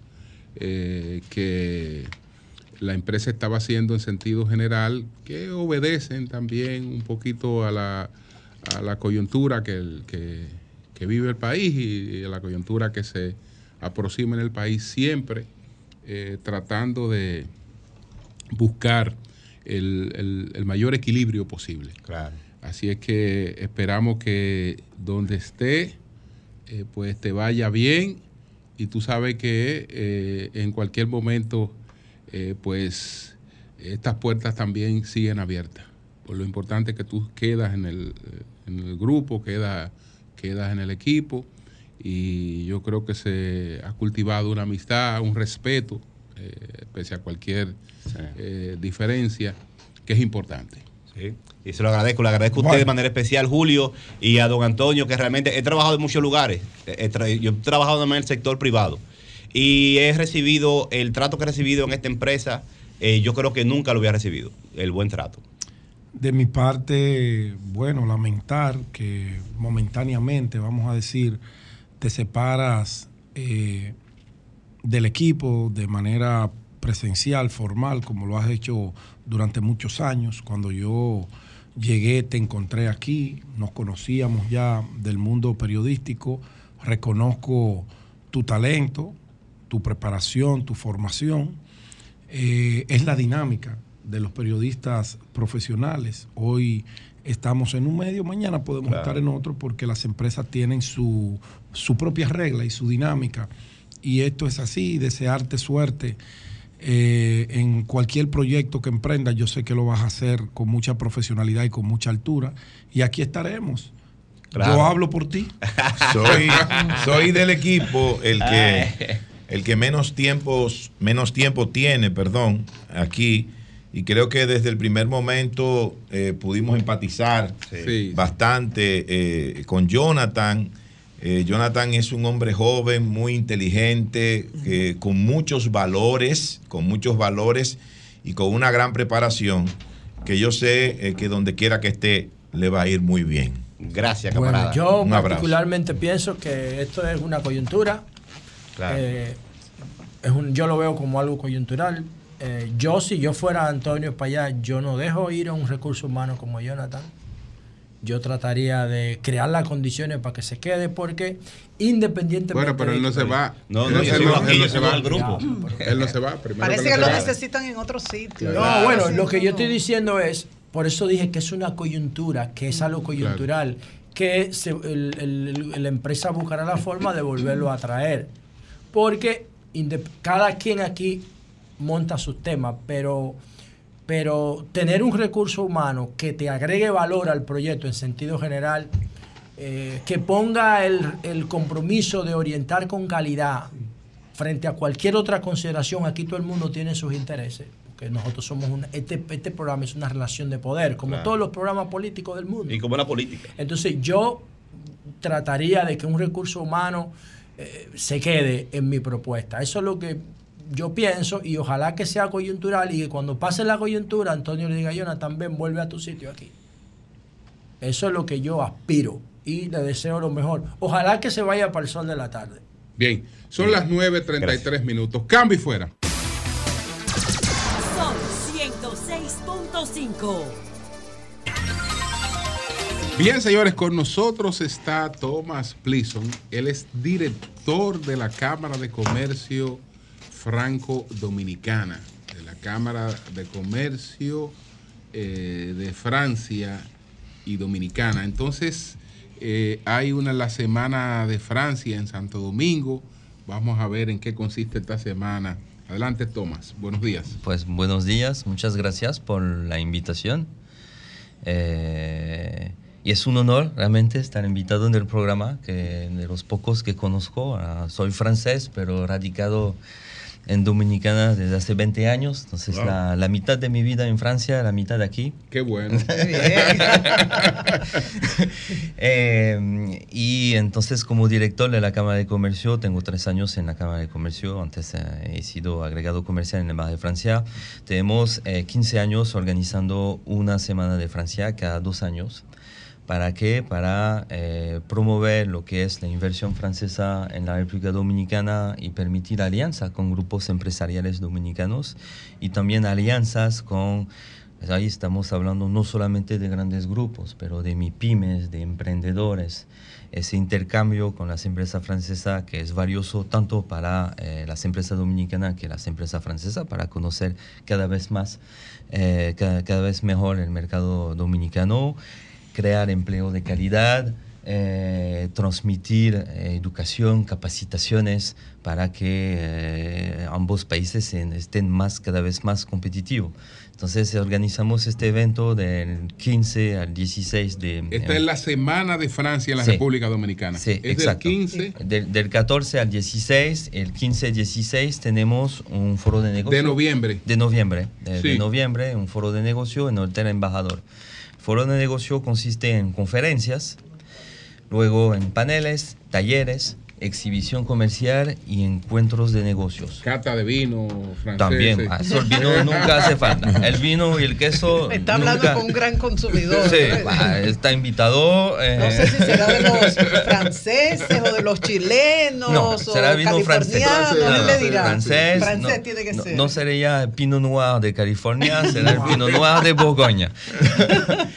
que la empresa estaba haciendo en sentido general, que obedecen también un poquito a la coyuntura que vive el país y a la coyuntura que se aproxima en el país, siempre tratando de buscar el mayor equilibrio posible. Claro. Así es que esperamos que donde esté, pues te vaya bien, y tú sabes que en cualquier momento, pues estas puertas también siguen abiertas. Por lo importante es que tú quedas en el grupo, quedas en el equipo, y yo creo que se ha cultivado una amistad, un respeto, pese a cualquier diferencia, que es importante. Sí, y se lo agradezco. Le agradezco a usted de manera especial, Julio, y a don Antonio, que realmente he trabajado en muchos lugares. Yo he trabajado en el sector privado y he recibido el trato que he recibido en esta empresa. Yo creo que nunca lo había recibido, el buen trato. De mi parte, bueno, lamentar que momentáneamente, vamos a decir, te separas del equipo de manera presencial, formal, como lo has hecho durante muchos años. Cuando yo llegué, te encontré aquí, nos conocíamos ya del mundo periodístico, reconozco tu talento, tu preparación, tu formación. Es la dinámica de los periodistas profesionales. Hoy estamos en un medio, mañana podemos estar en otro, porque las empresas tienen su propia regla y su dinámica. Y esto es así. Desearte suerte en cualquier proyecto que emprendas, yo sé que lo vas a hacer con mucha profesionalidad y con mucha altura. Y aquí estaremos. Claro. Yo hablo por ti. Soy del equipo el que menos tiempo tiene, aquí. Y creo que desde el primer momento pudimos empatizar bastante con Jonathan. Jonathan es un hombre joven, muy inteligente, con muchos valores y con una gran preparación, que yo sé que donde quiera que esté le va a ir muy bien. Gracias, camarada. Bueno, yo particularmente pienso que esto es una coyuntura. Claro. Yo lo veo como algo coyuntural. Si yo fuera Antonio para allá, yo no dejo ir a un recurso humano como Jonathan. Yo trataría de crear las condiciones para que se quede, porque independientemente... Bueno, pero él no se va. Él no se va al grupo. Él no se va. Parece que lo necesitan en otro sitio. No, bueno, lo que yo estoy diciendo es, por eso dije que es una coyuntura, que es algo coyuntural, que la empresa buscará la forma de volverlo a traer. Porque cada quien aquí monta sus temas, pero tener un recurso humano que te agregue valor al proyecto en sentido general, que ponga el compromiso de orientar con calidad frente a cualquier otra consideración. Aquí todo el mundo tiene sus intereses, porque nosotros somos este programa es una relación de poder, como todos los programas políticos del mundo. Y como la política. Entonces yo trataría de que un recurso humano se quede en mi propuesta. Eso es lo que yo pienso, y ojalá que sea coyuntural, y que cuando pase la coyuntura Antonio le diga: Jonathan, ven, vuelve a tu sitio aquí. Eso es lo que yo aspiro y le deseo lo mejor. Ojalá que se vaya para el sol de la tarde. Bien, son las 9:33 minutos. Cambio y fuera. Son 106.5. Bien, señores, con nosotros está Thomas Pleasson. Él es director de la Cámara de Comercio Franco-Dominicana, de la Cámara de Comercio de Francia y Dominicana. Entonces, hay la Semana de Francia en Santo Domingo. Vamos a ver en qué consiste esta semana. Adelante, Tomás. Buenos días. Pues buenos días. Muchas gracias por la invitación. Y es un honor realmente estar invitado en el programa, que de los pocos que conozco. Soy francés, pero radicado en Dominicana desde hace 20 años, entonces wow. la mitad de mi vida en Francia, la mitad aquí. ¡Qué bueno! Y entonces, como director de la Cámara de Comercio, tengo 3 años en la Cámara de Comercio, antes he sido agregado comercial en el Mar de Francia. Tenemos 15 años organizando una Semana de Francia cada 2 años. ¿Para qué? Para promover lo que es la inversión francesa en la República Dominicana y permitir alianzas con grupos empresariales dominicanos y también alianzas con, pues ahí estamos hablando no solamente de grandes grupos, pero de MIPYMES, de emprendedores. Ese intercambio con las empresas francesas que es valioso tanto para las empresas dominicanas que las empresas francesas, para conocer cada vez más, cada vez mejor el mercado dominicano, crear empleo de calidad, transmitir educación, capacitaciones para que ambos países estén cada vez más competitivos. Entonces organizamos este evento del 15 al 16 de... Esta es la Semana de Francia en la República Dominicana. Sí, es exacto. Del 15... Del 14 al 16, el 15-16 tenemos un foro de negocio. De noviembre. De noviembre, un foro de negocio en el Hotel Embajador. Foro de negocio consiste en conferencias, luego en paneles, talleres, exhibición comercial y encuentros de negocios. Cata de vino francés. También, el vino nunca hace falta. El vino y el queso. Está hablando con un gran consumidor. Sí, está invitado. No sé si será de los franceses o de los chilenos. No, será vino francés. Francés no, tiene que ser. No sería el Pinot Noir de California, será el Pinot Noir de Borgoña.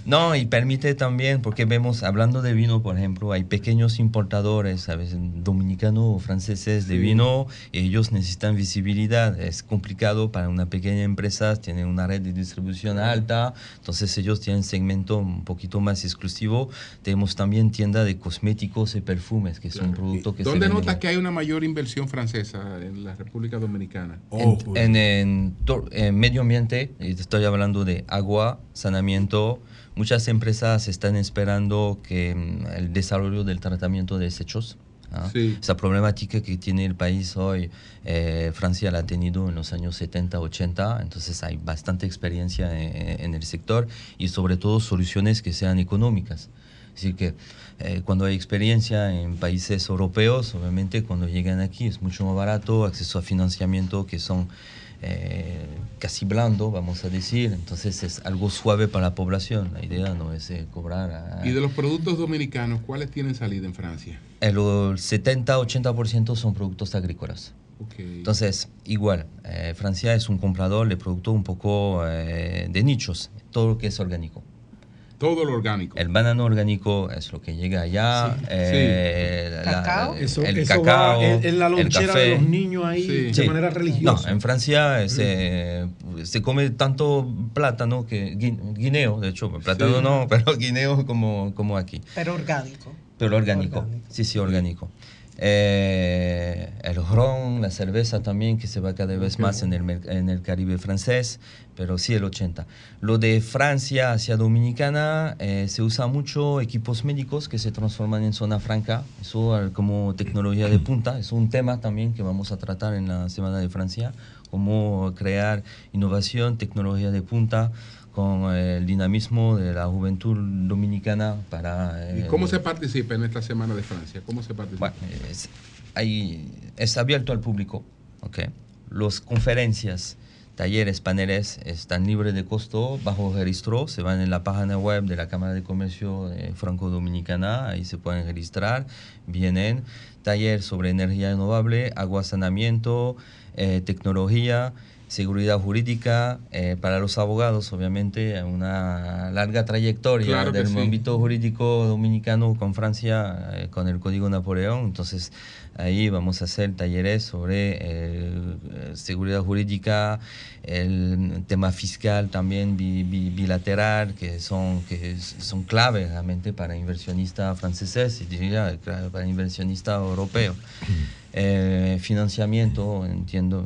No, y permite también, porque vemos, hablando de vino, por ejemplo, hay pequeños importadores, ¿sabes? Dominicanos o franceses de vino, ellos necesitan visibilidad. Es complicado para una pequeña empresa, tienen una red de distribución alta, entonces ellos tienen segmento un poquito más exclusivo. Tenemos también tienda de cosméticos y perfumes, que son productos que ¿Dónde notas que hay una mayor inversión francesa en la República Dominicana? En medio ambiente, estoy hablando de agua, saneamiento. Muchas empresas están esperando que el desarrollo del tratamiento de desechos, esa problemática que tiene el país hoy, Francia la ha tenido en los años 70, 80, entonces hay bastante experiencia en el sector y sobre todo soluciones que sean económicas. Es decir, que cuando hay experiencia en países europeos, obviamente cuando llegan aquí es mucho más barato, acceso a financiamiento que son casi blando, vamos a decir, entonces es algo suave para la población. La idea no es cobrar. ¿Y de los productos dominicanos, cuáles tienen salida en Francia? El 70-80% son productos agrícolas. Okay. Entonces, igual, Francia es un comprador de productos un poco de nichos, todo lo que es orgánico. Todo lo orgánico. El banano orgánico es lo que llega allá. ¿Cacao? El eso cacao. Va en la lonchera el de los niños ahí de manera religiosa. No, en Francia se come tanto plátano que guineo, de hecho, plátano no, pero guineo como aquí. Pero orgánico. Pero orgánico. Sí, orgánico. El ron, la cerveza también, que se va cada vez más en el Caribe francés, pero sí el 80%. Lo de Francia hacia Dominicana, se usa mucho equipos médicos que se transforman en zona franca, eso como tecnología de punta, es un tema también que vamos a tratar en la Semana de Francia, cómo crear innovación, tecnología de punta, con el dinamismo de la juventud dominicana para... ¿Y cómo se participa en esta Semana de Francia? ¿Cómo se participa? Bueno, es abierto al público, ¿okay? Las conferencias, talleres, paneles están libres de costo, bajo registro, se van en la página web de la Cámara de Comercio Franco-Dominicana, ahí se pueden registrar, vienen, taller sobre energía renovable, agua, saneamiento, tecnología, seguridad jurídica, para los abogados, obviamente, una larga trayectoria del ámbito jurídico dominicano con Francia, con el Código Napoleón. Entonces, ahí vamos a hacer talleres sobre seguridad jurídica, el tema fiscal también bilateral, que son clave realmente para inversionistas franceses y diría para inversionistas europeos. Financiamiento, entiendo,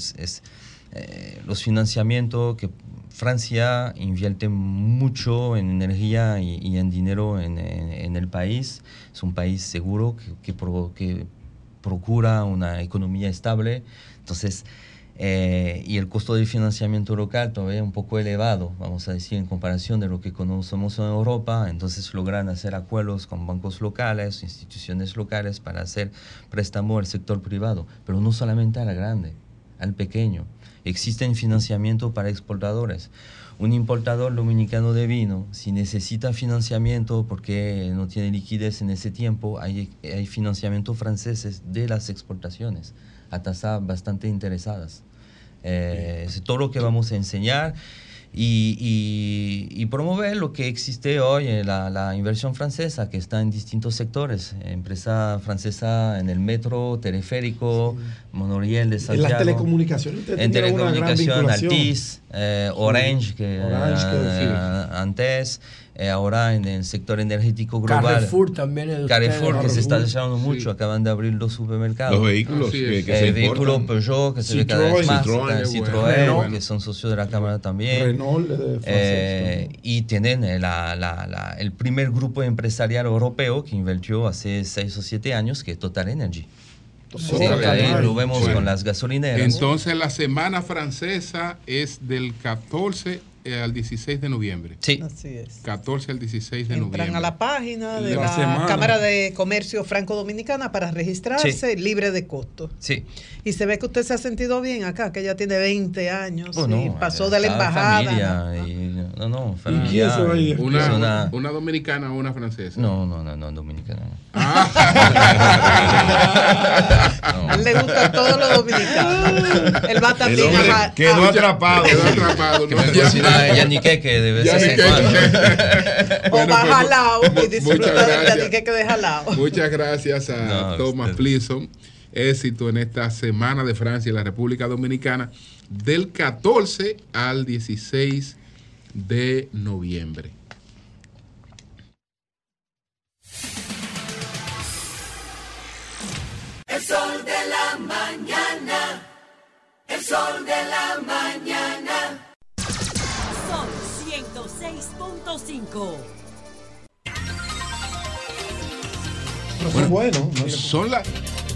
los financiamientos que Francia invierte mucho en energía y en dinero en el país. Es un país seguro que procura una economía estable. Entonces, y el costo del financiamiento local todavía es un poco elevado, vamos a decir, en comparación de lo que conocemos en Europa. Entonces logran hacer acuerdos con bancos locales, instituciones locales para hacer préstamo al sector privado, pero no solamente a la grande, al pequeño. Existen financiamiento para exportadores. Un importador dominicano de vino, si necesita financiamiento porque no tiene liquidez en ese tiempo, hay financiamiento franceses de las exportaciones a tasas bastante interesadas. Es todo lo que vamos a enseñar y promover lo que existe hoy en la inversión francesa, que está en distintos sectores. Empresa francesa en el metro, teleférico, monorriel de Santiago. En las telecomunicaciones. En telecomunicación, Altis, Orange, antes, ahora en el sector energético global. Carrefour también. Carrefour, que se está desarrollando mucho, acaban de abrir 2 supermercados. Los vehículos vehículos Peugeot, que se ve cada vez más, Citroën, que son socios de la Cámara también. Renault, y tienen el primer grupo empresarial europeo que invirtió hace 6 o 7 años, que es Total Energy. Ahí lo vemos con las gasolineras. Entonces la Semana Francesa es del 14 al 16 de noviembre. Sí. Así es. 14 al 16 de noviembre. Entran a la página de la Cámara de Comercio Franco-Dominicana para registrarse, libre de costo. Sí. Y se ve que usted se ha sentido bien acá, que ella tiene 20 años, bueno, y pasó de la embajada. Familia, y No, ¿Y familiar. quién se va a ir? Es ¿Una dominicana o una francesa? No, dominicana. A él le gusta todo lo dominicano. Él va también a... Quedó atrapado. Que me cocina yaniqueque de vez en cuando. O va jalao y disfruta del yaniqueque de jalao. Muchas gracias a Thomas Fleeson. Éxito en esta Semana de Francia en la República Dominicana del 14 al 16 de noviembre. El sol de la mañana. El sol de la mañana. Sol 106.5. Bueno, son las...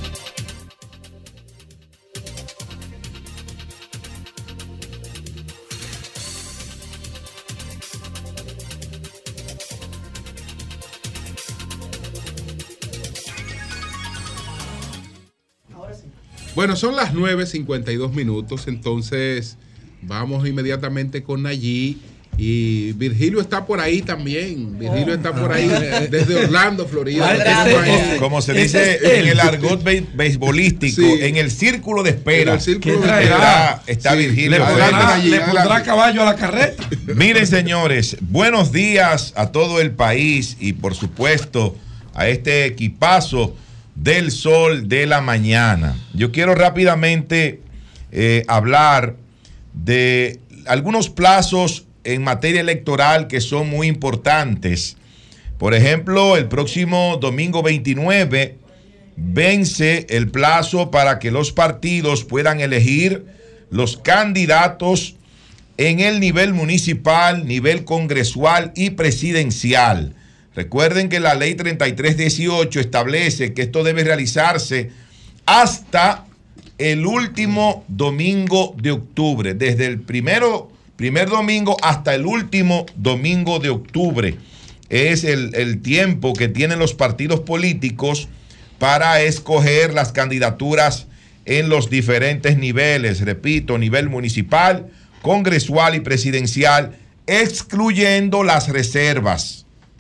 Bueno, son las 9:52 minutos, entonces vamos inmediatamente con Nayib. Y Virgilio está por ahí también. Virgilio está por ahí desde Orlando, Florida. Como se dice en el argot beisbolístico, en el círculo de espera. Está Virgilio. Le pondrá caballo a la carreta. Miren, señores, buenos días a todo el país y por supuesto a este equipazo del sol de la mañana. Yo quiero rápidamente hablar de algunos plazos en materia electoral que son muy importantes. Por ejemplo, el próximo domingo 29 vence el plazo para que los partidos puedan elegir los candidatos en el nivel municipal, nivel congresual y presidencial. Recuerden que la ley 3318 establece que esto debe realizarse hasta el último domingo de octubre, desde el primer domingo hasta el último domingo de octubre. Es el tiempo que tienen los partidos políticos para escoger las candidaturas en los diferentes niveles. Repito, nivel municipal, congresual y presidencial, excluyendo las reservas.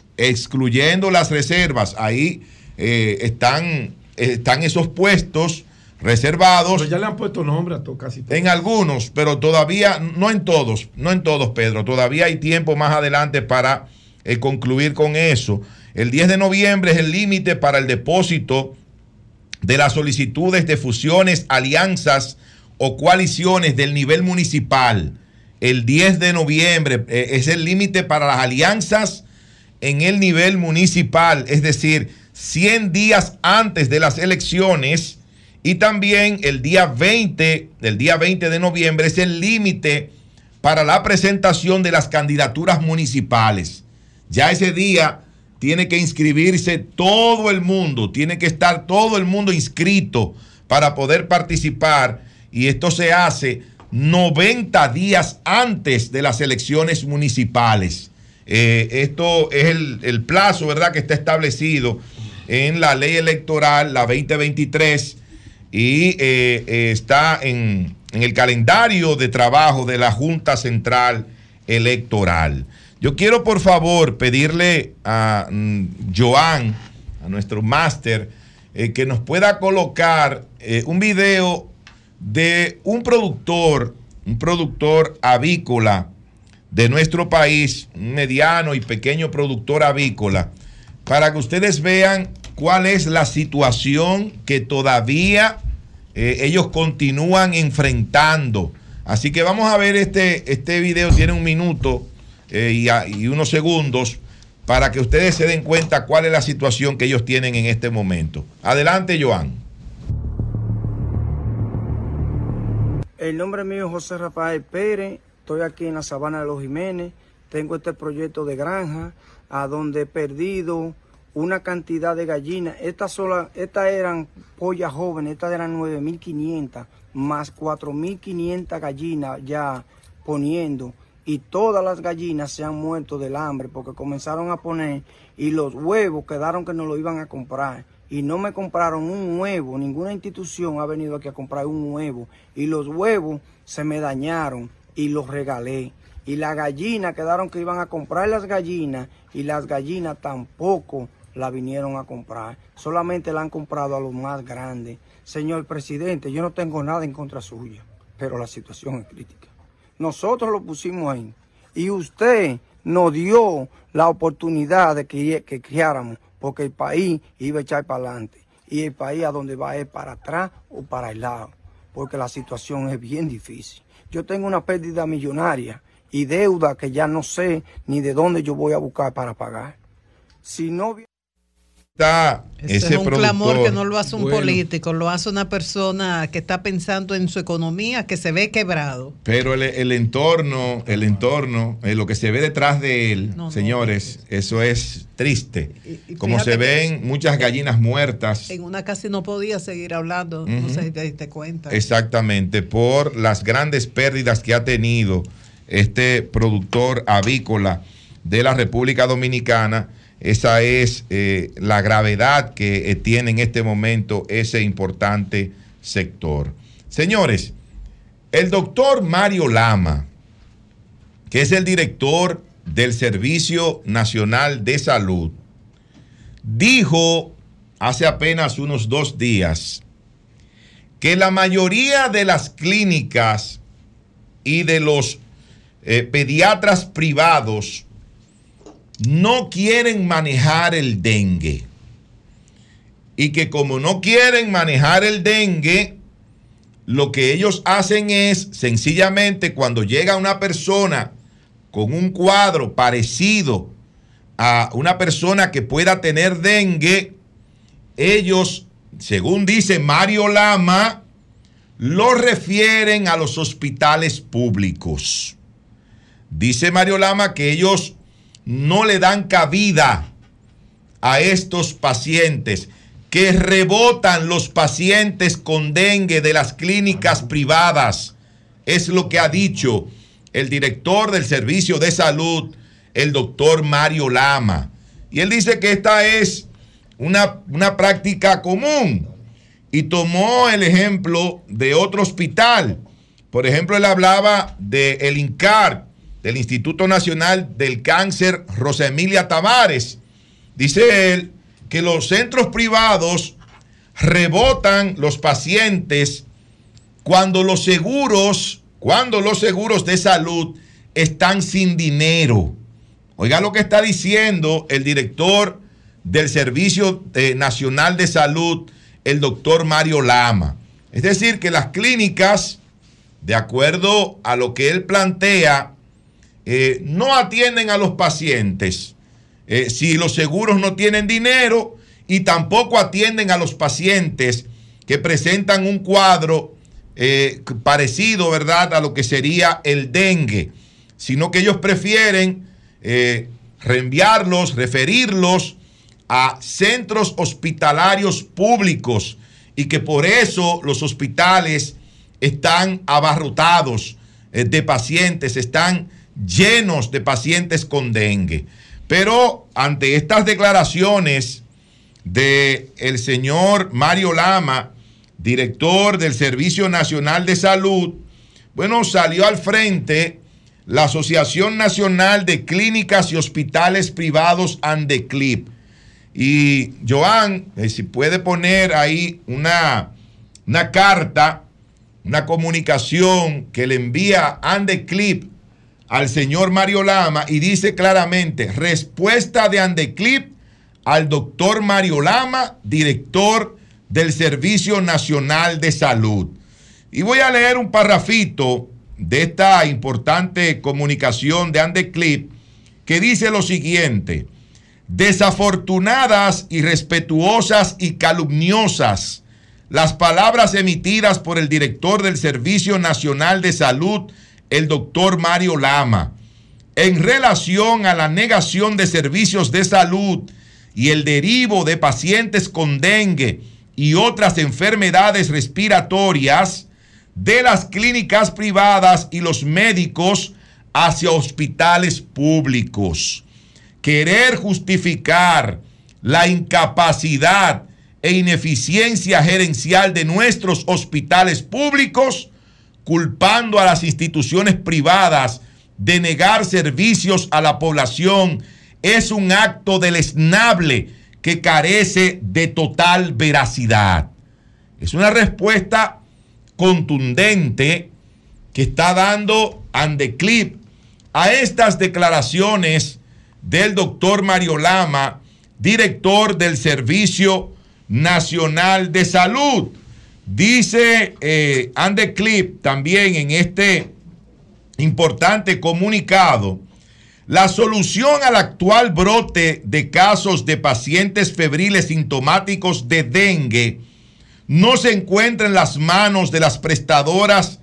Ahí están esos puestos reservados. Pero ya le han puesto nombre a casi todos. En algunos, pero todavía no en todos, Pedro. Todavía hay tiempo más adelante para concluir con eso. El 10 de noviembre es el límite para el depósito de las solicitudes de fusiones, alianzas o coaliciones del nivel municipal. El 10 de noviembre es el límite para las alianzas en el nivel municipal, es decir, 100 días antes de las elecciones. Y también el día 20 de noviembre es el límite para la presentación de las candidaturas municipales. Ya ese día tiene que inscribirse todo el mundo, tiene que estar todo el mundo inscrito para poder participar, y esto se hace 90 días antes de las elecciones municipales. Esto es el plazo, ¿verdad?, que está establecido en la ley electoral, la 2023, y está en el calendario de trabajo de la Junta Central Electoral. Yo quiero, por favor, pedirle a Joan, a nuestro máster, que nos pueda colocar un video de un productor avícola de nuestro país, un mediano y pequeño productor avícola, para que ustedes vean cuál es la situación que todavía ellos continúan enfrentando. Así que vamos a ver este video, tiene 1 minuto y unos segundos, para que ustedes se den cuenta cuál es la situación que ellos tienen en este momento. Adelante, Joan. El nombre mío es José Rafael Pérez, estoy aquí en la Sabana de los Jiménez, tengo este proyecto de granja, a donde he perdido una cantidad de gallinas. Estas eran pollas jóvenes, estas eran 9.500, más 4.500 gallinas ya poniendo. Y todas las gallinas se han muerto del hambre porque comenzaron a poner, y los huevos quedaron que no lo iban a comprar. Y no me compraron un huevo, ninguna institución ha venido aquí a comprar un huevo. Y los huevos se me dañaron y los regalé. y las gallinas quedaron que iban a comprar las gallinas y las gallinas tampoco la vinieron a comprar, solamente la han comprado a los más grandes. Señor presidente, yo no tengo nada en contra suya, pero la situación es crítica. Nosotros lo pusimos ahí y usted nos dio la oportunidad de que criáramos, porque el país iba a echar para adelante y el país a donde va es para atrás o para el lado, porque la situación es bien difícil. Yo tengo una pérdida millonaria y deuda que ya no sé ni de dónde yo voy a buscar para pagar. Si no... Ese es un clamor que no lo hace un político, lo hace una persona que está pensando en su economía, que se ve quebrado. Pero el entorno, lo que se ve detrás de él, señores, eso es triste. Y como se ven muchas gallinas muertas. En una casi no podía seguir hablando, no sé si te diste cuenta. Exactamente, por las grandes pérdidas que ha tenido este productor avícola de la República Dominicana. Esa es la gravedad que tiene en este momento ese importante sector. Señores, el doctor Mario Lama, que es el director del Servicio Nacional de Salud, dijo hace apenas unos 2 días que la mayoría de las clínicas y de los pediatras privados no quieren manejar el dengue. Y que como no quieren manejar el dengue, lo que ellos hacen es sencillamente cuando llega una persona con un cuadro parecido a una persona que pueda tener dengue, ellos, según dice Mario Lama, lo refieren a los hospitales públicos. Dice Mario Lama que ellos no le dan cabida a estos pacientes, que rebotan los pacientes con dengue de las clínicas privadas. Es lo que ha dicho el director del Servicio de Salud, el doctor Mario Lama. Y él dice que esta es una práctica común y tomó el ejemplo de otro hospital. Por ejemplo, él hablaba del INCAR, del Instituto Nacional del Cáncer Rosa Emilia Tavares. Dice él que los centros privados rebotan los pacientes cuando los seguros de salud están sin dinero. Oiga lo que está diciendo el director del Servicio Nacional de Salud, el doctor Mario Lama. Es decir, que las clínicas, de acuerdo a lo que él plantea, no atienden a los pacientes si los seguros no tienen dinero, y tampoco atienden a los pacientes que presentan un cuadro parecido, ¿verdad?, a lo que sería el dengue, sino que ellos prefieren referirlos a centros hospitalarios públicos, y que por eso los hospitales están abarrotados de pacientes, están llenos de pacientes con dengue. Pero ante estas declaraciones del señor Mario Lama, director del Servicio Nacional de Salud, bueno, salió al frente la Asociación Nacional de Clínicas y Hospitales Privados, ANDECLIP. Y Joan, si puede poner ahí una carta, una comunicación que le envía ANDECLIP al señor Mario Lama, y dice claramente: respuesta de ANDECLIP al doctor Mario Lama, director del Servicio Nacional de Salud. Y voy a leer un parrafito de esta importante comunicación de ANDECLIP, que dice lo siguiente: desafortunadas, irrespetuosas y calumniosas las palabras emitidas por el director del Servicio Nacional de Salud, el doctor Mario Lama, en relación a la negación de servicios de salud y el derivo de pacientes con dengue y otras enfermedades respiratorias de las clínicas privadas y los médicos hacia hospitales públicos. Querer justificar la incapacidad e ineficiencia gerencial de nuestros hospitales públicos, culpando a las instituciones privadas de negar servicios a la población es un acto deleznable que carece de total veracidad. Es una respuesta contundente que está dando Andeclip a estas declaraciones del doctor Mario Lama, director del Servicio Nacional de Salud. Dice Andeclip también en este importante comunicado: la solución al actual brote de casos de pacientes febriles sintomáticos de dengue no se encuentra en las manos de los prestadores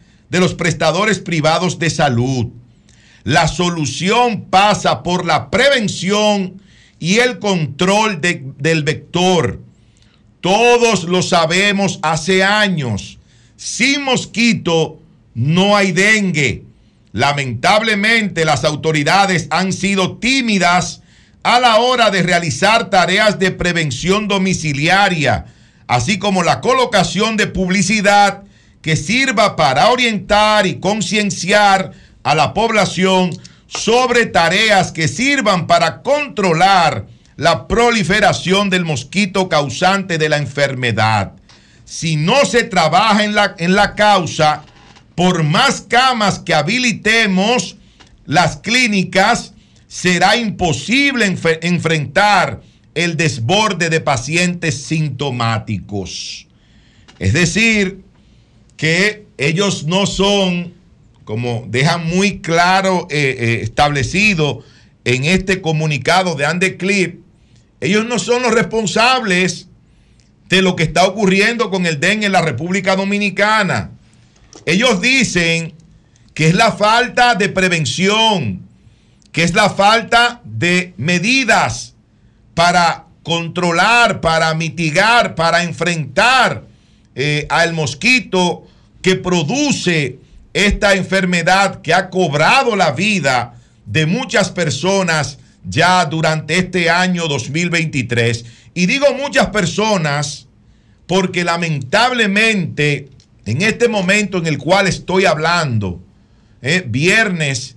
privados de salud. La solución pasa por la prevención y el control del vector. Todos lo sabemos hace años. Sin mosquito no hay dengue. Lamentablemente, las autoridades han sido tímidas a la hora de realizar tareas de prevención domiciliaria, así como la colocación de publicidad que sirva para orientar y concienciar a la población sobre tareas que sirvan para controlar la proliferación del mosquito causante de la enfermedad. Si no se trabaja en la causa, por más camas que habilitemos las clínicas, será imposible enfrentar el desborde de pacientes sintomáticos. Es decir, que ellos no son, como dejan muy claro establecido en este comunicado de Andeclip, ellos no son los responsables de lo que está ocurriendo con el dengue en la República Dominicana. Ellos dicen que es la falta de prevención, que es la falta de medidas para controlar, para mitigar, para enfrentar al mosquito que produce esta enfermedad que ha cobrado la vida de muchas personas ya durante este año 2023. Y digo muchas personas porque lamentablemente en este momento en el cual estoy hablando, viernes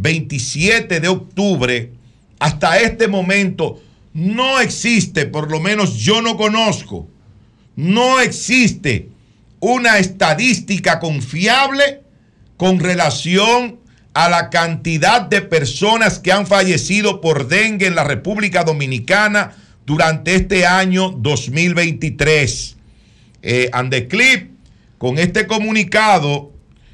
27 de octubre, hasta este momento no existe, por lo menos yo no conozco, no existe una estadística confiable con relación a la cantidad de personas que han fallecido por dengue en la República Dominicana durante este año 2023. Andeclip, con este comunicado,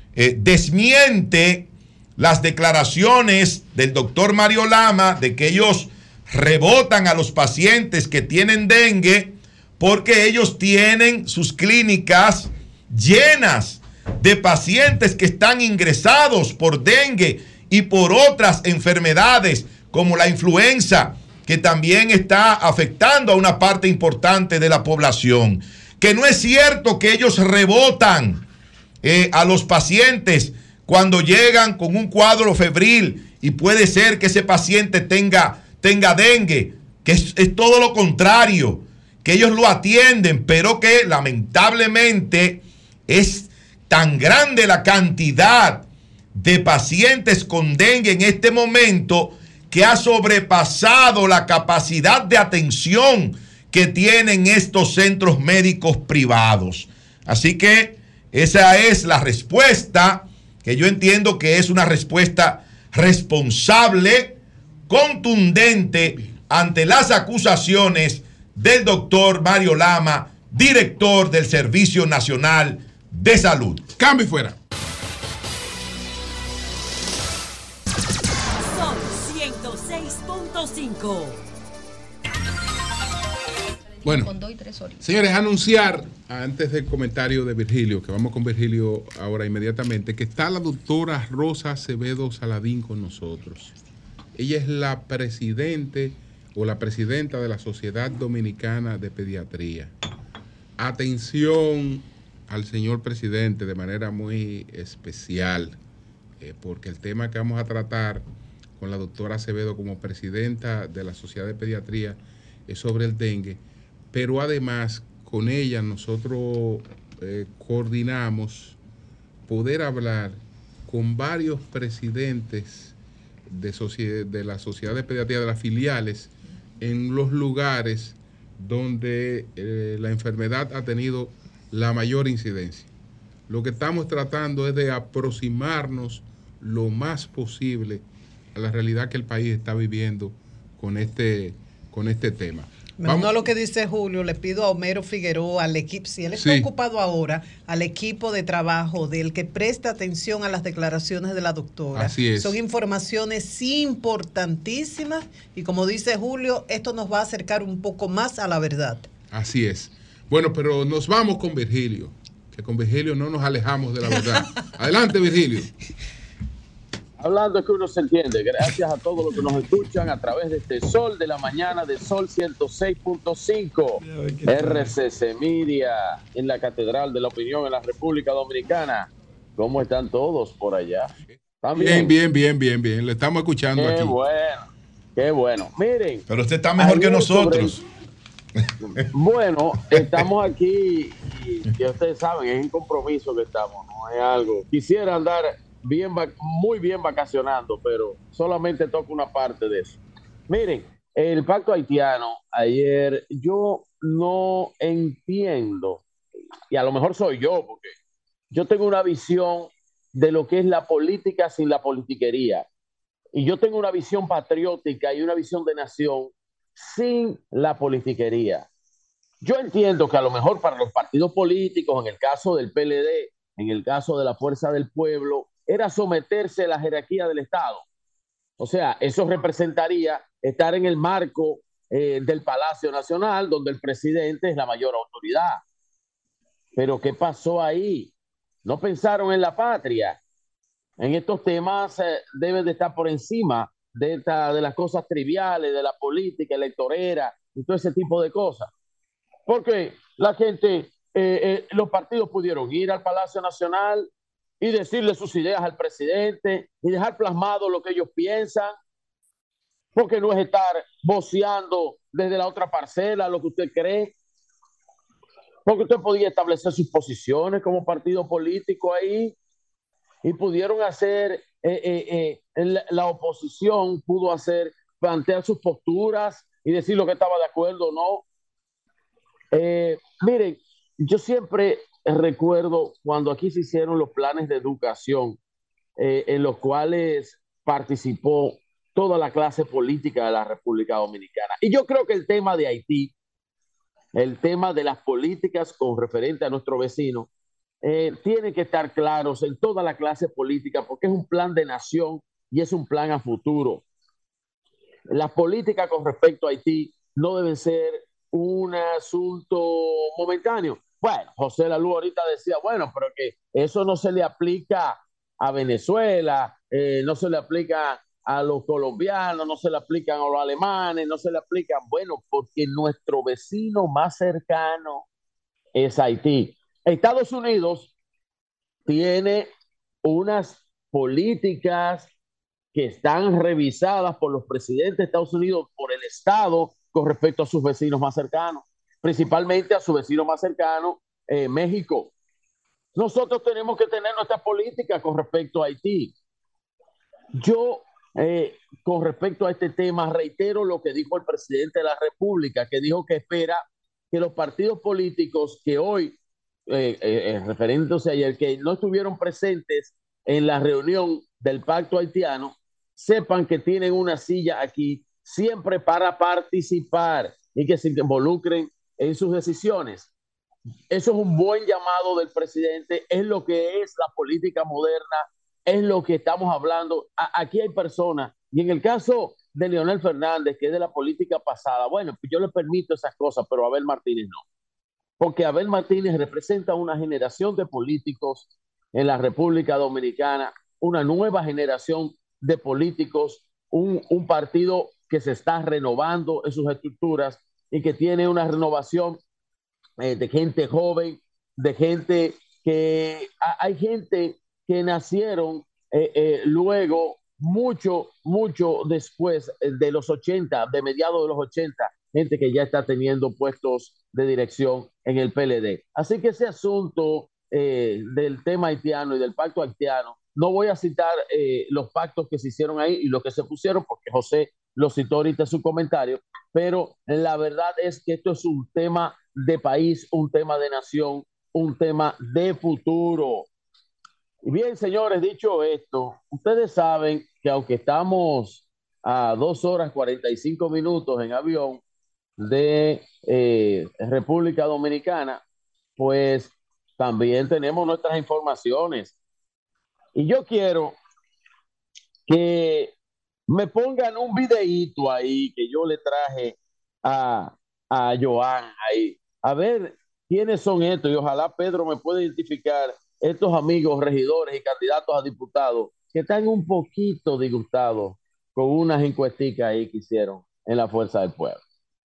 desmiente las declaraciones del doctor Mario Lama de que ellos rebotan a los pacientes que tienen dengue porque ellos tienen sus clínicas llenas de pacientes que están ingresados por dengue y por otras enfermedades como la influenza, que también está afectando a una parte importante de la población. Que no es cierto que ellos rebotan a los pacientes cuando llegan con un cuadro febril y puede ser que ese paciente tenga dengue, que es todo lo contrario, que ellos lo atienden, pero que lamentablemente es tan grande la cantidad de pacientes con dengue en este momento que ha sobrepasado la capacidad de atención que tienen estos centros médicos privados. Así que esa es la respuesta, que yo entiendo que es una respuesta responsable, contundente ante las acusaciones del doctor Mario Lama, director del Servicio Nacional de Salud. Cambio y fuera. Son 106.5. Bueno, señores, anunciar, antes del comentario de Virgilio, que vamos con Virgilio ahora inmediatamente, que está la doctora Rosa Acevedo Saladín con nosotros. Ella es la presidenta de la Sociedad Dominicana de Pediatría. Atención al señor presidente de manera muy especial, porque el tema que vamos a tratar con la doctora Acevedo como presidenta de la Sociedad de Pediatría es sobre el dengue, pero además con ella nosotros coordinamos poder hablar con varios presidentes de la Sociedad de Pediatría, de las filiales, en los lugares donde la enfermedad ha tenido la mayor incidencia. Lo que estamos tratando es de aproximarnos lo más posible a la realidad que el país está viviendo con este tema. Me uno a lo que dice Julio, le pido a Homero Figueroa, al equipo, si él está ocupado ahora, al equipo de trabajo del que preste atención a las declaraciones de la doctora. Así es. Son informaciones importantísimas y como dice Julio, esto nos va a acercar un poco más a la verdad. Así es. Bueno, pero nos vamos con Virgilio, que con Virgilio no nos alejamos de la verdad. Adelante, Virgilio. Hablando es que uno se entiende. Gracias a todos los que nos escuchan a través de este Sol de la Mañana de Sol 106.5. RCC Media en la Catedral de la Opinión en la República Dominicana. ¿Cómo están todos por allá? Bien. Le estamos escuchando aquí. Qué bueno. Miren. Pero usted está mejor que nosotros. Bueno, estamos aquí y ya ustedes saben, es un compromiso que estamos, no es algo. Quisiera andar muy bien vacacionando, pero solamente toco una parte de eso. Miren, el pacto haitiano, ayer yo no entiendo, y a lo mejor soy yo, porque yo tengo una visión de lo que es la política sin la politiquería, y yo tengo una visión patriótica y una visión de nación sin la politiquería. Yo entiendo que a lo mejor para los partidos políticos, en el caso del PLD, en el caso de la Fuerza del Pueblo, era someterse a la jerarquía del Estado. O sea, eso representaría estar en el marco del Palacio Nacional, donde el presidente es la mayor autoridad. Pero ¿qué pasó ahí? No pensaron en la patria. En estos temas deben de estar por encima de las cosas triviales, de la política electorera y todo ese tipo de cosas. Porque la gente, los partidos pudieron ir al Palacio Nacional y decirle sus ideas al presidente y dejar plasmado lo que ellos piensan, porque no es estar voceando desde la otra parcela lo que usted cree, porque usted podía establecer sus posiciones como partido político ahí y pudieron hacer, la oposición pudo plantear sus posturas y decir lo que estaba de acuerdo o no. Miren, yo siempre recuerdo cuando aquí se hicieron los planes de educación en los cuales participó toda la clase política de la República Dominicana. Y yo creo que el tema de Haití, el tema de las políticas con referente a nuestro vecino, tiene que estar claros en toda la clase política porque es un plan de nación y es un plan a futuro. Las políticas con respecto a Haití no deben ser un asunto momentáneo. Bueno, José Lalú ahorita decía, bueno, pero que eso no se le aplica a Venezuela, no se le aplica a los colombianos, no se le aplican a los alemanes, no se le aplican, bueno, porque nuestro vecino más cercano es Haití. Estados Unidos tiene unas políticas que están revisadas por los presidentes de Estados Unidos, por el Estado, con respecto a sus vecinos más cercanos, principalmente a su vecino más cercano, México. Nosotros tenemos que tener nuestra política con respecto a Haití. Yo, con respecto a este tema, reitero lo que dijo el presidente de la República, que dijo que espera que los partidos políticos que hoy, refiriéndose ayer, que no estuvieron presentes en la reunión del pacto haitiano, sepan que tienen una silla aquí siempre para participar y que se involucren en sus decisiones. Eso es un buen llamado del presidente, es lo que es la política moderna, es lo que estamos hablando. Aquí hay personas, y en el caso de Leonel Fernández, que es de la política pasada, bueno, yo le permito esas cosas, pero Abel Martínez no. Porque Abel Martínez representa una generación de políticos en la República Dominicana, una nueva generación de políticos, un partido que se está renovando en sus estructuras y que tiene una renovación de gente joven, de gente que... Hay gente que nacieron luego, mucho después de los 80, de mediados de los 80, gente que ya está teniendo puestos de dirección en el PLD. Así que ese asunto del tema haitiano y del pacto haitiano no voy a citar los pactos que se hicieron ahí y lo que se pusieron, porque José lo citó ahorita en su comentario, pero la verdad es que esto es un tema de país, un tema de nación, un tema de futuro. Y bien, señores, dicho esto, ustedes saben que aunque estamos a 2 horas 45 minutos en avión de República Dominicana, pues también tenemos nuestras informaciones. Y yo quiero que me pongan un videíto ahí que yo le traje a Joan ahí. A ver quiénes son estos y ojalá Pedro me pueda identificar estos amigos regidores y candidatos a diputados que están un poquito disgustados con unas encuesticas ahí que hicieron en la Fuerza del Pueblo.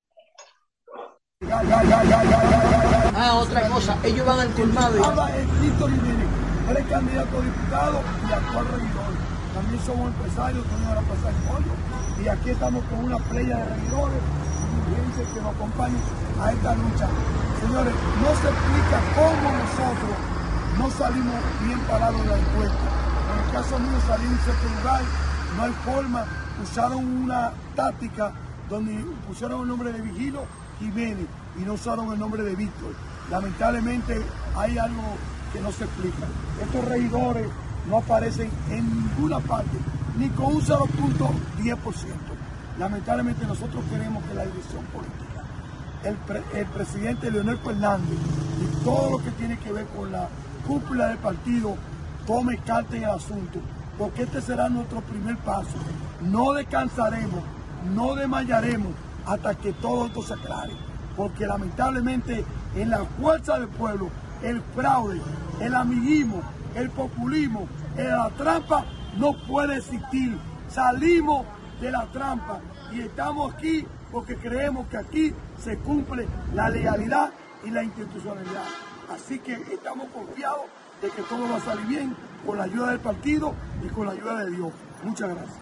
Otra cosa, ellos van al colmado. Eres candidato a diputado y actual regidor. También somos empresarios, tenemos la Plaza del Pollo y aquí estamos con una playa de regidores y dirigentes que nos acompañan a esta lucha. Señores, no se explica cómo nosotros no salimos bien parados en la encuesta. En el caso mío salí en cierto lugar, no hay forma, usaron una táctica donde pusieron el nombre de Vigilo Jiménez y no usaron el nombre de Víctor. Lamentablemente hay algo que no se explica. Estos regidores no aparecen en ninguna parte, ni con un 0.10%. Lamentablemente nosotros queremos que la dirección política, el presidente Leonel Fernández y todo lo que tiene que ver con la cúpula del partido tome carta en el asunto, porque este será nuestro primer paso. No descansaremos, no desmayaremos hasta que todo esto se aclare, porque lamentablemente en la fuerza del pueblo el fraude, el amiguismo, el populismo, la trampa no puede existir. Salimos de la trampa y estamos aquí porque creemos que aquí se cumple la legalidad y la institucionalidad. Así que estamos confiados de que todo va a salir bien con la ayuda del partido y con la ayuda de Dios. Muchas gracias.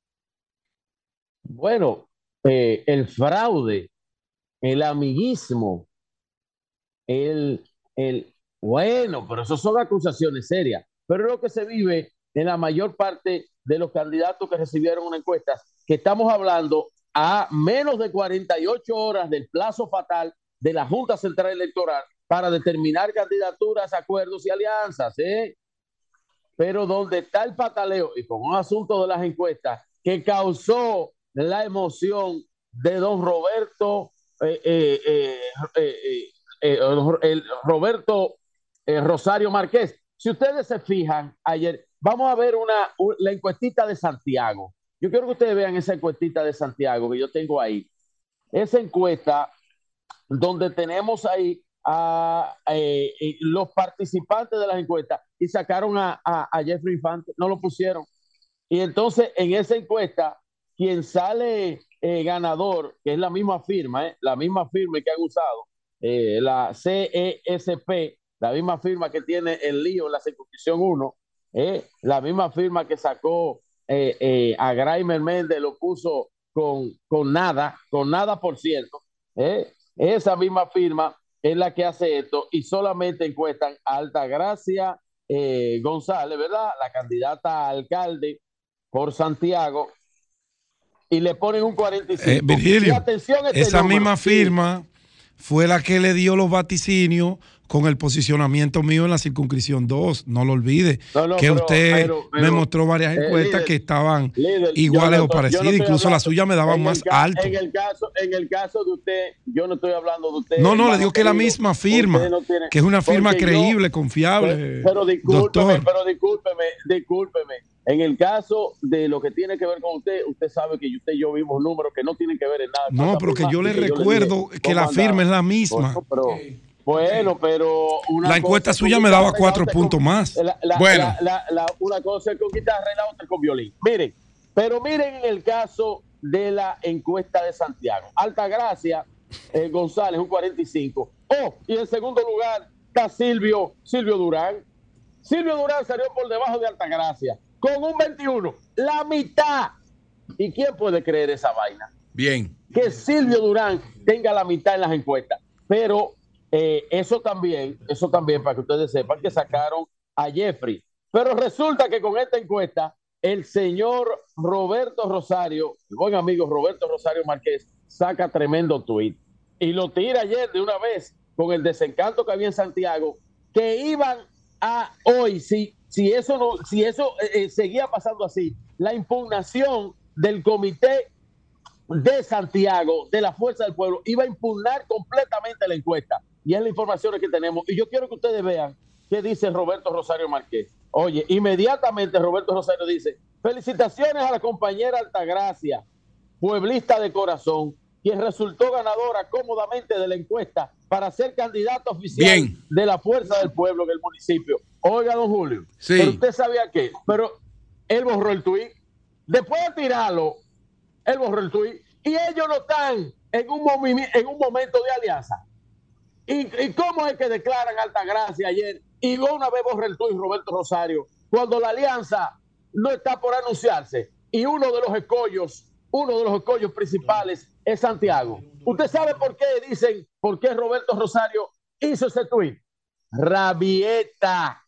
Bueno, el fraude, el amiguismo, bueno, pero eso son acusaciones serias. Pero es lo que se vive en la mayor parte de los candidatos que recibieron una encuesta, que estamos hablando a menos de 48 horas del plazo fatal de la Junta Central Electoral para determinar candidaturas, acuerdos y alianzas, ¿eh? Pero donde está el pataleo y con un asunto de las encuestas que causó la emoción de don Roberto Rosario Márquez. Si ustedes se fijan ayer, vamos a ver la encuestita de Santiago. Yo quiero que ustedes vean esa encuestita de Santiago que yo tengo ahí. Esa encuesta donde tenemos ahí a los participantes de las encuestas y sacaron a Jeffrey Infante, no lo pusieron. Y entonces en esa encuesta, quien sale ganador, que es la misma firma que han usado, la CESP, la misma firma que tiene el lío en la circunscripción 1, la misma firma que sacó a Graimer Méndez, lo puso con nada por ciento, esa misma firma es la que hace esto y solamente encuestan a Altagracia González, ¿verdad? La candidata a alcalde por Santiago, y le ponen un 45. Virgilio, y atención a este esa número. misma firma fue la que le dio los vaticinios con el posicionamiento mío en la circunscripción 2. No lo olvide, que usted me mostró varias encuestas líder, que estaban iguales o parecidas. Incluso la suya me daba más alto. En el caso de usted, yo no estoy hablando de usted. No, le digo que es la misma firma, que es una firma creíble, confiable. Pero discúlpeme. En el caso de lo que tiene que ver con usted, usted sabe que usted y yo vimos números que no tienen que ver en nada. No, pero que yo le recuerdo que la firma es la misma. Bueno, pero la encuesta suya me daba 4 puntos más. Una cosa es con guitarra y la otra con violín. Miren en el caso de la encuesta de Santiago. Altagracia González, un 45. Y en segundo lugar está Silvio Durán. Silvio Durán salió por debajo de Altagracia con un 21, la mitad. ¿Y quién puede creer esa vaina? Bien. Que Silvio Durán tenga la mitad en las encuestas. Pero eso también, para que ustedes sepan, que sacaron a Jeffrey. Pero resulta que con esta encuesta, el señor Roberto Rosario, el buen amigo Roberto Rosario Márquez, saca tremendo tuit y lo tira ayer de una vez con el desencanto que había en Santiago, que iban a hoy, si eso seguía pasando así, la impugnación del comité de Santiago, de la Fuerza del Pueblo, iba a impugnar completamente la encuesta. Y es la información que tenemos. Y yo quiero que ustedes vean qué dice Roberto Rosario Márquez. Oye, inmediatamente Roberto Rosario dice: felicitaciones a la compañera Altagracia, pueblista de corazón, quien resultó ganadora cómodamente de la encuesta para ser candidata oficial de la Fuerza del Pueblo en el municipio. Oiga, don Julio, pero usted sabía qué, pero él borró el tuit. Después de tirarlo, él borró el tuit y ellos no están en un momento de alianza. ¿Y cómo es que declaran Altagracia ayer y una vez borra el tuit Roberto Rosario cuando la alianza no está por anunciarse y uno de los escollos principales es Santiago? ¿Usted sabe por qué Roberto Rosario hizo ese tuit? Rabieta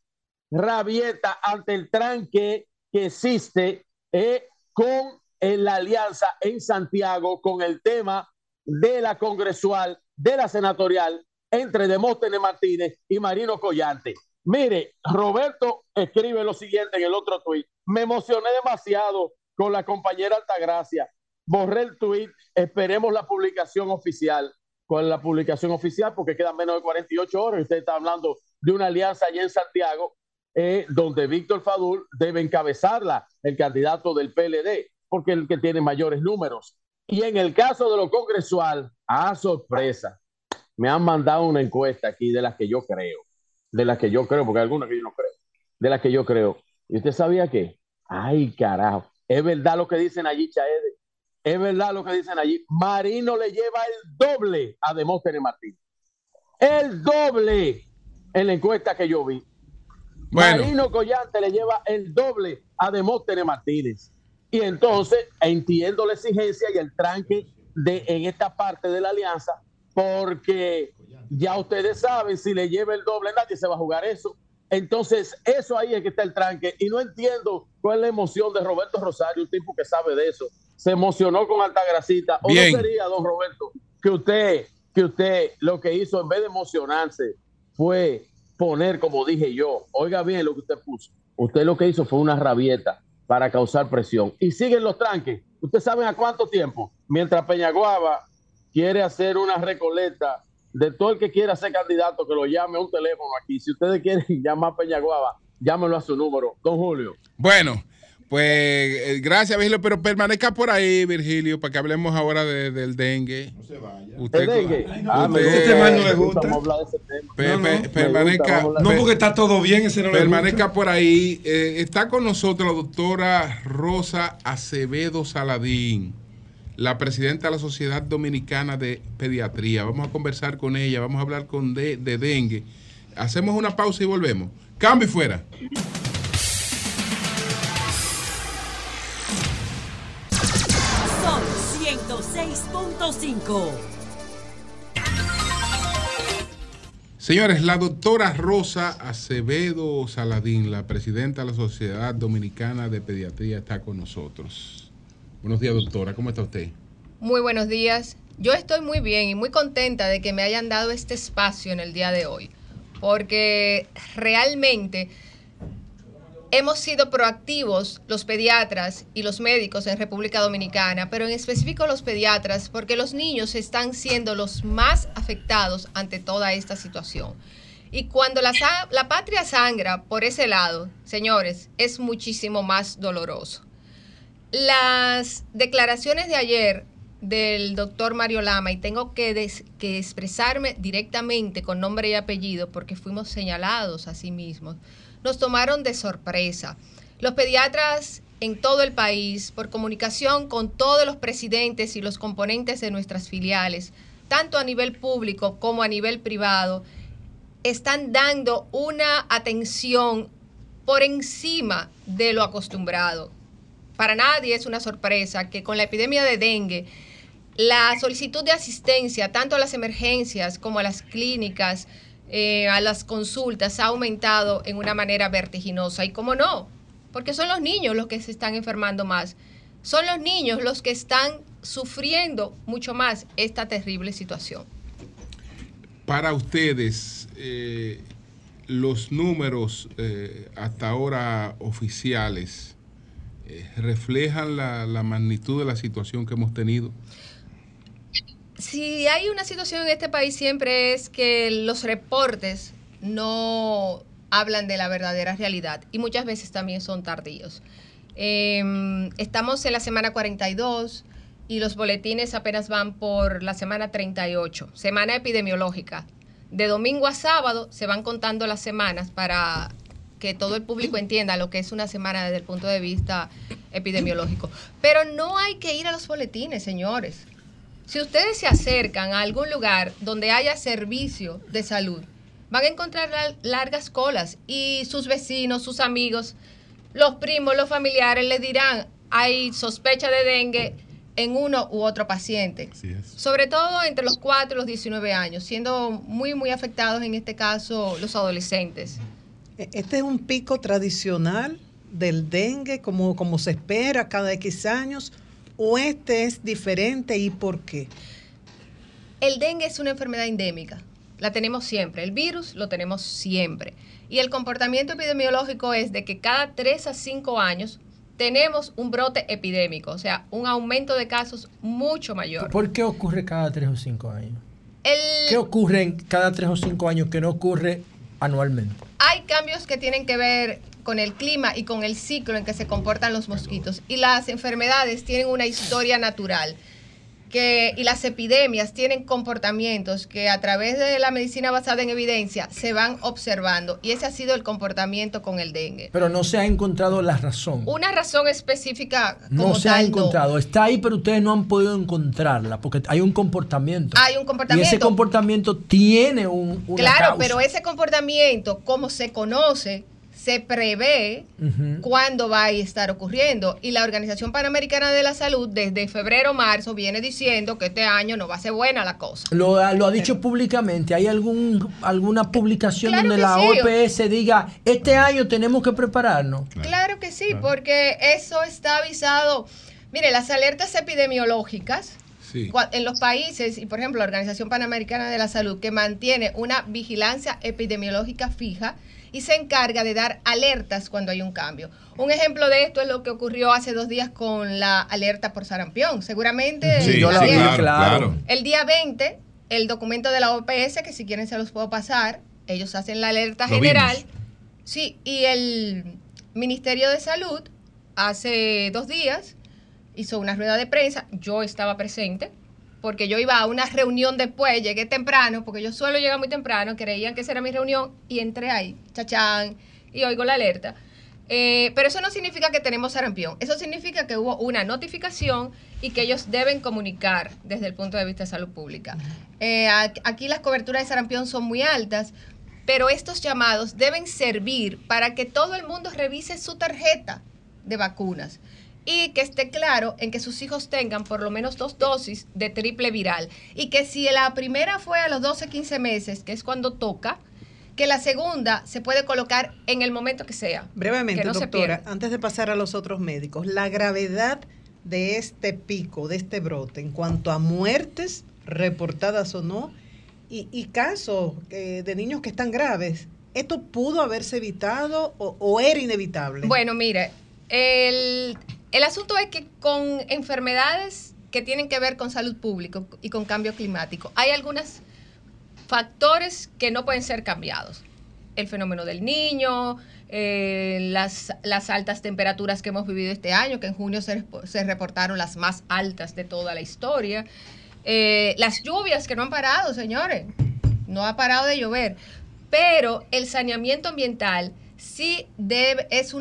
ante el tranque que existe con la alianza en Santiago con el tema de la congresual, de la senatorial, entre Demóstenes Martínez y Marino Collante. Mire, Roberto escribe lo siguiente en el otro tuit: me emocioné demasiado con la compañera Altagracia, borré el tuit, esperemos la publicación oficial. ¿Cuál es la publicación oficial? Porque quedan menos de 48 horas y usted está hablando de una alianza allá en Santiago, donde Víctor Fadul debe encabezarla, el candidato del PLD, porque es el que tiene mayores números. Y en el caso de lo congresual, sorpresa, me han mandado una encuesta aquí de las que yo creo, porque hay algunas que yo no creo, de las que yo creo. ¿Y usted sabía qué? Ay, carajo, es verdad lo que dicen allí, Chaede, es verdad lo que dicen allí. Marino le lleva el doble a Demóstenes Martínez, el doble en la encuesta que yo vi. Bueno. Marino Collante le lleva el doble a Demóstenes Martínez. Y entonces entiendo la exigencia y el tranque en esta parte de la alianza, porque ya ustedes saben, si le lleva el doble, nadie se va a jugar eso. Entonces, eso ahí es que está el tranque. Y no entiendo cuál es la emoción de Roberto Rosario, un tipo que sabe de eso. Se emocionó con Altagracita. ¿O no sería, don Roberto, que usted lo que hizo, en vez de emocionarse, fue poner, como dije yo, oiga bien lo que usted puso? Usted lo que hizo fue una rabieta para causar presión. Y siguen los tranques. ¿Ustedes saben a cuánto tiempo? Mientras Peñaguaba quiere hacer una recolecta de todo el que quiera ser candidato, que lo llame a un teléfono aquí. Si ustedes quieren llamar a Peñaguaba, llámenlo a su número. Don Julio. Bueno, pues gracias, Virgilio, pero permanezca por ahí, Virgilio, para que hablemos ahora del dengue. No se vaya. ¿El dengue? Ese tema no le gusta. Permanezca. No, porque está todo bien, ese no le gusta. Permanezca por ahí. Está con nosotros la doctora Rosa Acevedo Saladín, la presidenta de la Sociedad Dominicana de Pediatría. Vamos a conversar con ella, vamos a hablar de dengue. Hacemos una pausa y volvemos. Cambio y fuera. Son 106.5. Señores, la doctora Rosa Acevedo Saladín, la presidenta de la Sociedad Dominicana de Pediatría, está con nosotros. Buenos días, doctora. ¿Cómo está usted? Muy buenos días. Yo estoy muy bien y muy contenta de que me hayan dado este espacio en el día de hoy, porque realmente hemos sido proactivos los pediatras y los médicos en República Dominicana, pero en específico los pediatras, porque los niños están siendo los más afectados ante toda esta situación. Y cuando la patria sangra por ese lado, señores, es muchísimo más doloroso. Las declaraciones de ayer del doctor Mario Lama, y tengo que expresarme directamente con nombre y apellido porque fuimos señalados a sí mismos, nos tomaron de sorpresa. Los pediatras en todo el país, por comunicación con todos los presidentes y los componentes de nuestras filiales, tanto a nivel público como a nivel privado, están dando una atención por encima de lo acostumbrado. Para nadie es una sorpresa que con la epidemia de dengue, la solicitud de asistencia, tanto a las emergencias como a las clínicas, a las consultas ha aumentado en una manera vertiginosa. ¿Y cómo no? Porque son los niños los que se están enfermando más. Son los niños los que están sufriendo mucho más esta terrible situación. Para ustedes, los números hasta ahora oficiales reflejan la magnitud de la situación que hemos tenido. Si hay una situación en este país siempre es que los reportes no hablan de la verdadera realidad y muchas veces también son tardíos. Estamos en la semana 42 y los boletines apenas van por la semana 38, semana epidemiológica. De domingo a sábado se van contando las semanas para que todo el público entienda lo que es una semana desde el punto de vista epidemiológico. Pero no hay que ir a los boletines, señores. Si ustedes se acercan a algún lugar donde haya servicio de salud, van a encontrar largas colas y sus vecinos, sus amigos, los primos, los familiares les dirán, hay sospecha de dengue en uno u otro paciente. Sobre todo entre los 4 y los 19 años, siendo muy, muy afectados en este caso los adolescentes. Este es un pico tradicional del dengue, como se espera cada X años, o este es diferente y por qué. El dengue es una enfermedad endémica, la tenemos siempre, el virus lo tenemos siempre. Y el comportamiento epidemiológico es de que cada 3 a 5 años tenemos un brote epidémico, o sea, un aumento de casos mucho mayor. ¿Por qué ocurre cada 3 o 5 años? ¿Qué ocurre en cada 3 o 5 años que no ocurre anualmente? Hay cambios que tienen que ver con el clima y con el ciclo en que se comportan los mosquitos. Y las enfermedades tienen una historia natural. Y las epidemias tienen comportamientos que a través de la medicina basada en evidencia se van observando. Y ese ha sido el comportamiento con el dengue. Pero no se ha encontrado la razón. Una razón específica como no se ha encontrado. No. Está ahí, pero ustedes no han podido encontrarla porque hay un comportamiento. Hay un comportamiento. Y ese comportamiento tiene una claro, causa. pero ese comportamiento, como se conoce, se prevé cuándo va a estar ocurriendo. Y la Organización Panamericana de la Salud desde febrero, marzo viene diciendo que este año no va a ser buena la cosa. Lo ha dicho públicamente. ¿Hay alguna publicación claro donde la sí. OPS diga, este año tenemos que prepararnos? Claro que sí, porque eso está avisado. Mire, las alertas epidemiológicas en los países, y por ejemplo la Organización Panamericana de la Salud, que mantiene una vigilancia epidemiológica fija, y se encarga de dar alertas cuando hay un cambio. Un ejemplo de esto es lo que ocurrió hace 2 días con la alerta por sarampión. Seguramente claro. El día 20, el documento de la OPS, que si quieren se los puedo pasar, ellos hacen la alerta general. Sí, y el Ministerio de Salud hace 2 días hizo una rueda de prensa. Yo estaba presente, porque yo iba a una reunión después, llegué temprano, porque yo suelo llegar muy temprano, creían que esa era mi reunión, y entré ahí, chachán, y oigo la alerta. Pero eso no significa que tenemos sarampión, eso significa que hubo una notificación y que ellos deben comunicar desde el punto de vista de salud pública. Aquí las coberturas de sarampión son muy altas, pero estos llamados deben servir para que todo el mundo revise su tarjeta de vacunas. Y que esté claro en que sus hijos tengan por lo menos 2 dosis de triple viral. Y que si la primera fue a los 12, 15 meses, que es cuando toca, que la segunda se puede colocar en el momento que sea. Brevemente, que no doctora, antes de pasar a los otros médicos, la gravedad de este pico, de este brote, en cuanto a muertes reportadas o no, y casos de niños que están graves, ¿esto pudo haberse evitado o era inevitable? Bueno, mire, el asunto es que con enfermedades que tienen que ver con salud pública y con cambio climático, hay algunos factores que no pueden ser cambiados. El fenómeno del niño, las altas temperaturas que hemos vivido este año, que en junio se reportaron las más altas de toda la historia. Las lluvias que no han parado, señores, no ha parado de llover. Pero el saneamiento ambiental sí es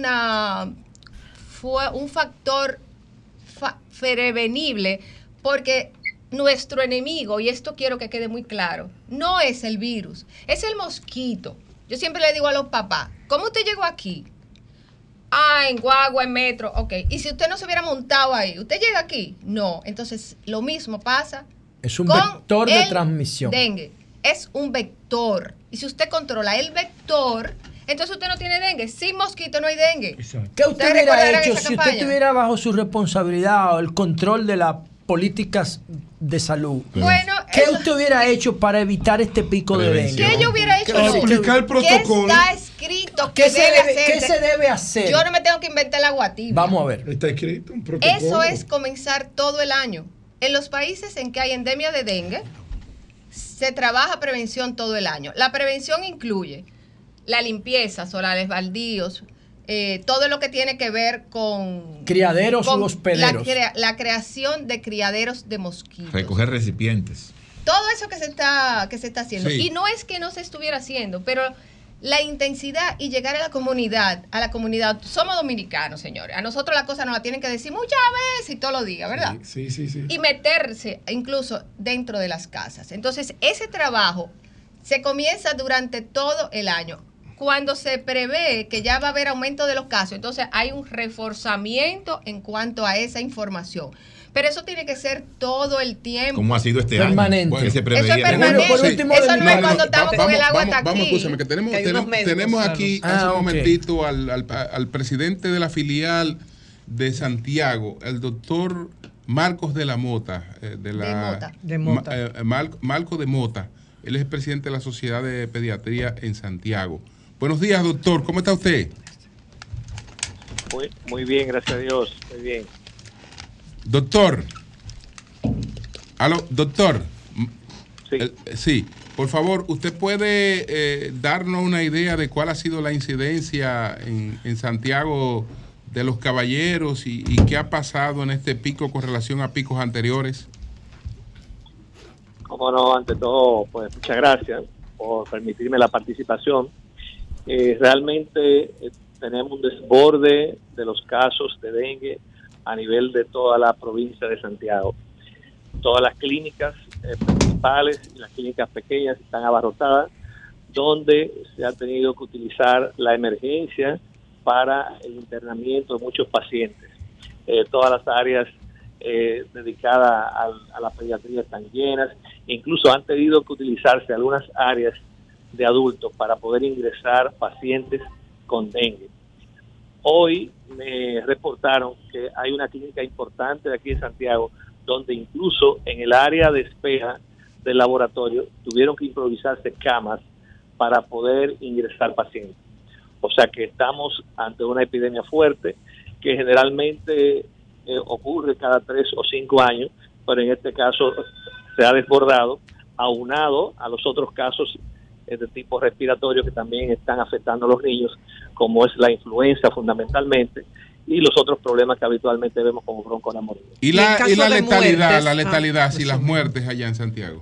un factor prevenible, porque nuestro enemigo, y esto quiero que quede muy claro, no es el virus, es el mosquito. Yo siempre le digo a los papás, ¿cómo usted llegó aquí? En guagua, en metro, ok. ¿Y si usted no se hubiera montado ahí, usted llega aquí? No. Entonces, lo mismo pasa es un vector de transmisión. Dengue. es un vector. Y si usted controla el vector, entonces usted no tiene dengue. Sin mosquito no hay dengue. ¿Qué usted hubiera hecho si usted tuviera bajo su responsabilidad el control de las políticas de salud? Bueno, ¿qué usted hubiera hecho para evitar este pico de dengue? ¿Qué yo hubiera hecho? Aplicar el protocolo. ¿Qué está escrito? ¿Qué se debe hacer? Yo no me tengo que inventar el agua tibia. Vamos a ver. Está escrito un protocolo. Eso es comenzar todo el año. En los países en que hay endemia de dengue, se trabaja prevención todo el año. La prevención incluye la limpieza, solares baldíos, todo lo que tiene que ver con criaderos u hospederos. La creación de criaderos de mosquitos. Recoger recipientes. Todo eso que se está haciendo. Sí. Y no es que no se estuviera haciendo, pero la intensidad y llegar a la comunidad, somos dominicanos, señores. A nosotros la cosa nos la tienen que decir muchas veces y todos los días, ¿verdad? Sí. Y meterse incluso dentro de las casas. Entonces, ese trabajo se comienza durante todo el año. Cuando se prevé que ya va a haber aumento de los casos, entonces hay un reforzamiento en cuanto a esa información. Pero eso tiene que ser todo el tiempo. ¿Cómo ha sido este permanente. año? Bueno, se Eso es permanente. Por último, eso no es cuando estamos con el agua hasta aquí. Vamos, escúchame, que tenemos aquí hace un momentito al presidente de la filial de Santiago, el doctor Marcos de la Mota. Marco de Mota. Él es el presidente de la Sociedad de Pediatría en Santiago. Buenos días, doctor. ¿Cómo está usted? Muy bien, gracias a Dios. Muy bien. Doctor. Aló, doctor. Sí. Sí, por favor, ¿usted puede darnos una idea de cuál ha sido la incidencia en Santiago de los caballeros y qué ha pasado en este pico con relación a picos anteriores? Como no, ante todo, pues muchas gracias por permitirme la participación. Realmente tenemos un desborde de los casos de dengue a nivel de toda la provincia de Santiago. Todas las clínicas principales y las clínicas pequeñas están abarrotadas, donde se ha tenido que utilizar la emergencia para el internamiento de muchos pacientes. Todas las áreas dedicadas a la pediatría están llenas, incluso han tenido que utilizarse algunas áreas de adultos para poder ingresar pacientes con dengue. Hoy me reportaron que hay una clínica importante de aquí en Santiago donde incluso en el área de espera del laboratorio tuvieron que improvisarse camas para poder ingresar pacientes. O sea que estamos ante una epidemia fuerte que generalmente ocurre cada 3 o 5 años, pero en este caso se ha desbordado, aunado a los otros casos de tipo respiratorio que también están afectando a los niños, como es la influenza fundamentalmente, y los otros problemas que habitualmente vemos como bronconeumonitis. ¿Y la letalidad, si las muertes allá en Santiago?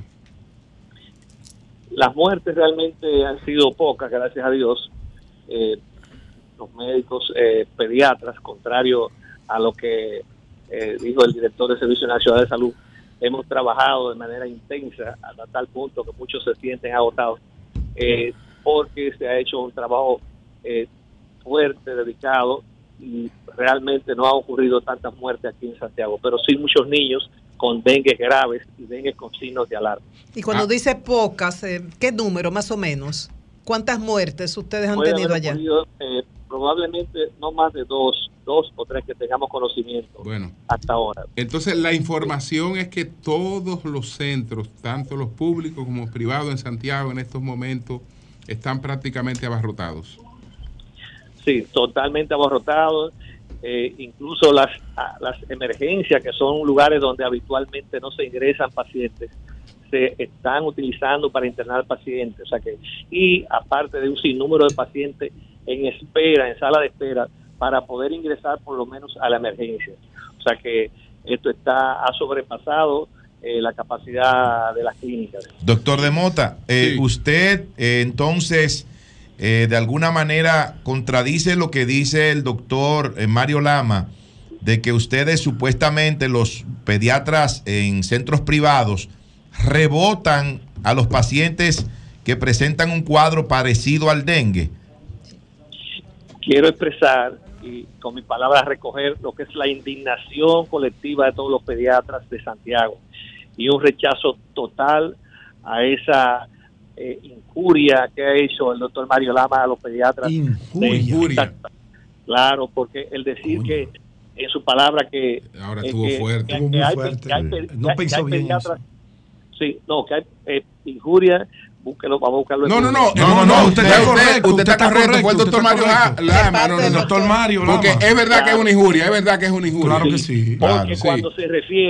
Las muertes realmente han sido pocas, gracias a Dios. Los médicos pediatras, contrario a lo que dijo el director del Servicio Nacional de Salud, hemos trabajado de manera intensa hasta tal punto que muchos se sienten agotados, porque se ha hecho un trabajo fuerte, dedicado, y realmente no ha ocurrido tantas muertes aquí en Santiago, pero sí muchos niños con dengue graves y dengue con signos de alarma. Y cuando dice pocas, ¿qué número más o menos? ¿Cuántas muertes ustedes han tenido allá? Ocurrido, probablemente no más de dos o tres que tengamos conocimiento hasta ahora. Entonces la información es que todos los centros, tanto los públicos como privados en Santiago en estos momentos, están prácticamente abarrotados. Sí, totalmente abarrotados. Incluso las emergencias, que son lugares donde habitualmente no se ingresan pacientes, se están utilizando para internar pacientes. O sea que, y aparte de un sinnúmero de pacientes en espera, en sala de espera, para poder ingresar por lo menos a la emergencia. O sea que esto ha sobrepasado la capacidad de las clínicas. Doctor de Mota, usted entonces de alguna manera contradice lo que dice el doctor Mario Lama, de que ustedes supuestamente, los pediatras en centros privados, rebotan a los pacientes que presentan un cuadro parecido al dengue. Quiero expresar y con mis palabras recoger lo que es la indignación colectiva de todos los pediatras de Santiago y un rechazo total a injuria que ha hecho el doctor Mario Lama a los pediatras. Injuria. Claro, porque el decir que en su palabra que ahora estuvo fuerte, que muy hay, fuerte. que hay, No pensó bien pediatras, sí, no, que hay injuria. Búsquelo, vamos a buscarlo. No, usted está correcto. Usted está correcto. Fue el doctor Mario Lama. El doctor Mario Lama. Porque es verdad que es una injuria, es verdad que es una injuria. Claro que sí. Porque cuando se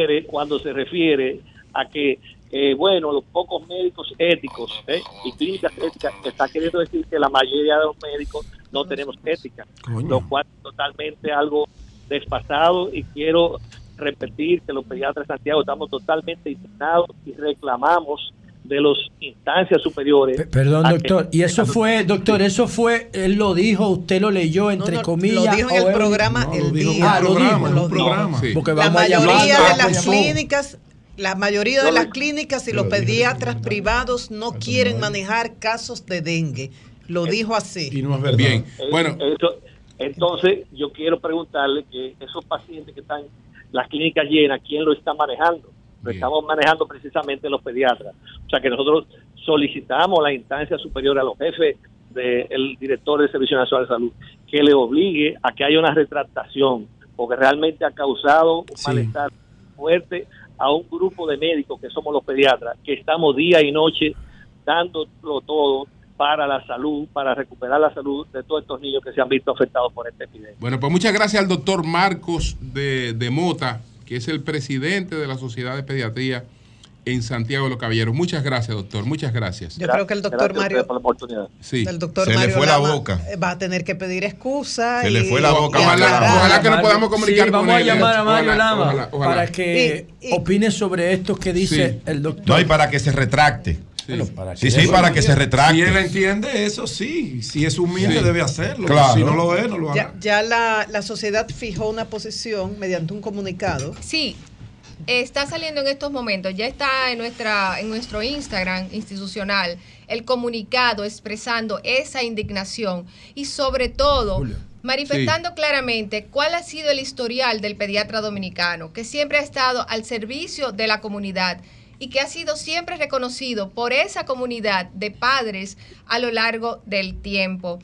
refiere a que bueno, los pocos médicos éticos y clínicas éticas, está queriendo decir que la mayoría de los médicos no tenemos ética, lo cual es totalmente algo desfasado, y quiero repetir que los pediatras de Santiago estamos totalmente indignados y reclamamos de las instancias superiores. Perdón, doctor, y eso fue, doctor, eso fue, él lo dijo, usted lo leyó, entre comillas. Lo dijo en el programa El Día. Lo dijo en el programa. Porque la vamos mayoría a de las clínicas, la mayoría de las clínicas y los pediatras privados no quieren manejar casos de dengue. Lo dijo así. Y no es verdad. Bien, bueno. Entonces, yo quiero preguntarle que esos pacientes que están las clínicas llenas, ¿quién lo está manejando? Lo estamos manejando precisamente los pediatras. O sea que nosotros solicitamos a la instancia superior, a los jefes del director del Servicio Nacional de Salud, que le obligue a que haya una retractación, porque realmente ha causado un malestar fuerte a un grupo de médicos que somos los pediatras, que estamos día y noche dándolo todo para la salud, para recuperar la salud de todos estos niños que se han visto afectados por esta epidemia. Bueno, pues muchas gracias al doctor Marcos de Mota, que es el presidente de la Sociedad de Pediatría en Santiago de los Caballeros. Muchas gracias, doctor. Muchas gracias. Yo creo que el doctor Mario, por la oportunidad. Sí. el doctor Se Mario le fue Lama la boca. Va a tener que pedir excusa. Se le fue la boca. Ojalá que nos podamos comunicar sí, con él. vamos a llamar a Mario Lama ojalá. para que opine sobre esto que dice el doctor. No, y para que se retracte. Bueno, para que se retracte. Si él entiende eso, sí. Si es humilde, debe hacerlo. Claro. Si no lo es, no lo hará. Ya la sociedad fijó una posición mediante un comunicado. Sí, está saliendo en estos momentos, ya está en nuestro Instagram institucional el comunicado expresando esa indignación y sobre todo manifestando claramente cuál ha sido el historial del pediatra dominicano, que siempre ha estado al servicio de la comunidad y que ha sido siempre reconocido por esa comunidad de padres a lo largo del tiempo.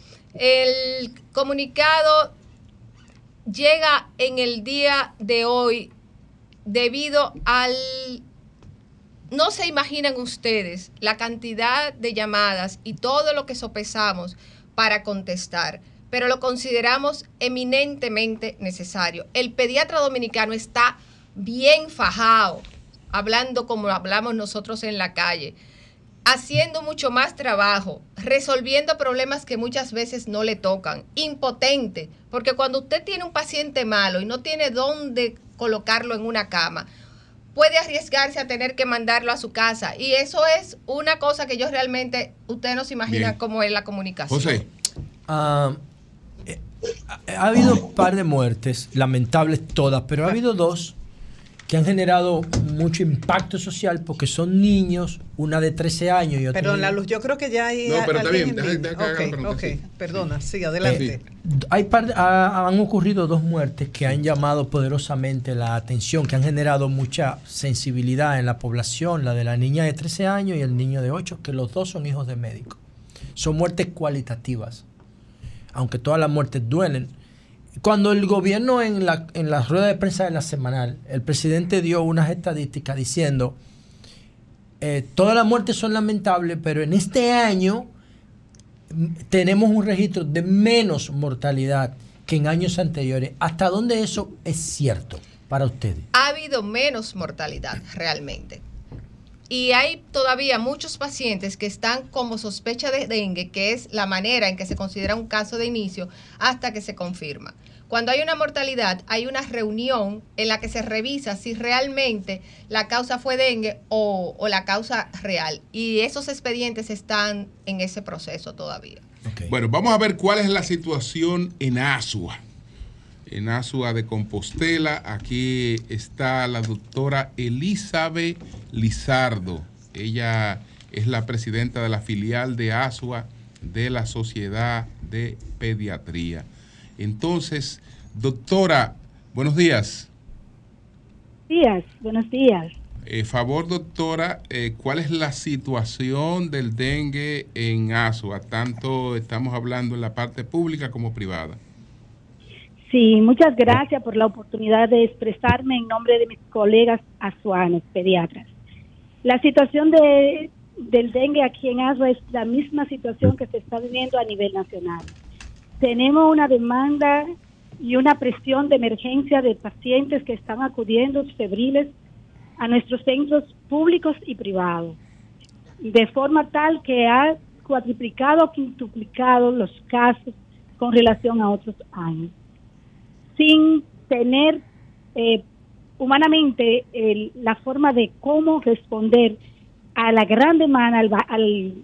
El comunicado llega en el día de hoy debido al... No se imaginan ustedes la cantidad de llamadas y todo lo que sopesamos para contestar, pero lo consideramos eminentemente necesario. El pediatra dominicano está bien fajado, hablando como hablamos nosotros en la calle, haciendo mucho más trabajo, resolviendo problemas que muchas veces no le tocan, impotente, porque cuando usted tiene un paciente malo y no tiene dónde colocarlo en una cama, puede arriesgarse a tener que mandarlo a su casa, y eso es una cosa que yo realmente, usted no se imagina cómo es la comunicación. José. Ha habido un par de muertes, lamentables todas, pero ha habido dos que han generado mucho impacto social porque son niños, una de 13 años y otra. Perdón, La Luz, yo creo que ya hay... No, pero está bien, deja perdona, sí, adelante. Han ocurrido dos muertes que han llamado poderosamente la atención, que han generado mucha sensibilidad en la población, la de la niña de 13 años y el niño de 8, que los dos son hijos de médicos. Son muertes cualitativas, aunque todas las muertes duelen. Cuando el gobierno en la rueda de prensa de la semanal, el presidente dio unas estadísticas diciendo todas las muertes son lamentables, pero en este año tenemos un registro de menos mortalidad que en años anteriores. ¿Hasta dónde eso es cierto para ustedes? Ha habido menos mortalidad realmente. Y hay todavía muchos pacientes que están como sospecha de dengue, que es la manera en que se considera un caso de inicio hasta que se confirma. Cuando hay una mortalidad, hay una reunión en la que se revisa si realmente la causa fue dengue o la causa real. Y esos expedientes están en ese proceso todavía. Okay. Bueno, vamos a ver cuál es la situación en Asua. En Asua de Compostela, aquí está la doctora Elizabeth Lizardo. Ella es la presidenta de la filial de Asua de la Sociedad de Pediatría. Entonces, doctora, buenos días. Buenos días. Favor, doctora, ¿cuál es la situación del dengue en Asua? Tanto estamos hablando en la parte pública como privada. Sí, muchas gracias por la oportunidad de expresarme en nombre de mis colegas azuanos, pediatras. La situación del dengue aquí en Asua es la misma situación que se está viviendo a nivel nacional. Tenemos una demanda y una presión de emergencia de pacientes que están acudiendo febriles a nuestros centros públicos y privados, de forma tal que ha cuadriplicado o quintuplicado los casos con relación a otros años, sin tener humanamente la forma de cómo responder a la gran demanda, a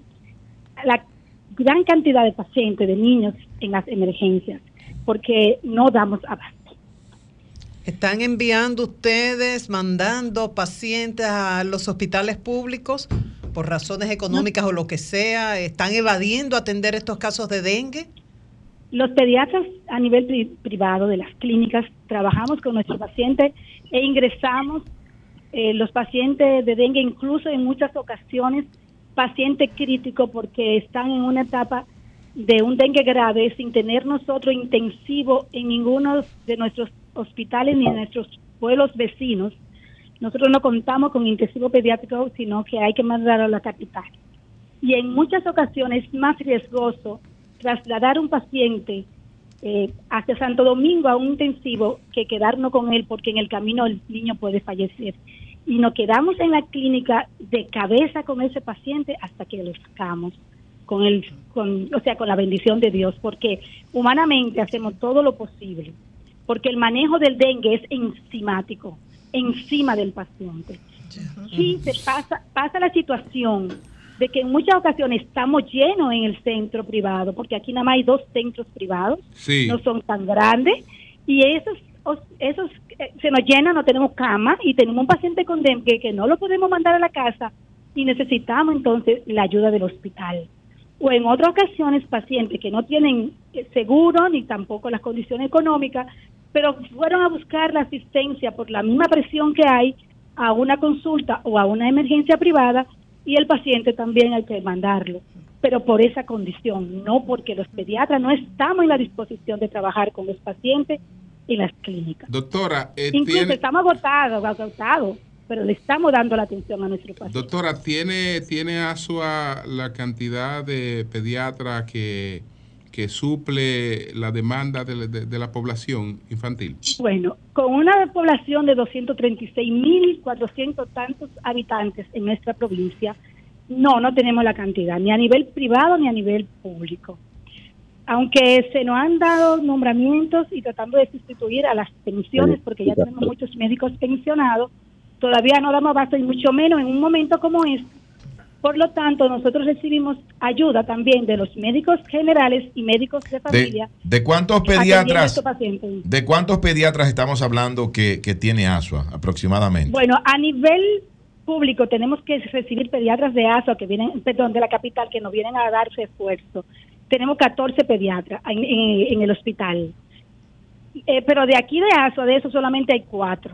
la gran cantidad de pacientes, de niños en las emergencias, porque no damos abasto. ¿Están enviando ustedes, mandando pacientes a los hospitales públicos por razones económicas o lo que sea? ¿Están evadiendo atender estos casos de dengue? Los pediatras a nivel privado de las clínicas trabajamos con nuestros pacientes e ingresamos los pacientes de dengue, incluso en muchas ocasiones paciente crítico porque están en una etapa de un dengue grave sin tener nosotros intensivo en ninguno de nuestros hospitales ni en nuestros pueblos vecinos. Nosotros no contamos con intensivo pediátrico, sino que hay que mandarlo a la capital. Y en muchas ocasiones es más riesgoso trasladar un paciente hacia Santo Domingo a un intensivo que quedarnos con él, porque en el camino el niño puede fallecer. Y nos quedamos en la clínica de cabeza con ese paciente hasta que lo sacamos, con la bendición de Dios, porque humanamente hacemos todo lo posible, porque el manejo del dengue es enzimático, encima del paciente. Sí, se pasa la situación de que en muchas ocasiones estamos llenos en el centro privado, porque aquí nada más hay 2 centros privados, no son tan grandes, y esos se nos llenan, no tenemos cama, y tenemos un paciente con dengue que no lo podemos mandar a la casa, y necesitamos entonces la ayuda del hospital. O en otras ocasiones pacientes que no tienen seguro, ni tampoco las condiciones económicas, pero fueron a buscar la asistencia por la misma presión que hay a una consulta o a una emergencia privada, y el paciente también hay que mandarlo, pero por esa condición, no porque los pediatras no estamos en la disposición de trabajar con los pacientes en las clínicas. Doctora, incluso estamos agotados, pero le estamos dando la atención a nuestros pacientes. Doctora, ¿tiene Asua la cantidad de pediatras que suple la demanda de la población infantil? Bueno, con una población de 236.400 tantos habitantes en nuestra provincia, no tenemos la cantidad, ni a nivel privado ni a nivel público. Aunque se nos han dado nombramientos y tratando de sustituir a las pensiones, porque ya tenemos muchos médicos pensionados, todavía no damos abasto, y mucho menos en un momento como este. Por lo tanto, nosotros recibimos ayuda también de los médicos generales y médicos de familia. ¿De cuántos pediatras estamos hablando que tiene Asua aproximadamente? Bueno, a nivel público tenemos que recibir pediatras de Asua de la capital, que nos vienen a dar refuerzo. Tenemos 14 pediatras en el hospital. Pero de aquí de Asua, de eso solamente hay 4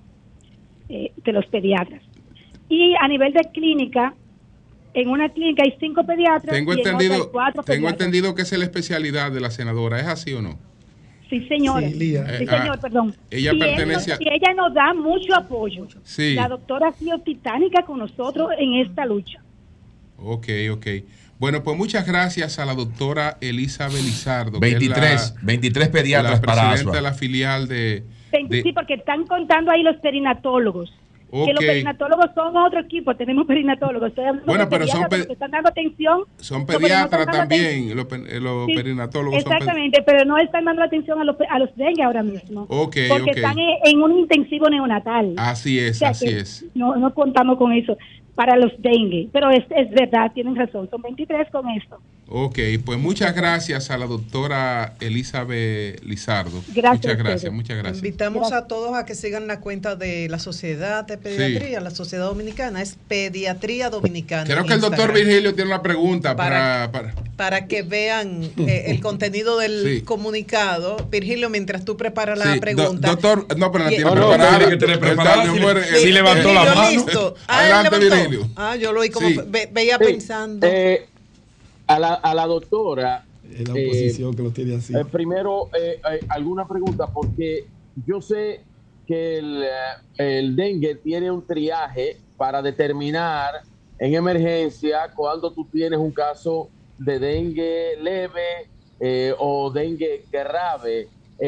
de los pediatras. Y a nivel de clínica, en una clínica hay 5 pediatras. Tengo y en otra hay 4 pediatras. Entendido que esa es la especialidad de la senadora. ¿Es así o no? Sí, señora. Sí, señor, perdón. Ella pertenece y ella nos da mucho apoyo. Sí. La doctora ha sido titánica con nosotros en esta lucha. Ok. Bueno, pues muchas gracias a la doctora Elizabeth Lizardo. 23 pediatras para Asua. La presidenta de la filial de... Sí, porque están contando ahí los perinatólogos. Okay. Que los perinatólogos son otro equipo, tenemos perinatólogos. Bueno, pero que están dando atención. Son pediatras también, los perinatólogos. Exactamente, pero no están dando atención a los dengue ahora mismo. Porque están en un intensivo neonatal. Así es, No contamos con eso para los dengue, pero es verdad, tienen razón, son 23 con esto. Ok, pues muchas gracias a la doctora Elizabeth Lizardo. Muchas gracias. Invitamos a todos a que sigan la cuenta de la Sociedad de Pediatría, la Sociedad Dominicana, es Pediatría Dominicana. Creo que el doctor Virgilio tiene una pregunta para para que vean el contenido del comunicado. Virgilio, mientras tú preparas la pregunta. Doctor, no, pero la tiene preparada. Sí, levantó la mano. Listo. Adelante, Virgilio. Yo lo oí como veía pensando. A la doctora. Es la oposición que lo tiene así. Primero, alguna pregunta, porque yo sé que el dengue tiene un triaje para determinar en emergencia cuando tú tienes un caso de dengue leve o dengue grave.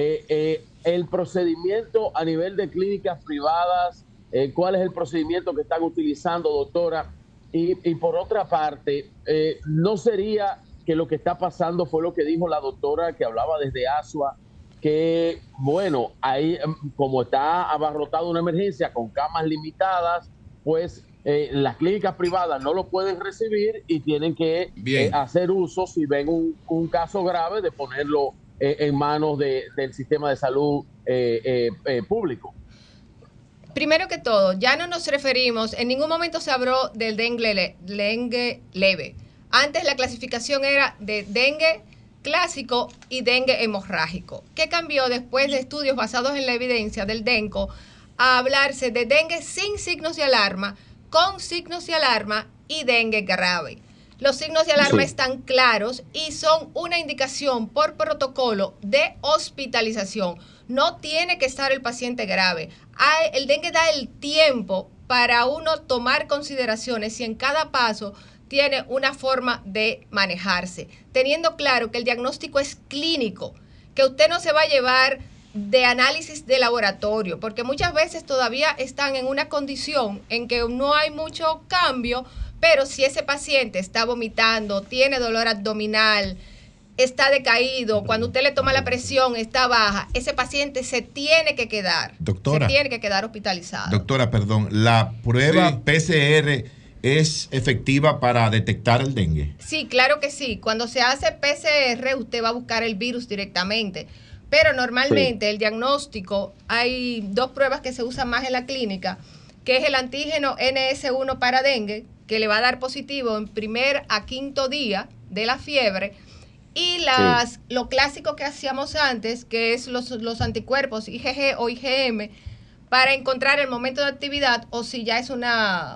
El procedimiento a nivel de clínicas privadas, ¿cuál es el procedimiento que están utilizando, doctora? Y por otra parte, ¿no sería que lo que está pasando fue lo que dijo la doctora que hablaba desde Asua, que bueno, ahí como está abarrotada una emergencia con camas limitadas, pues las clínicas privadas no lo pueden recibir y tienen que hacer uso, si ven un caso grave, de ponerlo en manos del sistema de salud público? Primero que todo, ya no nos referimos, en ningún momento se habló del dengue leve. Antes la clasificación era de dengue clásico y dengue hemorrágico. ¿Qué cambió después de estudios basados en la evidencia del DENCO a hablarse de dengue sin signos de alarma, con signos de alarma y dengue grave? Los signos de alarma están claros y son una indicación por protocolo de hospitalización. No tiene que estar el paciente grave. El dengue da el tiempo para uno tomar consideraciones y en cada paso tiene una forma de manejarse, teniendo claro que el diagnóstico es clínico, que usted no se va a llevar de análisis de laboratorio, porque muchas veces todavía están en una condición en que no hay mucho cambio, pero si ese paciente está vomitando, tiene dolor abdominal, está decaído, cuando usted le toma la presión está baja, ese paciente se tiene que quedar, doctora, se tiene que quedar hospitalizado. Doctora, perdón, ¿la prueba PCR es efectiva para detectar el dengue? Sí, claro que sí. Cuando se hace PCR, usted va a buscar el virus directamente. Pero normalmente el diagnóstico, hay dos pruebas que se usan más en la clínica, que es el antígeno NS1 para dengue, que le va a dar positivo en primer a quinto día de la fiebre, y lo clásico que hacíamos antes, que es los anticuerpos IgG o IgM, para encontrar el momento de actividad o si ya es una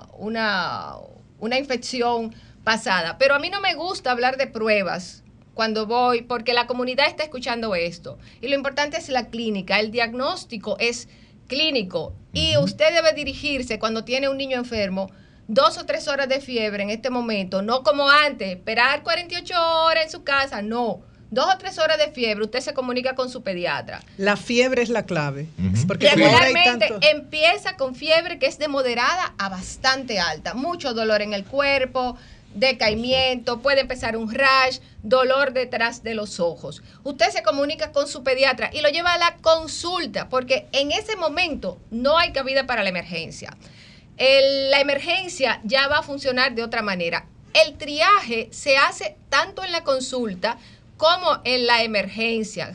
infección pasada. Pero a mí no me gusta hablar de pruebas cuando voy, porque la comunidad está escuchando esto. Y lo importante es la clínica, el diagnóstico es clínico. Y usted debe dirigirse cuando tiene un niño enfermo, 2 o 3 horas de fiebre en este momento, no como antes, esperar 48 horas en su casa, no. 2 o 3 horas de fiebre, usted se comunica con su pediatra. La fiebre es la clave. Porque regularmente empieza con fiebre que es de moderada a bastante alta. Mucho dolor en el cuerpo, decaimiento, puede empezar un rash, dolor detrás de los ojos. Usted se comunica con su pediatra y lo lleva a la consulta, porque en ese momento no hay cabida para la emergencia. La emergencia ya va a funcionar de otra manera. El triaje se hace tanto en la consulta como en la emergencia,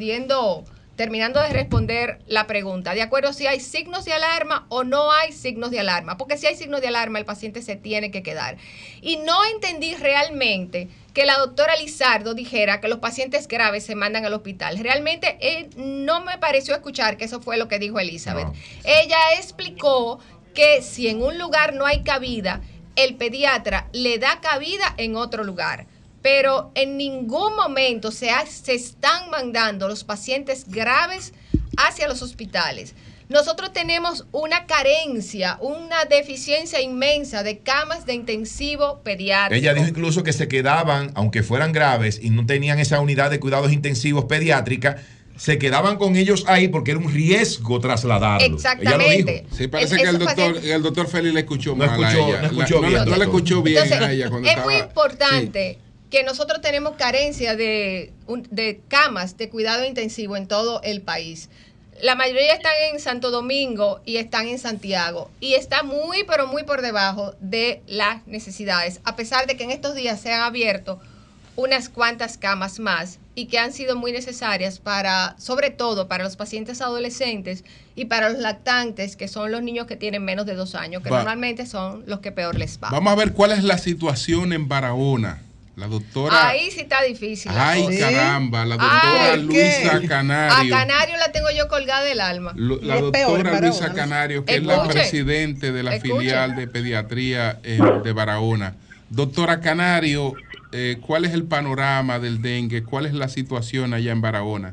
terminando de responder la pregunta, de acuerdo si hay signos de alarma o no hay signos de alarma, porque si hay signos de alarma el paciente se tiene que quedar. Y no entendí realmente que la doctora Lizardo dijera que los pacientes graves se mandan al hospital. Realmente no me pareció escuchar que eso fue lo que dijo Elizabeth. No. Ella explicó que si en un lugar no hay cabida, el pediatra le da cabida en otro lugar. Pero en ningún momento se están mandando los pacientes graves hacia los hospitales. Nosotros tenemos una carencia, una deficiencia inmensa de camas de intensivo pediátrico. Ella dijo incluso que se quedaban, aunque fueran graves y no tenían esa unidad de cuidados intensivos pediátrica, se quedaban con ellos ahí porque era un riesgo trasladarlos. Exactamente. Ella lo dijo. Sí, parece que el doctor Félix le escuchó mal a ella. No le escuchó bien. Entonces, a ella cuando es muy importante que nosotros tenemos carencia de camas de cuidado intensivo en todo el país. La mayoría están en Santo Domingo y están en Santiago y está muy, pero muy por debajo de las necesidades, a pesar de que en estos días se han abierto unas cuantas camas más y que han sido muy necesarias sobre todo para los pacientes adolescentes y para los lactantes, que son los niños que tienen menos de 2 años, que normalmente son los que peor les va. Vamos a ver cuál es la situación en Barahona La doctora. Ahí sí está difícil. Ay, caramba, la doctora Luisa Canario. A Canario la tengo yo colgada del alma. La doctora Luisa Canario, que es la presidente de la filial de pediatría de Barahona. Doctora Canario, ¿cuál es el panorama del dengue? ¿Cuál es la situación allá en Barahona?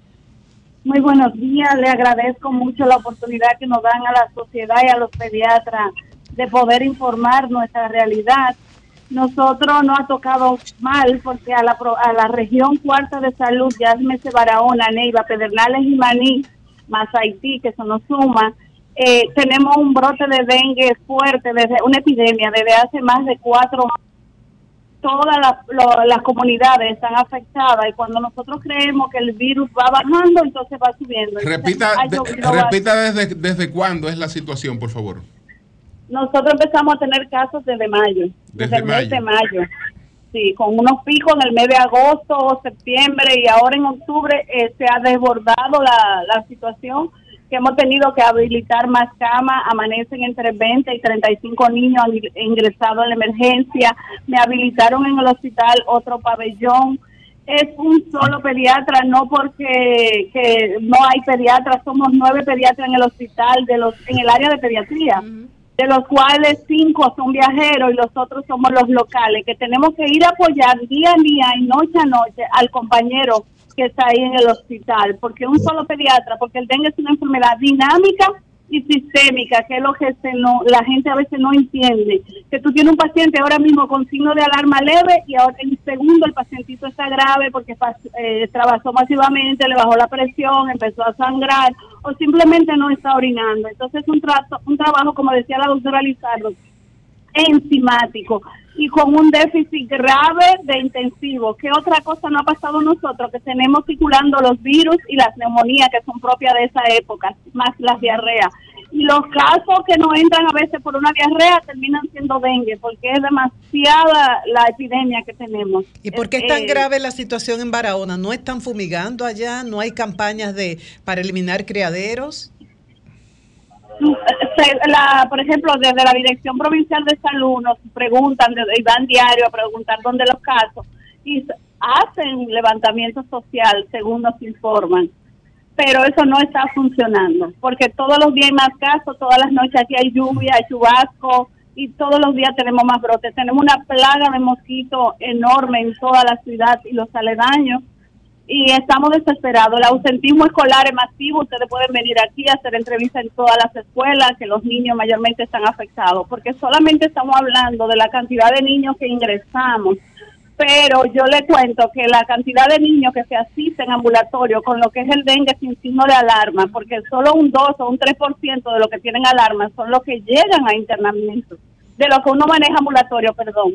Muy buenos días, le agradezco mucho la oportunidad que nos dan a la sociedad y a los pediatras de poder informar nuestra realidad. Nosotros nos ha tocado mal porque a la región cuarta de salud, ya llámese Barahona, Neiva, Pedernales y Maní, más Haití, que eso nos suma, tenemos un brote de dengue fuerte, desde una epidemia desde hace más de 4 años. Todas las comunidades están afectadas y cuando nosotros creemos que el virus va bajando, entonces va subiendo. Repita desde cuándo es la situación, por favor. Nosotros empezamos a tener casos desde mayo, desde el mes de mayo. Sí, con unos picos en el mes de agosto, septiembre y ahora en octubre se ha desbordado la situación, que hemos tenido que habilitar más camas, amanecen entre 20 y 35 niños ingresados en la emergencia, me habilitaron en el hospital otro pabellón. Es un solo pediatra, no porque que no hay pediatras, somos 9 pediatras en el hospital, en el área de pediatría. De los cuales 5 son viajeros y los otros somos los locales, que tenemos que ir a apoyar día a día y noche a noche al compañero que está ahí en el hospital, porque un solo pediatra, porque el dengue es una enfermedad dinámica y sistémica, que es lo que la gente a veces no entiende, que tú tienes un paciente ahora mismo con signo de alarma leve y ahora en segundo el pacientito está grave porque trabajó masivamente, le bajó la presión, empezó a sangrar o simplemente no está orinando. Entonces un trabajo, como decía la doctora Lizardo, enzimático y con un déficit grave de intensivo. ¿Qué otra cosa no ha pasado nosotros? Que tenemos circulando los virus y las neumonías que son propias de esa época, más las diarreas. Y los casos que no entran a veces por una diarrea terminan siendo dengue, porque es demasiada la epidemia que tenemos. ¿Y por qué es tan grave la situación en Barahona? ¿No están fumigando allá? ¿No hay campañas para eliminar criaderos? Por ejemplo, desde la Dirección Provincial de Salud nos preguntan, y van diario a preguntar dónde los casos, y hacen levantamiento social según nos informan, pero eso no está funcionando, porque todos los días hay más casos, todas las noches aquí hay lluvia, hay chubasco, y todos los días tenemos más brotes. Tenemos una plaga de mosquitos enorme en toda la ciudad y los aledaños, y estamos desesperados. El ausentismo escolar es masivo, ustedes pueden venir aquí a hacer entrevistas en todas las escuelas, que los niños mayormente están afectados, porque solamente estamos hablando de la cantidad de niños que ingresamos, pero yo le cuento que la cantidad de niños que se asisten en ambulatorio con lo que es el dengue sin signo de alarma, porque solo un 2 o un 3% de los que tienen alarma son los que llegan a internamiento, de lo que uno maneja ambulatorio, perdón.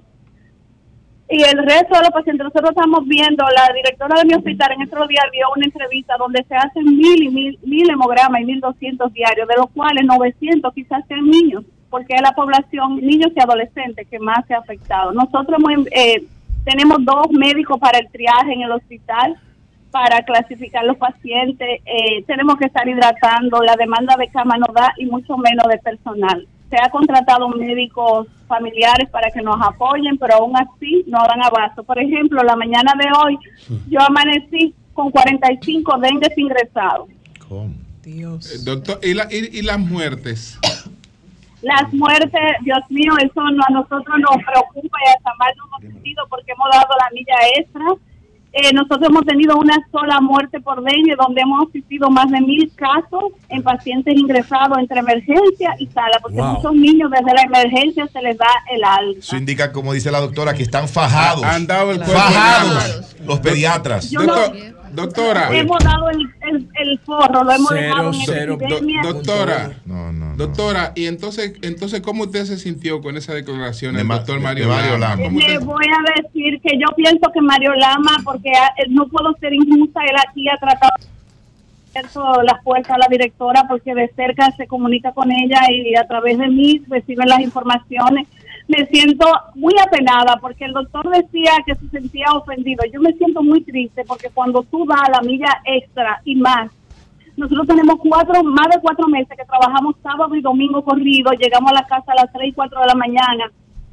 Y el resto de los pacientes, nosotros estamos viendo, la directora de mi hospital en estos días dio una entrevista donde se hacen 1000 hemogramas y 1200 diarios, de los cuales 900 quizás sean niños, porque es la población, niños y adolescentes, que más se ha afectado. Nosotros tenemos 2 médicos para el triaje en el hospital, para clasificar los pacientes, tenemos que estar hidratando, la demanda de cama no da y mucho menos de personal. Se ha contratado médicos familiares para que nos apoyen, pero aún así no dan abasto. Por ejemplo, la mañana de hoy yo amanecí con 45 dengues ingresados. ¿Cómo? Dios. Doctor, ¿y las muertes? Las muertes, Dios mío, eso a nosotros nos preocupa y hasta mal nos hemos sentido porque hemos dado la milla extra. Nosotros hemos tenido una sola muerte por dengue, donde hemos asistido más de 1000 casos en pacientes ingresados entre emergencia y sala, porque muchos niños desde la emergencia se les da el alta. Eso indica, como dice la doctora, que están fajados. Han dado el cuerpo fajados los pediatras. Doctora. Hemos dado el forro, lo hemos dejado en epidemia. Doctora, y entonces, ¿cómo usted se sintió con esa declaración del doctor Mario Lama? Le voy a decir que yo pienso que Mario Lama, porque no puedo ser injusta, él aquí ha tratado de abrir las puertas a la directora, porque de cerca se comunica con ella y a través de mí reciben las informaciones. Me siento muy apenada porque el doctor decía que se sentía ofendido. Yo me siento muy triste porque cuando tú das la milla extra y más, nosotros tenemos más de 4 meses que trabajamos sábado y domingo corrido, llegamos a la casa a las 3 y 4 de la mañana,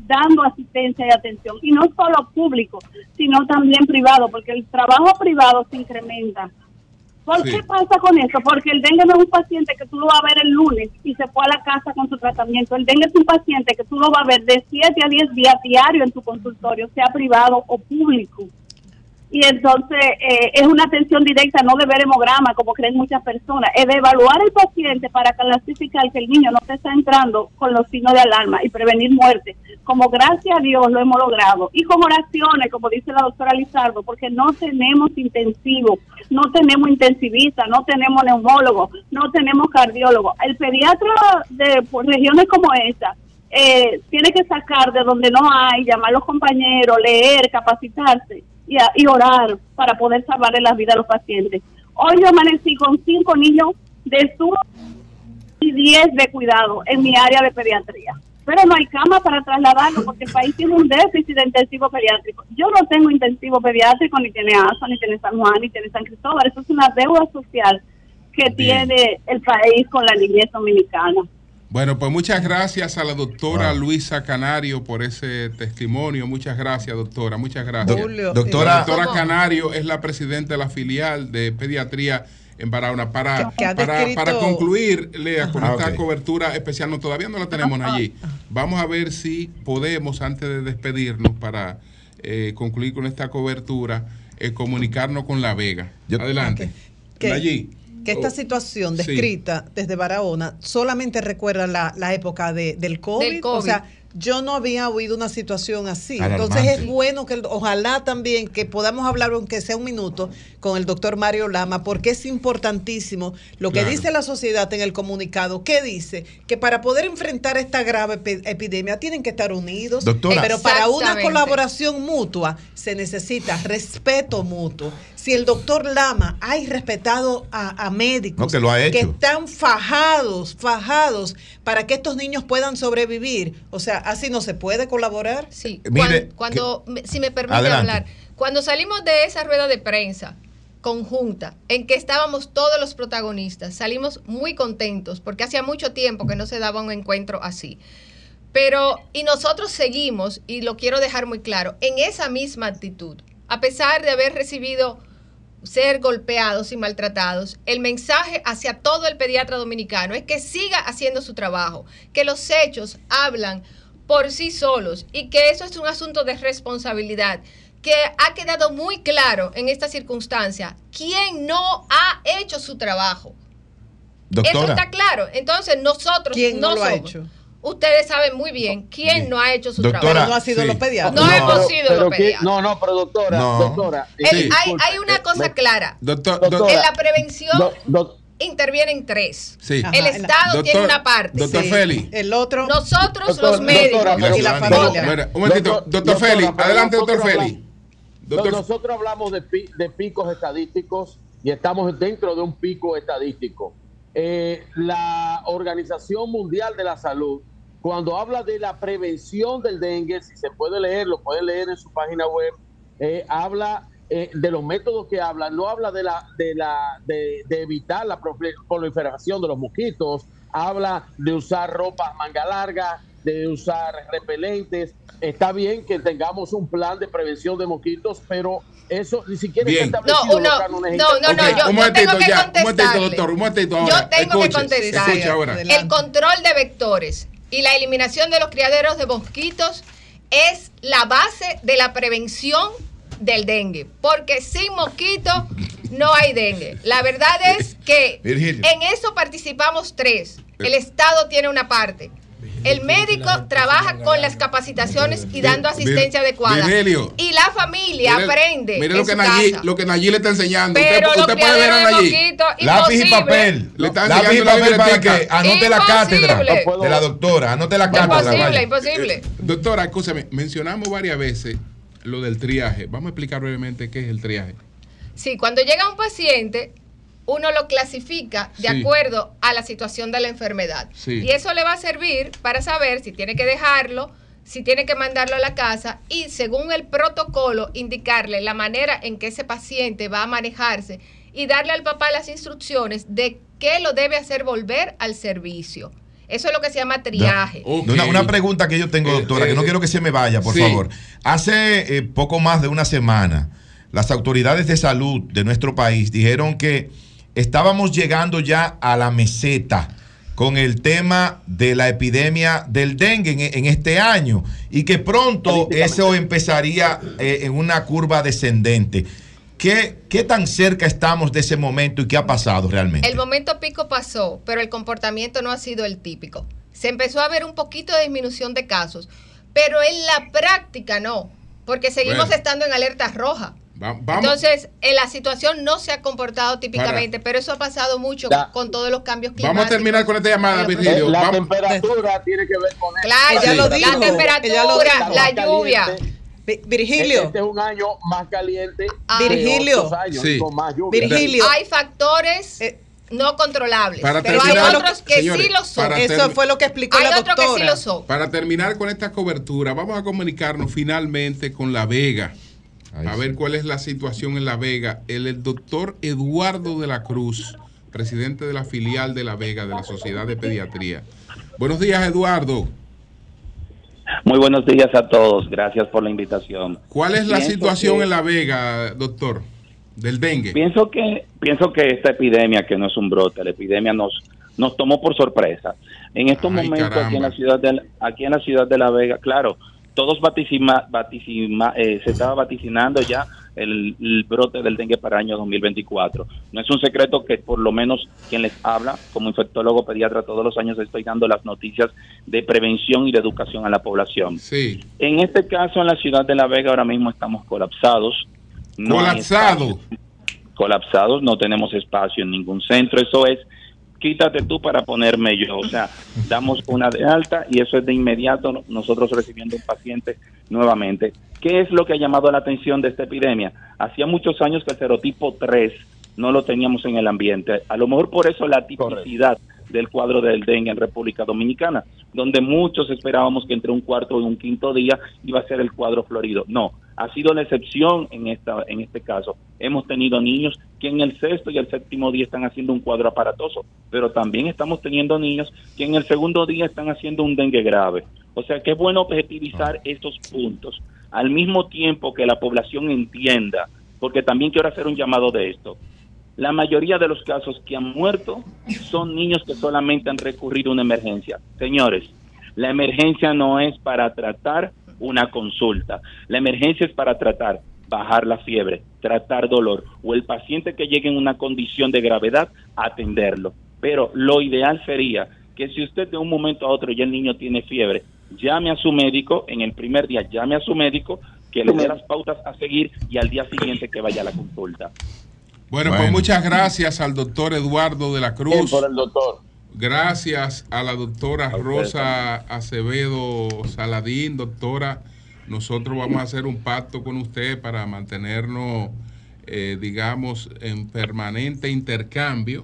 dando asistencia y atención, y no solo público, sino también privado, porque el trabajo privado se incrementa. ¿Por qué pasa con eso? Porque el dengue no es un paciente que tú lo vas a ver el lunes y se fue a la casa con su tratamiento. El dengue es un paciente que tú lo vas a ver de 7 a 10 días diario en tu consultorio, sea privado o público. Y entonces es una atención directa, no de ver hemograma, como creen muchas personas, es de evaluar al paciente para clasificar que el niño no te está entrando con los signos de alarma y prevenir muerte. Como gracias a Dios lo hemos logrado. Y con oraciones, como dice la doctora Lizardo, porque no tenemos intensivo, no tenemos intensivista, no tenemos neumólogo, no tenemos cardiólogo. El pediatra de regiones como esta tiene que sacar de donde no hay, llamar a los compañeros, leer, capacitarse y orar para poder salvarle la vida a los pacientes. Hoy yo amanecí con 5 niños de sur y 10 de cuidado en mi área de pediatría. Pero no hay cama para trasladarlo porque el país tiene un déficit de intensivo pediátrico. Yo no tengo intensivo pediátrico, ni tiene ASA, ni tiene San Juan, ni tiene San Cristóbal. Eso es una deuda social que tiene el país con la niñez dominicana. Bueno, pues muchas gracias a la doctora Luisa Canario por ese testimonio. Muchas gracias, doctora. Muchas gracias. Doctora Canario es la presidenta de la filial de pediatría en Barahona. Para concluir, Lea, con esta cobertura especial, no, todavía no la tenemos allí. Vamos a ver si podemos, antes de despedirnos, para concluir con esta cobertura, comunicarnos con La Vega. Adelante. Allí. Que esta situación descrita desde Barahona solamente recuerda la época del COVID. O sea, yo no había oído una situación así. Alarmante. Entonces es bueno que ojalá también que podamos hablar, aunque sea un minuto, con el doctor Mario Lama, porque es importantísimo lo que dice la sociedad en el comunicado. ¿Qué dice? Que para poder enfrentar esta grave epidemia tienen que estar unidos. Doctora. Pero para una colaboración mutua se necesita respeto mutuo. Si el doctor Lama ha respetado a médicos que lo ha hecho, que están fajados para que estos niños puedan sobrevivir, o sea, así no se puede colaborar. Sí, si me permite hablar, cuando salimos de esa rueda de prensa conjunta en que estábamos todos los protagonistas, salimos muy contentos porque hacía mucho tiempo que no se daba un encuentro así. Y nosotros seguimos, y lo quiero dejar muy claro, en esa misma actitud, a pesar de haber recibido ser golpeados y maltratados, el mensaje hacia todo el pediatra dominicano es que siga haciendo su trabajo, que los hechos hablan por sí solos y que eso es un asunto de responsabilidad, que ha quedado muy claro en esta circunstancia quién no ha hecho su trabajo. Doctora. Eso está claro. Entonces nosotros ¿quién no lo ha somos. hecho? Ustedes saben muy bien quién no ha hecho su Doctora, trabajo. No ha sido los pediatras. No hemos sido los pediatras. Pero doctora. Hay una cosa clara. En la prevención intervienen 3. Sí. El Estado tiene una parte. Doctor Félix. El otro. Nosotros los médicos y la familia. Un momentito. Doctor Félix. Adelante, doctor Félix. Nosotros hablamos de picos estadísticos y estamos dentro de un pico estadístico. La Organización Mundial de la Salud, cuando habla de la prevención del dengue, si se puede leer, lo pueden leer en su página web, habla de los métodos que habla, no habla de evitar la proliferación de los mosquitos, habla de usar ropa manga larga, de usar repelentes. Está bien que tengamos un plan de prevención de mosquitos, pero eso ni siquiera está establecido en los cánones. Yo tengo que contestarle. Doctor, un momentito ahora. Yo tengo que contestar. El control de vectores y la eliminación de los criaderos de mosquitos es la base de la prevención del dengue, porque sin mosquitos no hay dengue. La verdad es que en eso participamos 3. El Estado tiene una parte. El médico trabaja con las capacitaciones y dando asistencia adecuada. Virgilio, y la familia aprende. Mire lo que Nayib le está enseñando. Pero usted puede ver a Nayib. Lápiz y papel. Le está lápiz y papel para que anote la cátedra de la doctora. Anote la cátedra. Imposible. Doctora, escúchame, mencionamos varias veces lo del triaje. Vamos a explicar brevemente qué es el triaje. Sí, cuando llega un paciente, uno lo clasifica de acuerdo a la situación de la enfermedad. Y eso le va a servir para saber si tiene que dejarlo, si tiene que mandarlo a la casa y, según el protocolo, indicarle la manera en que ese paciente va a manejarse y darle al papá las instrucciones de qué lo debe hacer volver al servicio. Eso es lo que se llama triaje. Una pregunta que yo tengo, doctora, que no quiero que se me vaya, por favor. Hace poco más de una semana, las autoridades de salud de nuestro país dijeron que estábamos llegando ya a la meseta con el tema de la epidemia del dengue en este año y que pronto eso empezaría en una curva descendente. ¿Qué tan cerca estamos de ese momento y qué ha pasado realmente? El momento pico pasó, pero el comportamiento no ha sido el típico. Se empezó a ver un poquito de disminución de casos, pero en la práctica no, porque seguimos estando en alerta roja. Entonces, la situación no se ha comportado típicamente, pero eso ha pasado mucho con todos los cambios climáticos. Vamos a terminar con esta llamada, Virgilio. La temperatura tiene que ver con eso. Claro, ya lo dijo. La temperatura, la lluvia. Virgilio. Este es un año más caliente. Virgilio. Con más lluvia. Virgilio. Hay factores no controlables, pero terminar, hay otros que señores, sí lo son. Eso fue lo que explicó la doctora. Hay otros que sí lo son. Para terminar con esta cobertura, vamos a comunicarnos finalmente con La Vega. A ver cuál es la situación en La Vega. El doctor Eduardo de la Cruz, presidente de la filial de La Vega de la Sociedad de Pediatría. Buenos días, Eduardo. Muy buenos días a todos. Gracias por la invitación. ¿Cuál es la situación en La Vega, doctor, del dengue? Pienso que esta epidemia, que no es un brote, la epidemia nos tomó por sorpresa. En estos momentos, aquí en la ciudad de La Vega, claro, todos se estaba vaticinando ya el brote del dengue para el año 2024. No es un secreto que por lo menos quien les habla, como infectólogo pediatra, todos los años estoy dando las noticias de prevención y de educación a la población. Sí. En este caso, en la ciudad de La Vega, ahora mismo estamos colapsados. Colapsados, no tenemos espacio en ningún centro. Eso es, quítate tú para ponerme yo. O sea, damos una de alta y eso es de inmediato nosotros recibiendo un paciente nuevamente. ¿Qué es lo que ha llamado la atención de esta epidemia? Hacía muchos años que el serotipo 3 no lo teníamos en el ambiente. A lo mejor por eso la tipicidad del cuadro del dengue en República Dominicana, donde muchos esperábamos que entre un cuarto y un quinto día iba a ser el cuadro florido. No, ha sido la excepción en este caso. Hemos tenido niños que en el sexto y el séptimo día están haciendo un cuadro aparatoso, pero también estamos teniendo niños que en el segundo día están haciendo un dengue grave. O sea que es bueno objetivizar estos puntos, al mismo tiempo que la población entienda, porque también quiero hacer un llamado de esto. La mayoría de los casos que han muerto son niños que solamente han recurrido a una emergencia. Señores, la emergencia no es para tratar una consulta. La emergencia es para tratar bajar la fiebre, tratar dolor, o el paciente que llegue en una condición de gravedad, atenderlo. Pero lo ideal sería que si usted de un momento a otro ya el niño tiene fiebre, llame a su médico, en el primer día llame a su médico, que le dé las pautas a seguir y al día siguiente que vaya a la consulta. Bueno, pues muchas gracias al doctor Eduardo de la Cruz. Bien por el doctor. Gracias a la doctora Rosa Acevedo Saladín. Doctora, nosotros vamos a hacer un pacto con usted para mantenernos, digamos, en permanente intercambio,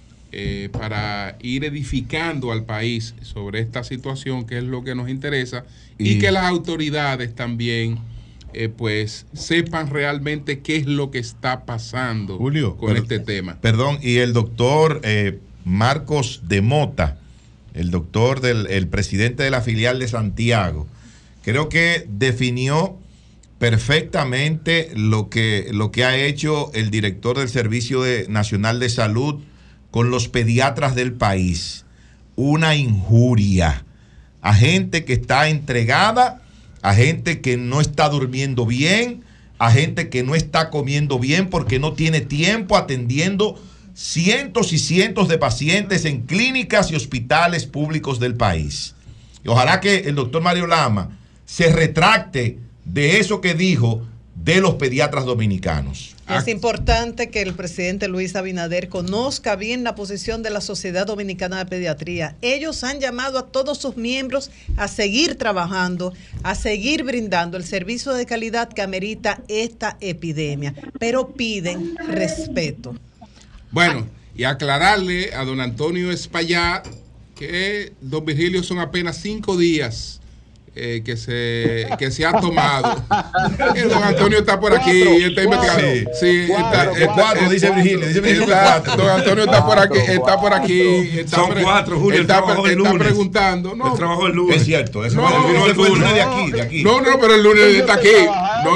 para ir edificando al país sobre esta situación, que es lo que nos interesa, y que las autoridades también pues sepan realmente qué es lo que está pasando, Julio, con este tema. Perdón, y el doctor Marcos de Mota, el doctor el presidente de la filial de Santiago, creo que definió perfectamente lo que ha hecho el director del Servicio Nacional de Salud con los pediatras del país. Una injuria a gente que está entregada, a gente que no está durmiendo bien, a gente que no está comiendo bien porque no tiene tiempo atendiendo cientos y cientos de pacientes en clínicas y hospitales públicos del país. Y ojalá que el doctor Mario Lama se retracte de eso que dijo de los pediatras dominicanos. Es importante que el presidente Luis Abinader conozca bien la posición de la Sociedad Dominicana de Pediatría. Ellos han llamado a todos sus miembros a seguir trabajando, a seguir brindando el servicio de calidad que amerita esta epidemia, pero piden respeto. Bueno, y aclararle a don Antonio Espaillat que don Virgilio son apenas 5 días que se ha tomado. Don Antonio está por aquí, está investigando. Sí, cuatro, dice Virginia. Don Antonio está por aquí. Son 4, Julio. Está preguntando. El trabajo el lunes. Es cierto. Eso el lunes de aquí. No, pero el lunes está aquí. No,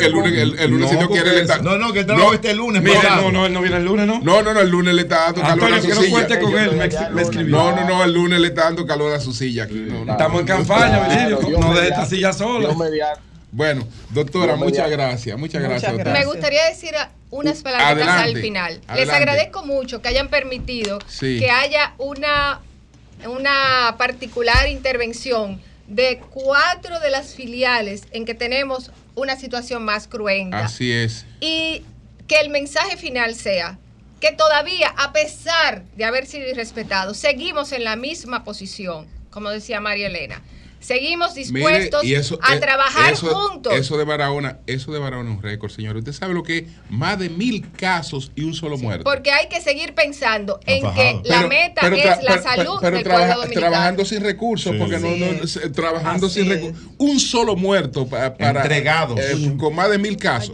el lunes si Dios quiere le está. No, que el trabajo este lunes. No, él no viene el lunes, ¿no? No, el lunes le está dando calor a su silla. No cuente con él, me escribió. No, el lunes le está dando calor a su silla aquí. Estamos en campaña, Virgilio. No deje esta silla sola. Bueno, doctora, muchas gracias. Doctora. Me gustaría decir unas palabras al final. Les agradezco mucho que hayan permitido que haya una particular intervención de 4 de las filiales en que tenemos una situación más cruenta. Así es. Y que el mensaje final sea que todavía, a pesar de haber sido irrespetados, seguimos en la misma posición, como decía María Elena. Seguimos dispuestos a trabajar juntos. Eso de Barahona es un récord, señor. Usted sabe lo que es más de 1000 casos y un solo muerto. Porque hay que seguir pensando en que la meta es la salud del pueblo dominicano. Trabajando sin recursos, porque trabajando sin recursos. Un solo muerto para entregados con más de 1000 casos.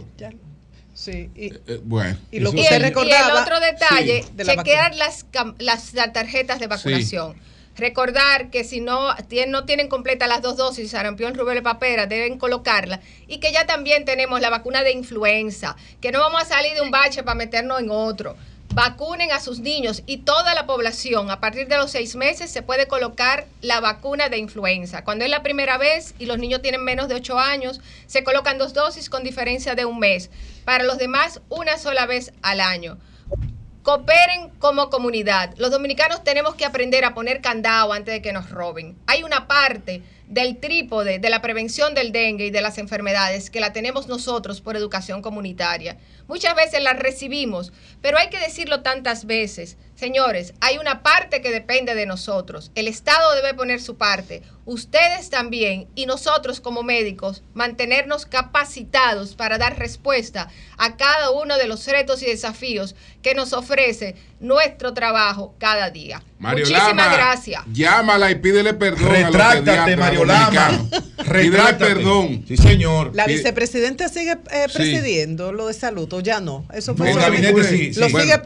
Sí, bueno. Y lo que usted recordaba. Y el otro detalle, chequear las tarjetas de vacunación. Sí. Recordar que si no tienen completas las 2 dosis, sarampión, rubéola y papera, deben colocarla. Y que ya también tenemos la vacuna de influenza, que no vamos a salir de un bache para meternos en otro. Vacunen a sus niños y toda la población. A partir de los 6 meses se puede colocar la vacuna de influenza. Cuando es la primera vez y los niños tienen menos de 8 años, se colocan 2 dosis con diferencia de 1 mes. Para los demás, una sola vez al año. Cooperen como comunidad. Los dominicanos tenemos que aprender a poner candado antes de que nos roben. Hay una parte del trípode de la prevención del dengue y de las enfermedades que la tenemos nosotros por educación comunitaria. Muchas veces la recibimos, pero hay que decirlo tantas veces. Señores, hay una parte que depende de nosotros. El Estado debe poner su parte, ustedes también, y nosotros como médicos mantenernos capacitados para dar respuesta a cada uno de los retos y desafíos que nos ofrece nuestro trabajo cada día. Muchísimas gracias. Llámala y pídele perdón. Retráctate, Mario Lama. Pídele perdón. Sí, señor. La vicepresidenta sigue presidiendo lo de salud, o ya no. Eso fue el gabinete, sí. Lo sigue.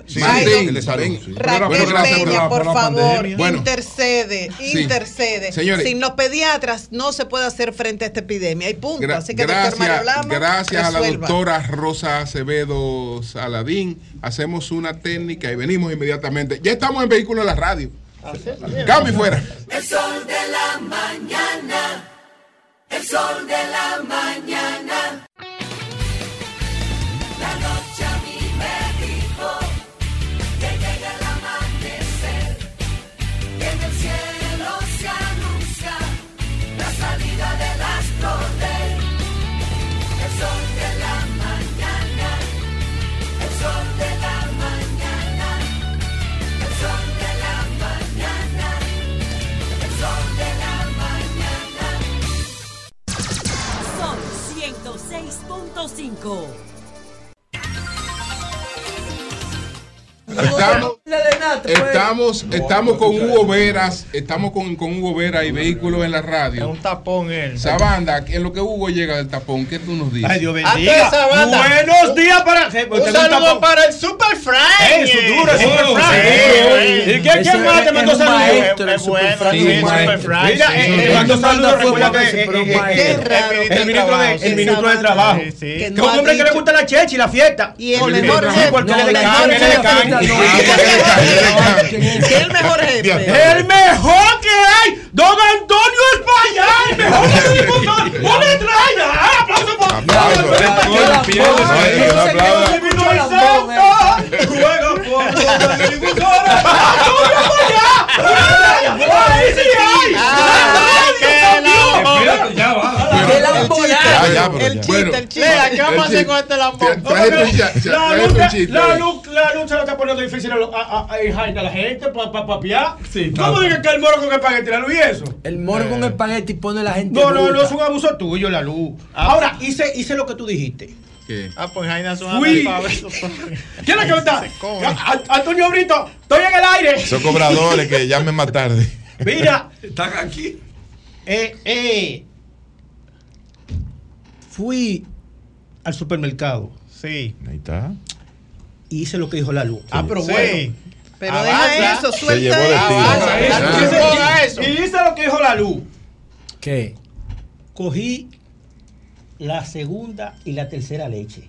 Raquel Peña, por favor, intercede. Señores, sin los pediatras no se puede hacer frente a esta epidemia. Hay punto. Así que, doctor Mario Lama, gracias a la doctora Rosa Acevedo Saladín. Hacemos una técnica y venimos inmediatamente. Ya estamos en Vehículo de la Radio. Cambio y fuera. El sol de la mañana. El sol de la mañana. La noche a mí me dijo que llega el amanecer, que en el cielo se anuncia la salida del astro rey. El sol de la mañana, el sol de la mañana, el sol de la mañana, el sol de la mañana. Sol 106.5. Estamos con Hugo Veras, estamos con Hugo Veras y Vehículos en la Radio. Es un tapón él. Sabanda, en lo que Hugo llega del tapón, ¿qué tú nos dices? Ay, Dios bendiga. Buenos días para... Un saludo para el Super Frank. Eso duro, Super Frank. ¿Y quién más te mandó saludos? Es bueno, Super Frank. Mira, te mandó saludos, recuerda que el ministro de Trabajo. Que es un hombre que le gusta la checha y la fiesta. Y el mejor jefe. Porque le decan. ¿Qué es el mejor jefe? El mejor que hay. Don Antonio España. El mejor de los diputados. ¡Una traya! ¡Aplauso por aplauso! Juega por la difusora. ¡Antonio España! ¡Ahí sí hay! Ya va. El chiste. ¿Qué vamos a hacer con este lambón? La luz se lo está poniendo difícil a la gente para papiar. ¿Cómo dices que el moro con espagueti, la luz y eso? El moro con espagueti pone la gente. No, es un abuso tuyo, la luz. Ahora, hice lo que tú dijiste. ¿Qué? Pues Jaina son ¿Quién es que está? Antonio Brito, estoy en el aire. Son cobradores que llamen más tarde. Mira, están aquí. Fui al supermercado. Sí. Ahí está. Y hice lo que dijo la luz. Pero Sí. bueno. Pero deja eso, Se llevó suelta de eso. ti. Y hice lo que dijo la luz. ¿Qué? Cogí la segunda y la tercera leche.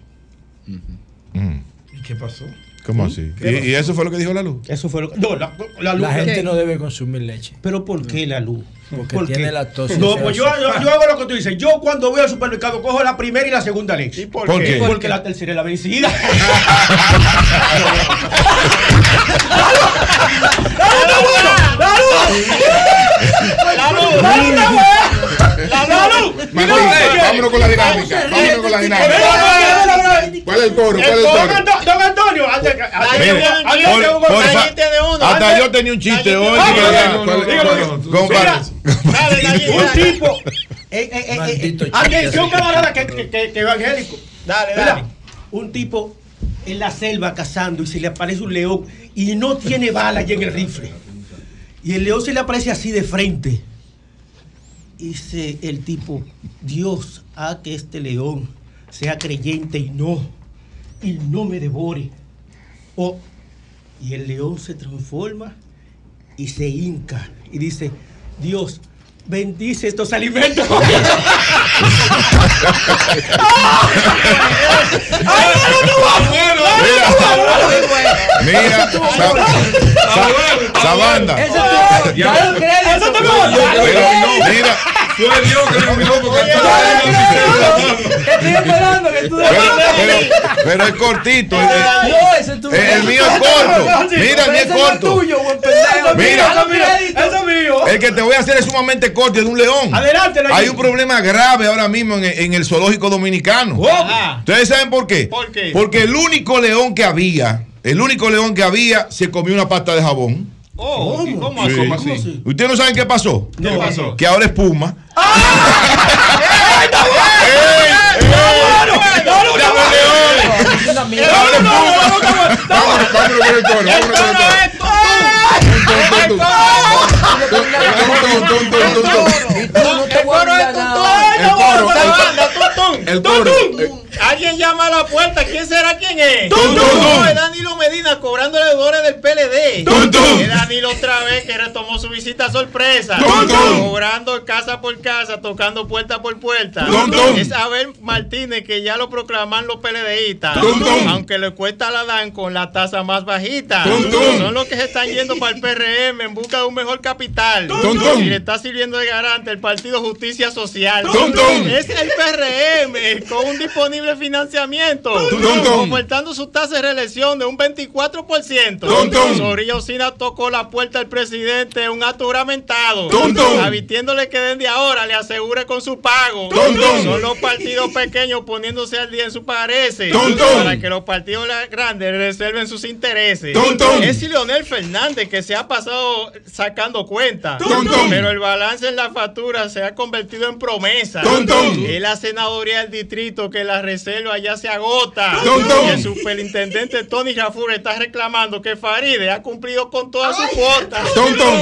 ¿Y qué pasó? ¿Cómo así? ¿Y eso fue lo que dijo la luz? Eso fue lo que... No, la luz. La gente no debe consumir leche. ¿Pero por qué la luz? Porque ¿Por tiene qué? lactosa. No, pues yo hago lo que tú dices. Yo cuando voy al supermercado cojo la primera y la segunda leche. ¿Y por qué? Porque la tercera es la vencida. Vámonos con la dinámica. Vámonos con la dinámica. ¿Cuál es el coro? ¿Cuál es el coro? Don Antonio, Hasta yo tenía un chiste hoy. Un tipo. Atención, camarada, que evangélico. Dale. Un tipo en la selva cazando y se le aparece un león y no tiene bala allí en el rifle. Y el león se le aparece así de frente. Dice el tipo: Dios, haz que este león sea creyente y no me devore. Y el león se transforma y se hinca y dice: Dios, bendice estos alimentos. Mira, Sabanda. Mira, fue Dios que lo miró porque pero es cortito. El mío es corto. Mira, el mío es corto. Mira, el que te voy a hacer es sumamente corto, es de un león. Adelante, hay un problema grave ahora mismo en el zoológico dominicano. ¿Ustedes saben por qué? Porque el único león que había se comió una pasta de jabón. ¿Cómo Sí. así? ¿Ustedes no saben qué pasó? ¿Qué pasó? Que ahora es Puma. Alguien llama a la puerta. ¿Quién será? ¿Quién es? ¡Tum, tum! No, es Danilo Medina cobrándole deudores del PLD. ¡Tum, tum! Es Danilo otra vez que retomó su visita sorpresa. ¡Tum, tum! Cobrando casa por casa, tocando puerta por puerta. ¡Tum, tum! Es Abel Martínez, que ya lo proclaman los PLDistas. ¡Tum, tum! Aunque le cuesta la dan con la tasa más bajita. ¡Tum, tum! Son los que se están yendo para el PRM en busca de un mejor capital. ¡Tum, tum! Y le está sirviendo de garante el Partido Justicia Social. ¡Tum, tum! Es el PRM con un disponible financiamiento. ¡Tum, tum! Ofertando su tasa de reelección de un 24%. ¡Tum, tum! Zorrilla Ocina tocó la puerta del presidente en un acto juramentado. ¡Tum, tum! Advirtiéndole que desde ahora le asegure con su pago. ¡Tum, tum! Son los partidos pequeños poniéndose al día en su parece. ¡Tum, tum! Para que los partidos grandes resuelven sus intereses. ¡Tum, tum! Es Leonel Fernández que se ha pasado sacando cuentas. ¡Tum, tum! Pero el balance en la factura se ha convertido en promesa. ¡Tum, tum! Es la senaduría del distrito que la reserva ya se agota. ¡Tum, tum! Y el superintendente Tony Jafur está reclamando que Faride ha cumplido con todas sus cuotas. ¡Tum, tum!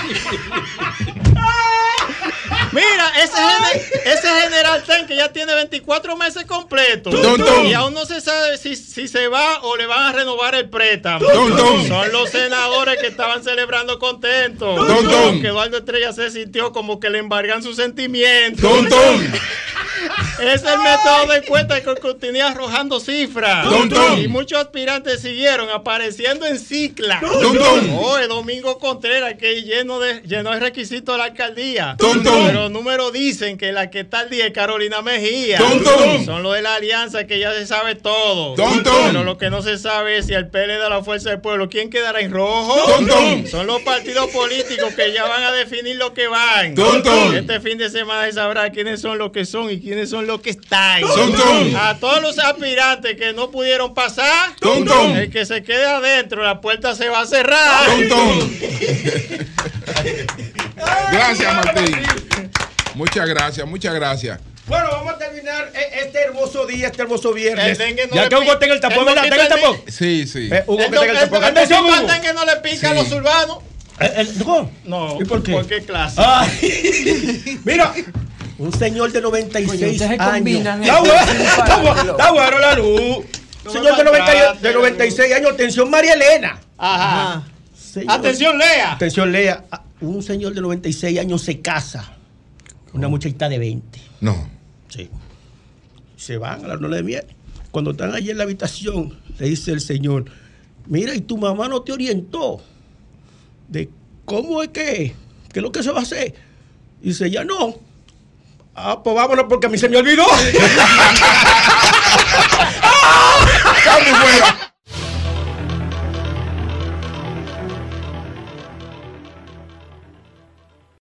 Mira, ese general Ten que ya tiene 24 meses completos. ¡Tum, tum! Y aún no se sabe si se va o le van a renovar el préstamo. ¡Tum, tum! Son los senadores que estaban celebrando contentos. ¡Tum, tum! Aunque Eduardo Estrella se sintió como que le embargan sus sentimientos. ¡Tum, tum! Es el método de encuesta que continúa arrojando cifras. ¡Tum, tum! Y muchos aspirantes siguieron apareciendo en cicla. ¡Tum, tum! Hoy Domingo Contreras, que llenó el requisito de la alcaldía. ¡Tum, tum! Pero los números dicen que la que está al día es Carolina Mejía. ¡Tum, tum! Son los de la alianza que ya se sabe todo. ¡Tum, tum! Pero lo que no se sabe es si el PLD de la Fuerza del Pueblo, ¿quién quedará en rojo? ¡Tum, tum! Son los partidos políticos que ya van a definir lo que van. ¡Tum, tum! Este fin de semana se sabrá quiénes son los que son y quiénes son los que están. ¡Tum, tum! A todos los aspirantes que no pudieron pasar, ¡Tum, tum! el que se quede adentro, la puerta se va a cerrar. ¡Tum, tum! Gracias, Martín. Muchas gracias, muchas gracias. Bueno, vamos a terminar este hermoso día, este hermoso viernes. El dengue no Ya le que Hugo pica. está en el tapón, El ¿verdad? ¿Está en el mosquito tapón? Sí, sí. Hugo, que El está en el tapón. Atención, Hugo. dengue no le pica a los urbanos. No. No. ¿Y por qué? ¿Por qué clase? Ay. Mira, Un señor de 96 Coño, ustedes años. combinan Está esto. está bueno la luz. Un señor de 96 años, atención María Elena. Ajá. Señor- Atención, Lea. Atención, Lea. Un señor de 96 años se casa. Una muchachita de 20. No. Sí. Se van a la luna de miel. Cuando están allí en la habitación, le dice el señor, mira, ¿y tu mamá no te orientó de cómo es que, qué es lo que se va a hacer? Y dice, ya no. Ah, pues vámonos porque a mí se me olvidó. Está muy buena.